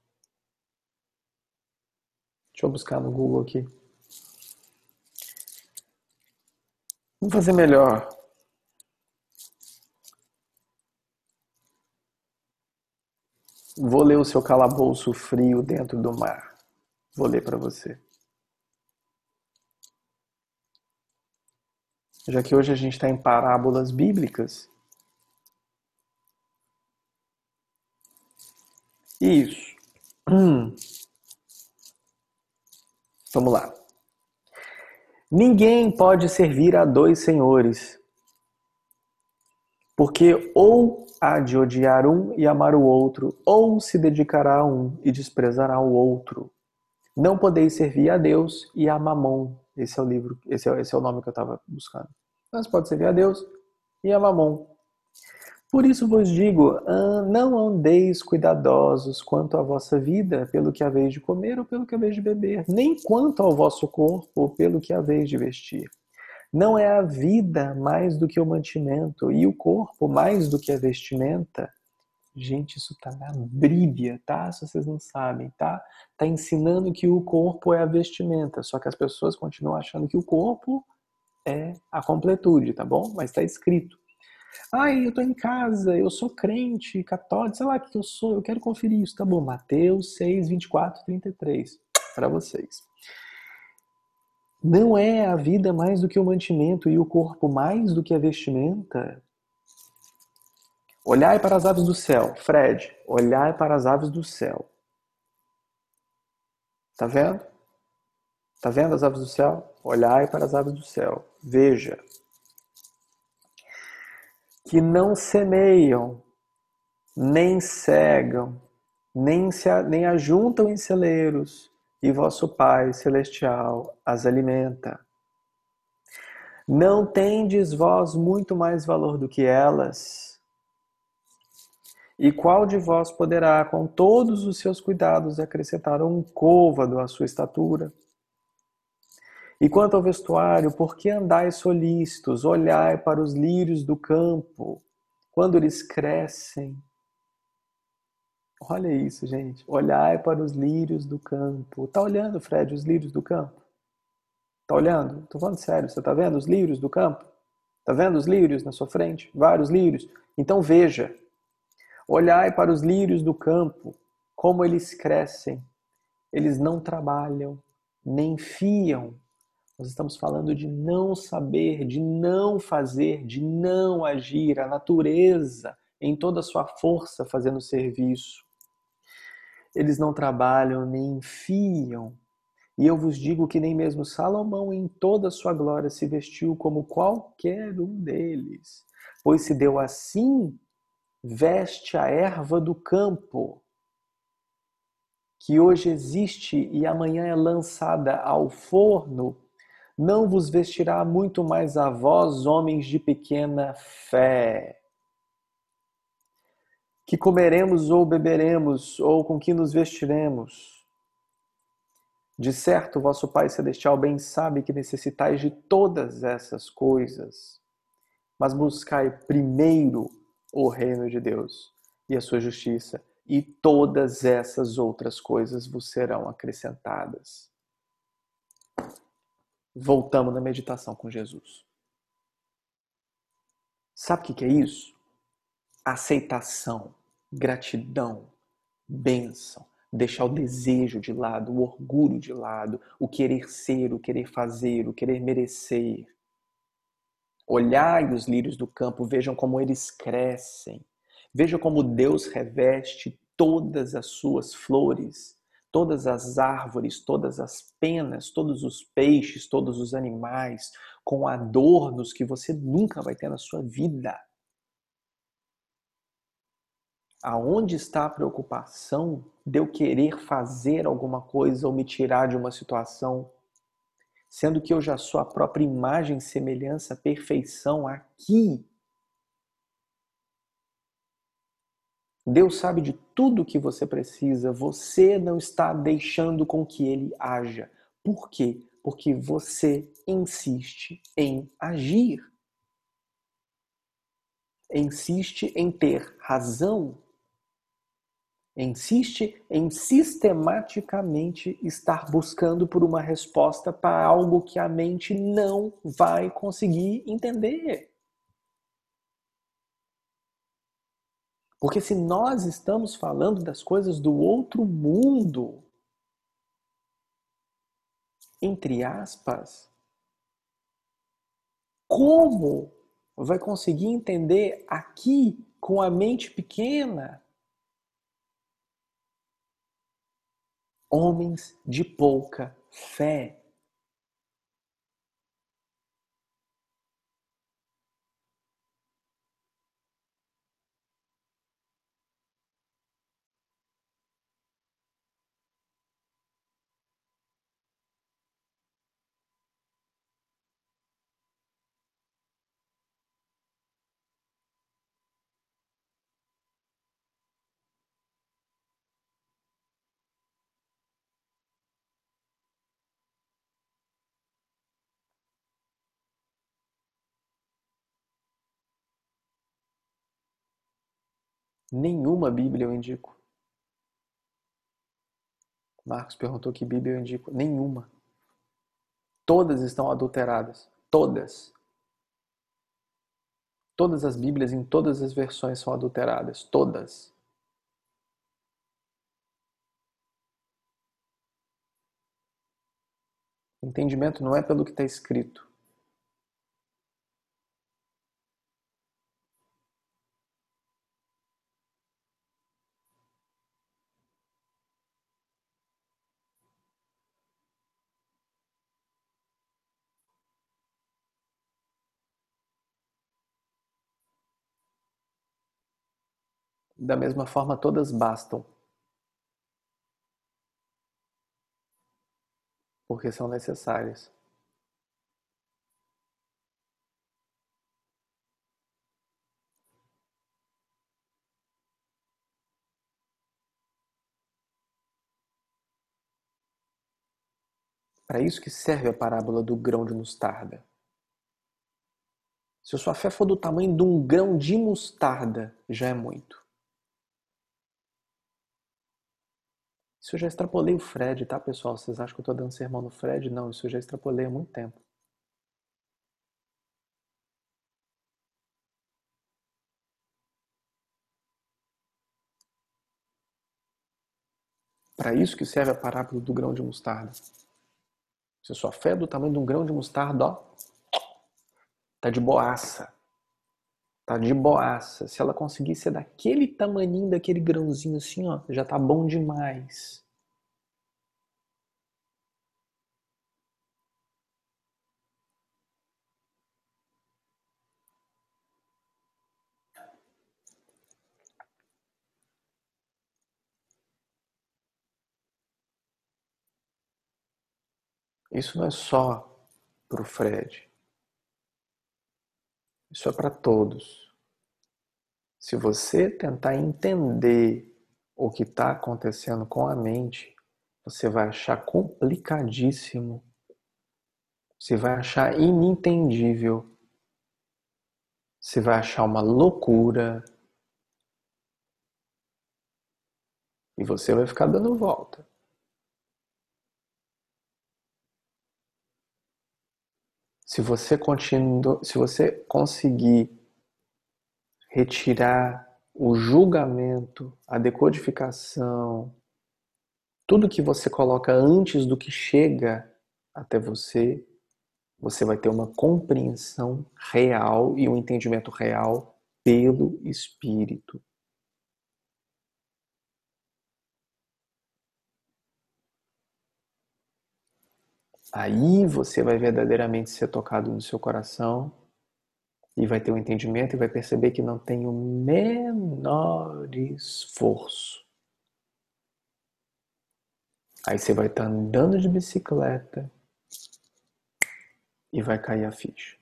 Deixa eu buscar no Google aqui. Vamos fazer melhor. Vou ler o seu calabouço frio dentro do mar. Vou ler para você. Já que hoje a gente está em parábolas bíblicas. Isso. Vamos lá. Ninguém pode servir a dois senhores, porque ou há de odiar um e amar o outro, ou se dedicará a um e desprezará o outro. Não podeis servir a Deus e a Mamon. Esse é o livro, esse é o nome que eu estava buscando. Mas pode servir a Deus e a Mamon. Por isso vos digo, não andeis cuidadosos quanto à vossa vida, pelo que haveis de comer ou pelo que haveis de beber, nem quanto ao vosso corpo, pelo que haveis de vestir. Não é a vida mais do que o mantimento, e o corpo mais do que a vestimenta? Gente, isso tá na Bíblia, tá? Se vocês não sabem, tá? Tá ensinando que o corpo é a vestimenta, só que as pessoas continuam achando que o corpo é a completude, tá bom? Mas tá escrito. Ai, eu tô em casa, eu sou crente, católico, sei lá o que eu sou, eu quero conferir isso, tá bom? Mateus 6, 24, 33, para vocês. Não é a vida mais do que o mantimento e o corpo mais do que a vestimenta? Olhai para as aves do céu. Fred, olhai para as aves do céu. Tá vendo? Tá vendo as aves do céu? Olhai para as aves do céu. Veja. Que não semeiam, nem cegam, nem ajuntam em celeiros, e vosso Pai Celestial as alimenta. Não tendes vós muito mais valor do que elas? E qual de vós poderá, com todos os seus cuidados, acrescentar um côvado à sua estatura? E quanto ao vestuário, por que andais solícitos? Olhai para os lírios do campo, quando eles crescem. Olha isso, gente. Olhai para os lírios do campo. Tá olhando, Fred, os lírios do campo? Tá olhando? Tô falando sério. Você tá vendo os lírios do campo? Tá vendo os lírios na sua frente? Vários lírios. Então veja. Olhai para os lírios do campo, como eles crescem. Eles não trabalham, nem fiam. Nós estamos falando de não saber, de não fazer, de não agir. A natureza, em toda a sua força, fazendo serviço. Eles não trabalham, nem fiam. E eu vos digo que nem mesmo Salomão, em toda a sua glória, se vestiu como qualquer um deles. Pois se deu assim, veste a erva do campo, que hoje existe e amanhã é lançada ao forno, não vos vestirá muito mais a vós, homens de pequena fé. Que comeremos ou beberemos, ou com que nos vestiremos? De certo, vosso Pai Celestial bem sabe que necessitais de todas essas coisas. Mas buscai primeiro o reino de Deus e a sua justiça, e todas essas outras coisas vos serão acrescentadas. Voltamos na meditação com Jesus. Sabe o que é isso? Aceitação, gratidão, bênção. Deixar o desejo de lado, o orgulho de lado, o querer ser, o querer fazer, o querer merecer. Olhai os lírios do campo, vejam como eles crescem. Vejam como Deus reveste todas as suas flores, todas as árvores, todas as penas, todos os peixes, todos os animais, com adornos que você nunca vai ter na sua vida. Aonde está a preocupação de eu querer fazer alguma coisa ou me tirar de uma situação, sendo que eu já sou a própria imagem, semelhança, perfeição aqui? Deus sabe de tudo que você precisa, você não está deixando com que Ele haja. Por quê? Porque você insiste em agir. Insiste em ter razão. Insiste em sistematicamente estar buscando por uma resposta para algo que a mente não vai conseguir entender. Porque se nós estamos falando das coisas do outro mundo, entre aspas, como vai conseguir entender aqui com a mente pequena? Homens de pouca fé. Nenhuma Bíblia eu indico. Marcos perguntou que Bíblia eu indico. Nenhuma. Todas estão adulteradas. Todas. Todas as Bíblias em todas as versões são adulteradas. Todas. Entendimento não é pelo que está escrito. Da mesma forma, todas bastam. Porque são necessárias. Para isso que serve a parábola do grão de mostarda. Se a sua fé for do tamanho de um grão de mostarda, já é muito. Isso eu já extrapolei o Fred, tá, pessoal? Vocês acham que eu estou dando sermão no Fred? Não, isso eu já extrapolei há muito tempo. Para isso que serve a parábola do grão de mostarda. Se a sua fé é do tamanho de um grão de mostarda, ó, tá de boaça. Tá de boaça. Se ela conseguir ser daquele tamaninho, daquele grãozinho assim, ó, já tá bom demais. Isso não é só pro Fred. Isso é para todos. Se você tentar entender o que está acontecendo com a mente, você vai achar complicadíssimo. Você vai achar inentendível. Você vai achar uma loucura. E você vai ficar dando volta. Se você conseguir retirar o julgamento, a decodificação, tudo que você coloca antes do que chega até você, você vai ter uma compreensão real e um entendimento real pelo Espírito. Aí você vai verdadeiramente ser tocado no seu coração e vai ter um entendimento e vai perceber que não tem o menor esforço. Aí você vai estar andando de bicicleta e vai cair a ficha.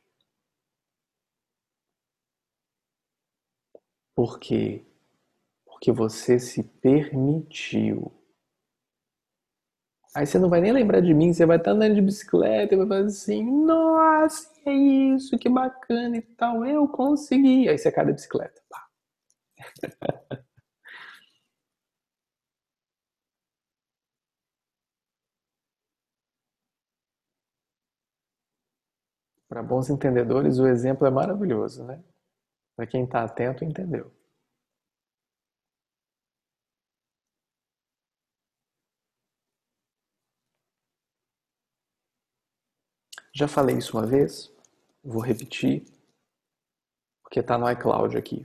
Por quê? Porque você se permitiu. Aí você não vai nem lembrar de mim, você vai estar andando de bicicleta e vai fazer assim, nossa, é isso, que bacana e tal, eu consegui. Aí você cai da bicicleta. Pá. Para bons entendedores, o exemplo é maravilhoso, né? Para quem está atento, entendeu. Já falei isso uma vez, vou repetir, porque está no iCloud aqui.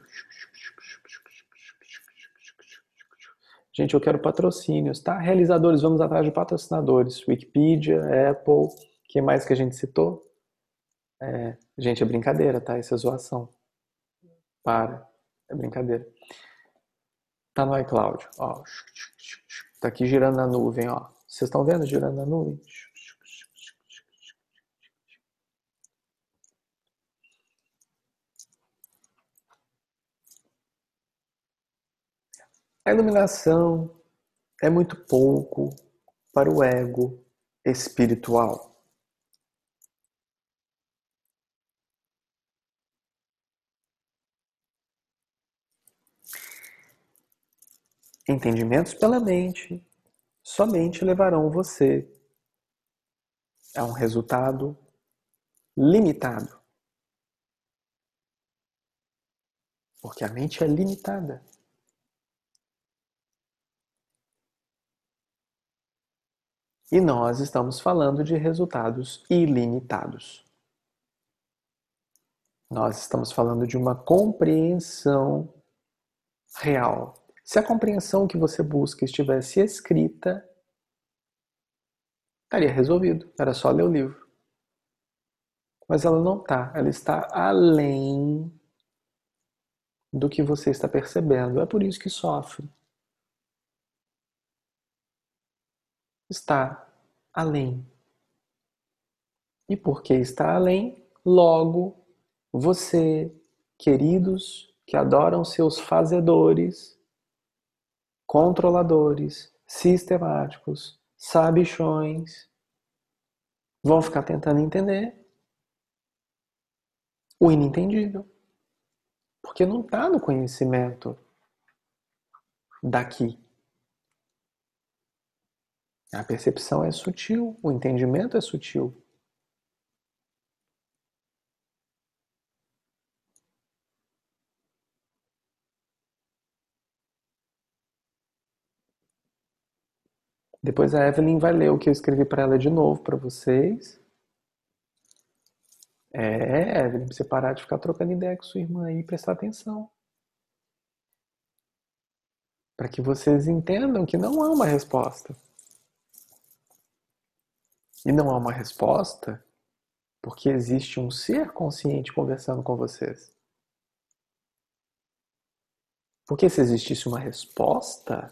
Gente, eu quero patrocínios, tá? Realizadores, vamos atrás de patrocinadores. Wikipedia, Apple, quem mais que a gente citou? Gente, é brincadeira, tá? Isso é zoação. Para, é brincadeira. Tá no iCloud, ó. Tá aqui girando na nuvem, ó. Vocês estão vendo girando na nuvem? A iluminação é muito pouco para o ego espiritual. Entendimentos pela mente somente levarão você a um resultado limitado. Porque a mente é limitada. E nós estamos falando de resultados ilimitados. Nós estamos falando de uma compreensão real. Se a compreensão que você busca estivesse escrita, estaria resolvido. Era só ler o livro. Mas ela não está. Ela está além do que você está percebendo. É por isso que sofre. Está além. E porque está além, logo, você, queridos que adoram seus fazedores, controladores, sistemáticos, sabichões, vão ficar tentando entender o inentendível. Porque não está no conhecimento daqui. A percepção é sutil, o entendimento é sutil. Depois a Evelyn vai ler o que eu escrevi para ela de novo para vocês. Evelyn, pra você parar de ficar trocando ideia com sua irmã aí e prestar atenção. Para que vocês entendam que não há uma resposta. E não há uma resposta porque existe um ser consciente conversando com vocês. Porque se existisse uma resposta,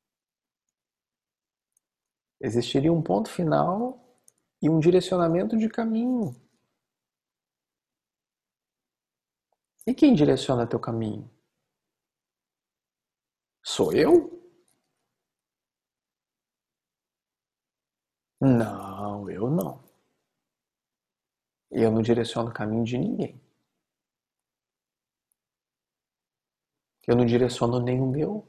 existiria um ponto final e um direcionamento de caminho. E quem direciona teu caminho? Sou eu? Não, eu não. Eu não direciono o caminho de ninguém. Eu não direciono nem o meu.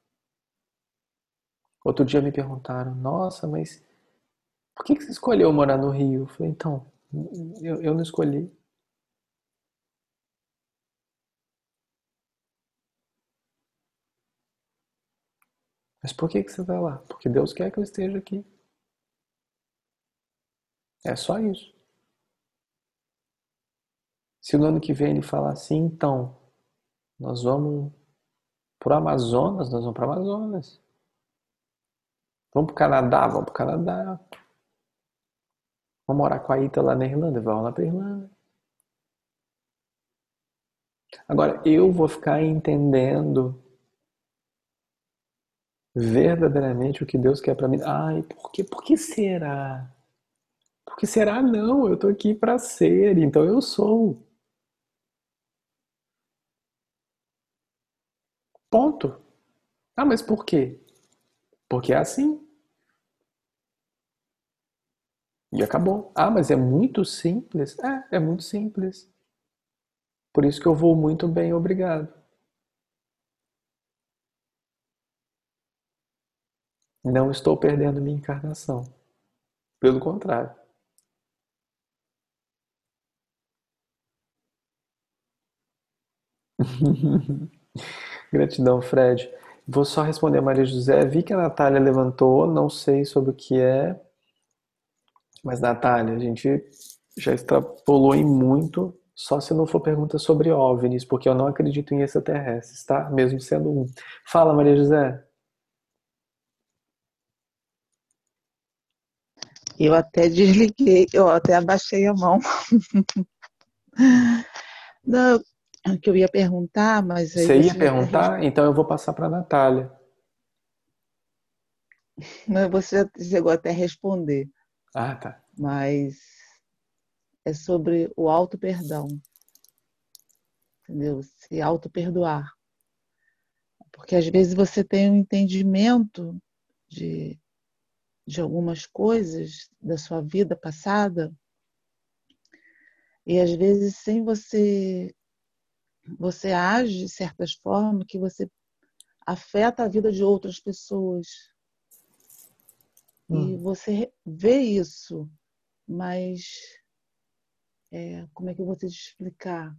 Outro dia me perguntaram, nossa, mas por que você escolheu morar no Rio? Eu falei, então, eu não escolhi. Mas por que você está lá? Porque Deus quer que eu esteja aqui. É só isso. Se no ano que vem ele falar assim, então, nós vamos pro Amazonas, nós vamos para o Amazonas. Vamos pro Canadá, vamos pro Canadá. Vamos morar com a Ita lá na Irlanda, vamos lá pra Irlanda. Agora, eu vou ficar entendendo verdadeiramente o que Deus quer para mim. Ai, por quê? Por que será? Por que será não? Eu tô aqui para ser, então eu sou. Ponto. Ah, mas por quê? Porque é assim. E acabou. Ah, mas é muito simples? É muito simples. Por isso que eu vou muito bem, obrigado. Não estou perdendo minha encarnação. Pelo contrário. Gratidão, Fred. Vou só responder a Maria José. Vi que a Natália levantou, não sei sobre o que é. Mas, Natália, a gente já extrapolou em muito, só se não for pergunta sobre OVNIs, porque eu não acredito em extraterrestres, tá? Mesmo sendo um. Fala, Maria José. Eu até desliguei, eu até abaixei a mão. Não, que eu ia perguntar, mas aí Você ia você já até perguntar? Então eu vou passar para a Natália. você já chegou até a responder, Ah, tá. mas é sobre o auto-perdão, entendeu? Se auto-perdoar. Porque às vezes você tem um entendimento de, de algumas coisas da sua vida passada e às vezes sem você age de certas formas que você afeta a vida de outras pessoas. E você vê isso, mas como é que eu vou te explicar?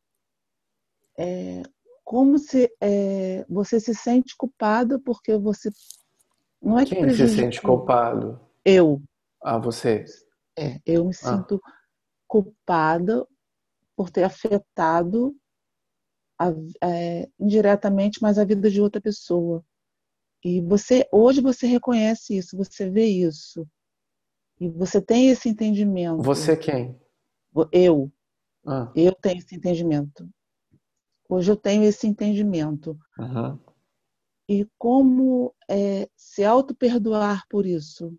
Como se você se sente culpada porque você não é que Quem se sente prejudicou. culpado? Eu. Ah, você. Eu me sinto culpada por ter afetado indiretamente, mas a vida de outra pessoa. E hoje você reconhece isso, você vê isso. E você tem esse entendimento. Você quem? Eu tenho esse entendimento. Hoje eu tenho esse entendimento. Uhum. E como se auto-perdoar por isso?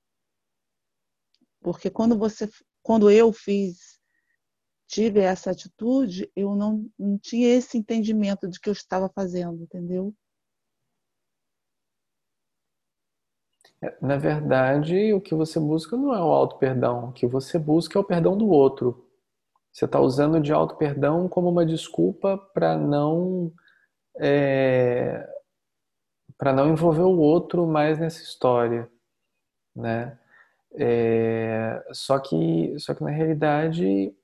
Porque quando eu tive essa atitude, eu não tinha esse entendimento de que eu estava fazendo, entendeu? Na verdade, o que você busca não é o auto-perdão. O que você busca é o perdão do outro. Você está usando de auto-perdão como uma desculpa para não envolver o outro mais nessa história, né? Só que na realidade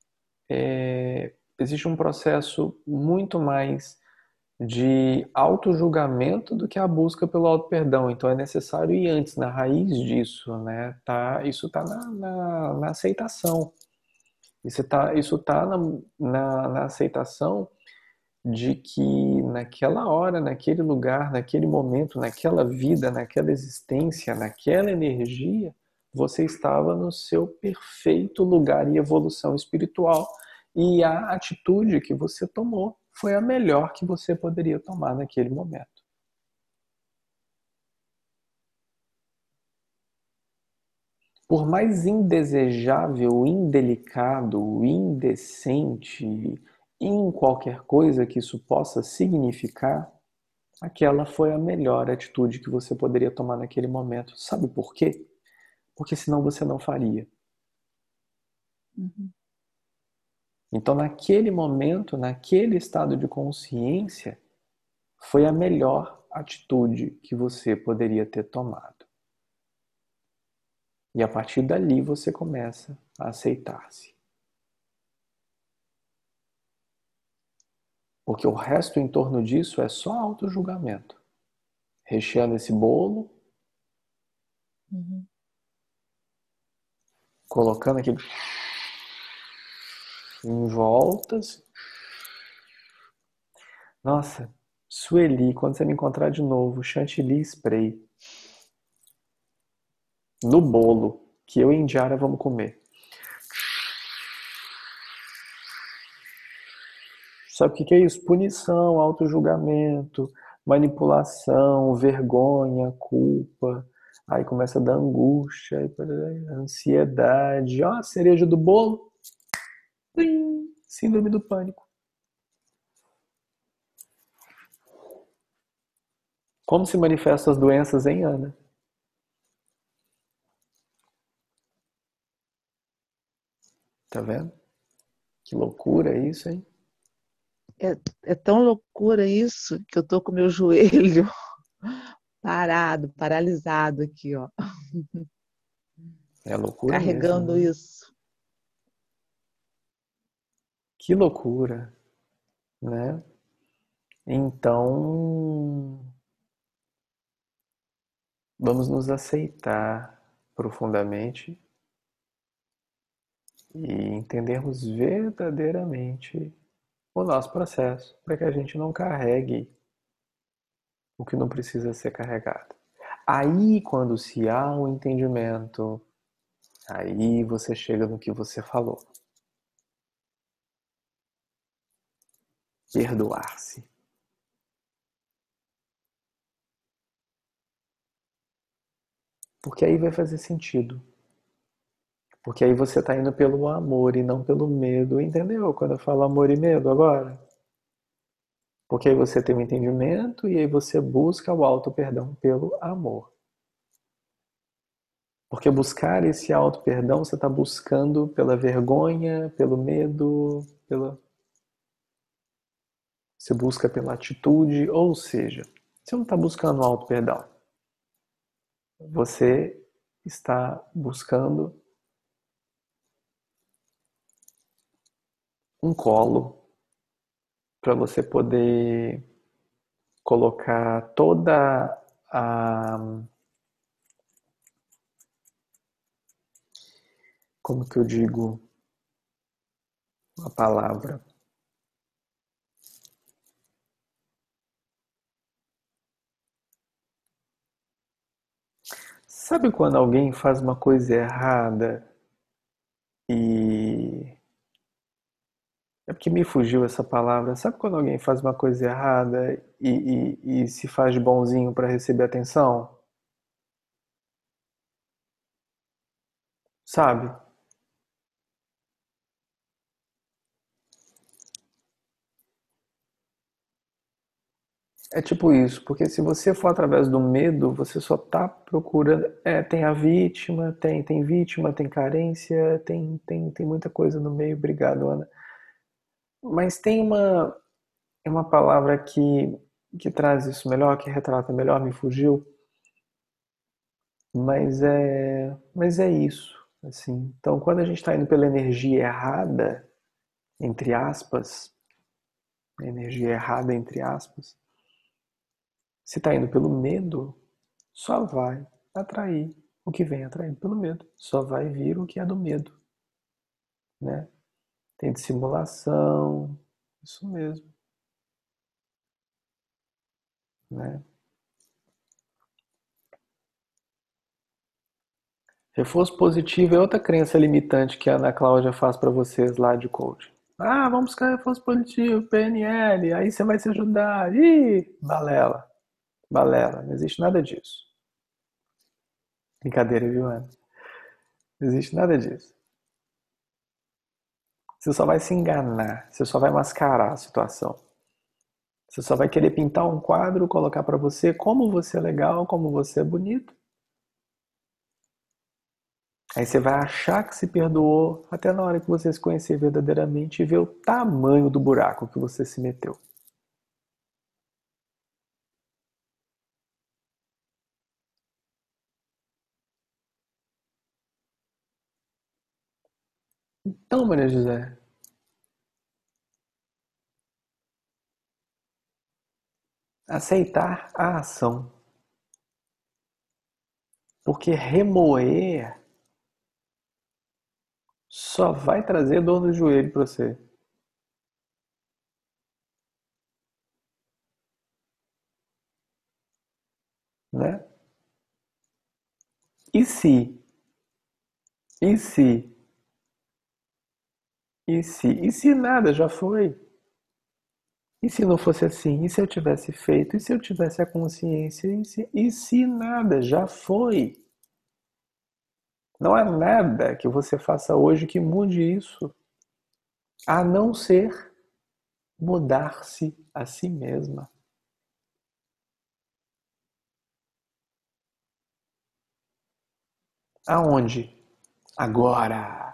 existe um processo muito mais de auto-julgamento do que a busca pelo auto-perdão. Então é necessário ir antes, na raiz disso, né? Isso está na aceitação. Isso tá na aceitação de que naquela hora, naquele lugar, naquele momento, naquela vida, naquela existência, naquela energia, você estava no seu perfeito lugar e evolução espiritual. E a atitude que você tomou foi a melhor que você poderia tomar naquele momento. Por mais indesejável, indelicado, indecente, em qualquer coisa que isso possa significar, aquela foi a melhor atitude que você poderia tomar naquele momento. Sabe por quê? Porque senão você não faria. Uhum. Então, naquele momento, naquele estado de consciência, foi a melhor atitude que você poderia ter tomado. E a partir dali você começa a aceitar-se. Porque o resto em torno disso é só auto-julgamento. Recheando esse bolo, colocando aquele em voltas. Nossa, Sueli, quando você me encontrar de novo, chantilly spray no bolo, que eu e Indiara vamos comer. Sabe o que é isso? Punição, auto-julgamento, manipulação, vergonha, culpa. Aí começa a dar angústia, ansiedade. Ó, a cereja do bolo. Síndrome do pânico. Como se manifestam as doenças, hein, Ana? Tá vendo? Que loucura isso, hein? É tão loucura isso que eu tô com meu joelho paralisado aqui, ó. É loucura carregando mesmo, né? isso. Que loucura, né? Então, vamos nos aceitar profundamente e entendermos verdadeiramente o nosso processo, para que a gente não carregue o que não precisa ser carregado. Aí, quando se há um entendimento, aí você chega no que você falou. Perdoar-se. Porque aí vai fazer sentido. Porque aí você está indo pelo amor e não pelo medo, entendeu? Quando eu falo amor e medo agora. Porque aí você tem um entendimento e aí você busca o auto-perdão pelo amor. Porque buscar esse auto-perdão, você está buscando pela vergonha, pelo medo, você busca pela atitude, ou seja, você não está buscando o auto-perdão. Você está buscando um colo para você poder colocar toda a... Como que eu digo a palavra? Sabe quando alguém faz uma coisa errada e... É porque me fugiu essa palavra. Sabe quando alguém faz uma coisa errada e se faz de bonzinho para receber atenção? Sabe? É tipo isso, porque se você for através do medo, você só tá procurando. Tem a vítima, tem vítima, tem carência, tem muita coisa no meio. Obrigado, Ana. Mas tem uma palavra que traz isso melhor, que retrata melhor, me fugiu. Mas é isso, assim. Então, quando a gente está indo pela energia errada, entre aspas, energia errada, entre aspas, se está indo pelo medo, só vai atrair o que vem atraindo pelo medo. Só vai vir o que é do medo, né? Tem dissimulação, isso mesmo, né? Reforço positivo é outra crença limitante que a Ana Cláudia faz para vocês lá de coaching. Ah, vamos buscar reforço positivo, PNL, aí você vai se ajudar. Ih, balela, balela, não existe nada disso. Brincadeira, viu, Ana? Não existe nada disso. Você só vai se enganar, você só vai mascarar a situação. Você só vai querer pintar um quadro, colocar para você como você é legal, como você é bonito. Aí você vai achar que se perdoou até na hora que você se conhecer verdadeiramente e ver o tamanho do buraco que você se meteu. Então, Maria José, aceitar a ação. Porque remoer só vai trazer dor no joelho para você. Né? E se? E se? E se? E se nada já foi? E se não fosse assim? E se eu tivesse feito? E se eu tivesse a consciência? E se nada já foi? Não há nada que você faça hoje que mude isso, a não ser mudar-se a si mesma. Aonde? Agora.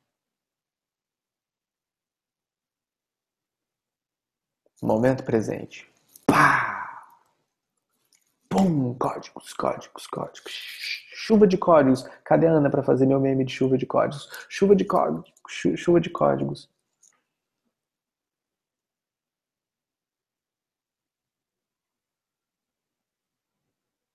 Momento presente. Pá! Pum! Códigos, códigos, códigos. Chuva de códigos. Cadê a Ana para fazer meu meme de chuva de códigos? Chuva de códigos. Chuva de códigos.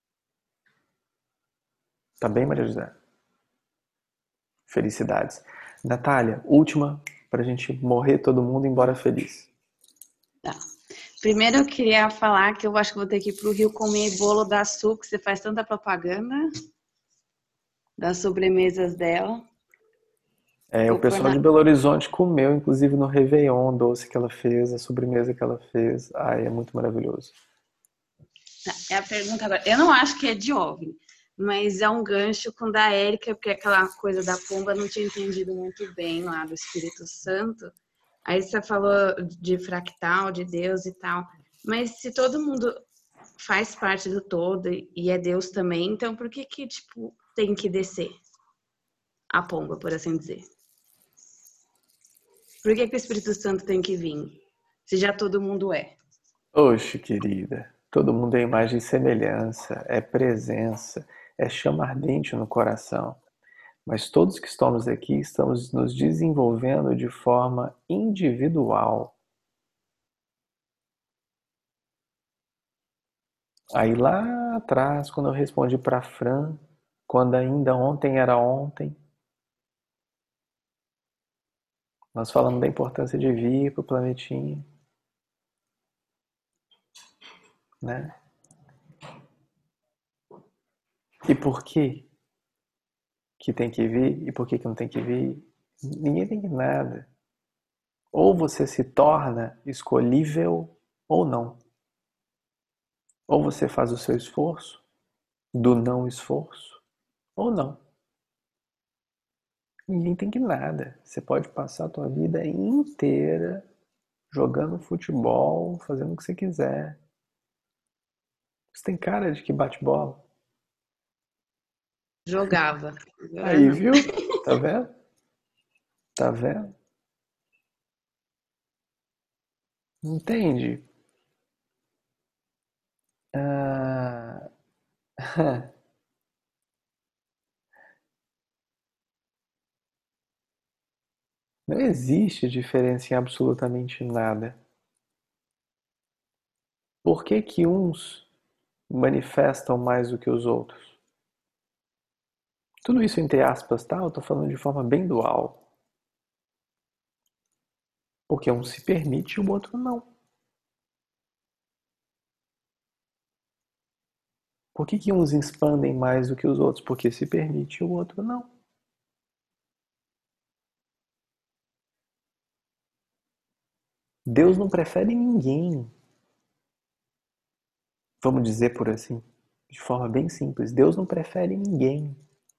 Tá bem, Maria José? Felicidades. Natália, última, para a gente morrer todo mundo e ir embora feliz. Tá. Primeiro eu queria falar que eu acho que vou ter que ir pro Rio comer bolo da Su, que você faz tanta propaganda das sobremesas dela. O pessoal de Belo Horizonte comeu, inclusive no Réveillon, o doce que ela fez, a sobremesa que ela fez. Ai, é muito maravilhoso. Tá, é a pergunta agora. Eu não acho que é de OVNI, mas é um gancho com da Érica, porque aquela coisa da pomba eu não tinha entendido muito bem lá do Espírito Santo. Aí você falou de fractal, de Deus e tal. Mas se todo mundo faz parte do todo e é Deus também, então por que tipo, tem que descer a pomba, por assim dizer? Por que o Espírito Santo tem que vir? Se já todo mundo é. Oxe, querida, todo mundo é imagem e semelhança, é presença, é chama ardente no coração. Mas todos que estamos aqui estamos nos desenvolvendo de forma individual. Aí lá atrás, quando eu respondi para Fran, quando ainda ontem era ontem, nós falamos da importância de vir para o planetinha, né? E por que tem que vir e por que não tem que vir? Ninguém tem que nada. Ou você se torna escolhível ou não. Ou você faz o seu esforço, do não esforço, ou não. Ninguém tem que nada. Você pode passar a tua vida inteira jogando futebol, fazendo o que você quiser. Você tem cara de que bate bola. Jogava. Agora Aí, não. viu? Tá vendo? Tá vendo? Entende? Ah... Não existe diferença em absolutamente nada. Por que que uns manifestam mais do que os outros? Tudo isso entre aspas, tá? Eu tô falando de forma bem dual. Porque um se permite e o outro não. Por que que uns expandem mais do que os outros? Porque se permite e o outro não. Deus não prefere ninguém. Vamos dizer por assim, de forma bem simples. Deus não prefere ninguém.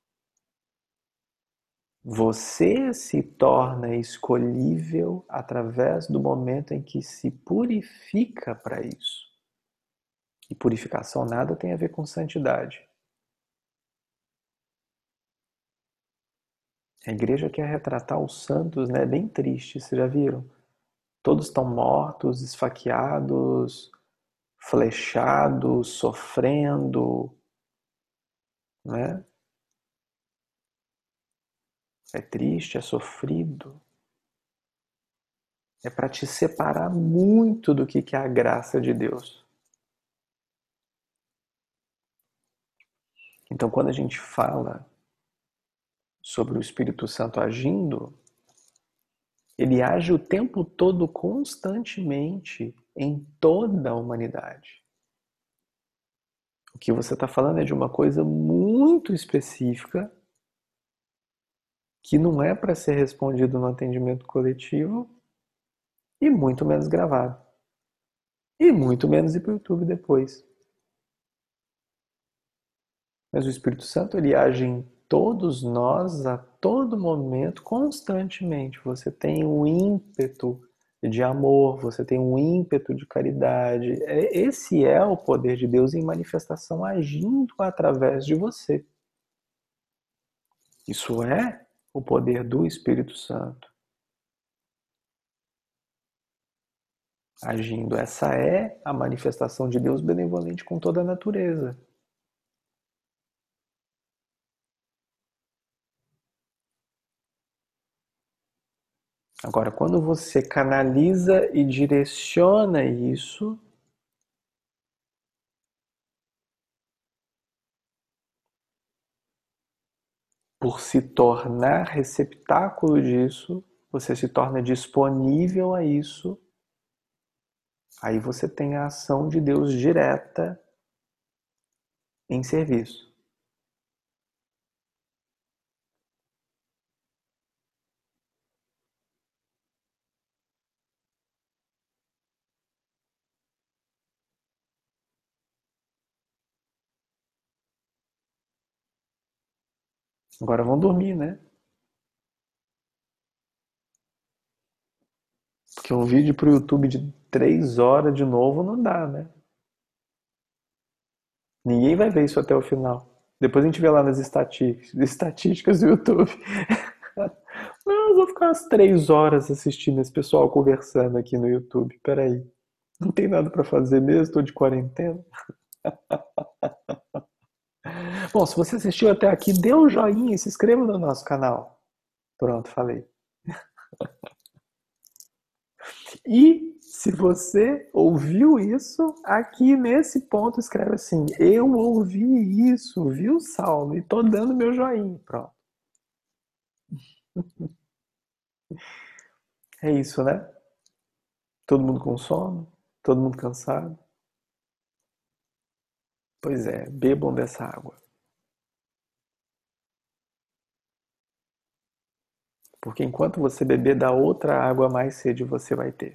Você se torna escolhível através do momento em que se purifica para isso. E purificação nada tem a ver com santidade. A igreja quer retratar os santos, né? Bem triste, vocês já viram? Todos estão mortos, esfaqueados, flechados, sofrendo, né? É triste, é sofrido. É para te separar muito do que é a graça de Deus. Então, quando a gente fala sobre o Espírito Santo agindo, ele age o tempo todo, constantemente, em toda a humanidade. O que você está falando é de uma coisa muito específica, que não é para ser respondido no atendimento coletivo, e muito menos gravado. E muito menos ir para o YouTube depois. Mas o Espírito Santo, ele age em todos nós, a todo momento, constantemente. Você tem um ímpeto de amor, você tem um ímpeto de caridade. Esse é o poder de Deus em manifestação, agindo através de você. Isso é o poder do Espírito Santo agindo. Essa é a manifestação de Deus benevolente com toda a natureza. Agora, quando você canaliza e direciona isso, por se tornar receptáculo disso, você se torna disponível a isso, aí você tem a ação de Deus direta em serviço. Agora vão dormir, né? Porque um vídeo pro YouTube de 3 horas de novo não dá, né? Ninguém vai ver isso até o final. Depois a gente vê lá nas estatísticas do YouTube. Não, eu vou ficar umas 3 horas assistindo esse pessoal conversando aqui no YouTube. Peraí. Não tem nada pra fazer mesmo? Tô de quarentena. Bom, se você assistiu até aqui, dê um joinha e se inscreva no nosso canal. Pronto, falei. E se você ouviu isso, aqui nesse ponto escreve assim: eu ouvi isso, viu, Saulo? E tô dando meu joinha. Pronto. É isso, né? Todo mundo com sono? Todo mundo cansado? Pois é, bebam dessa água. Porque enquanto você beber da outra água, mais sede você vai ter.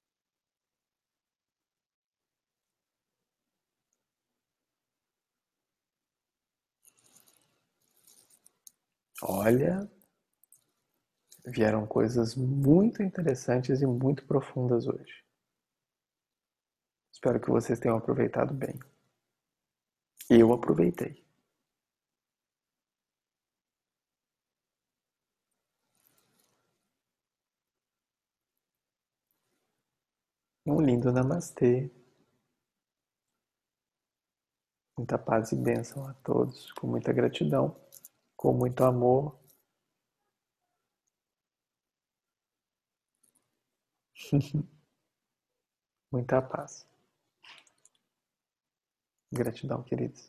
Olha, vieram coisas muito interessantes e muito profundas hoje. Espero que vocês tenham aproveitado bem. Eu aproveitei. Um lindo namastê. Muita paz e bênção a todos, com muita gratidão, com muito amor. Muita paz. Gratidão, queridos.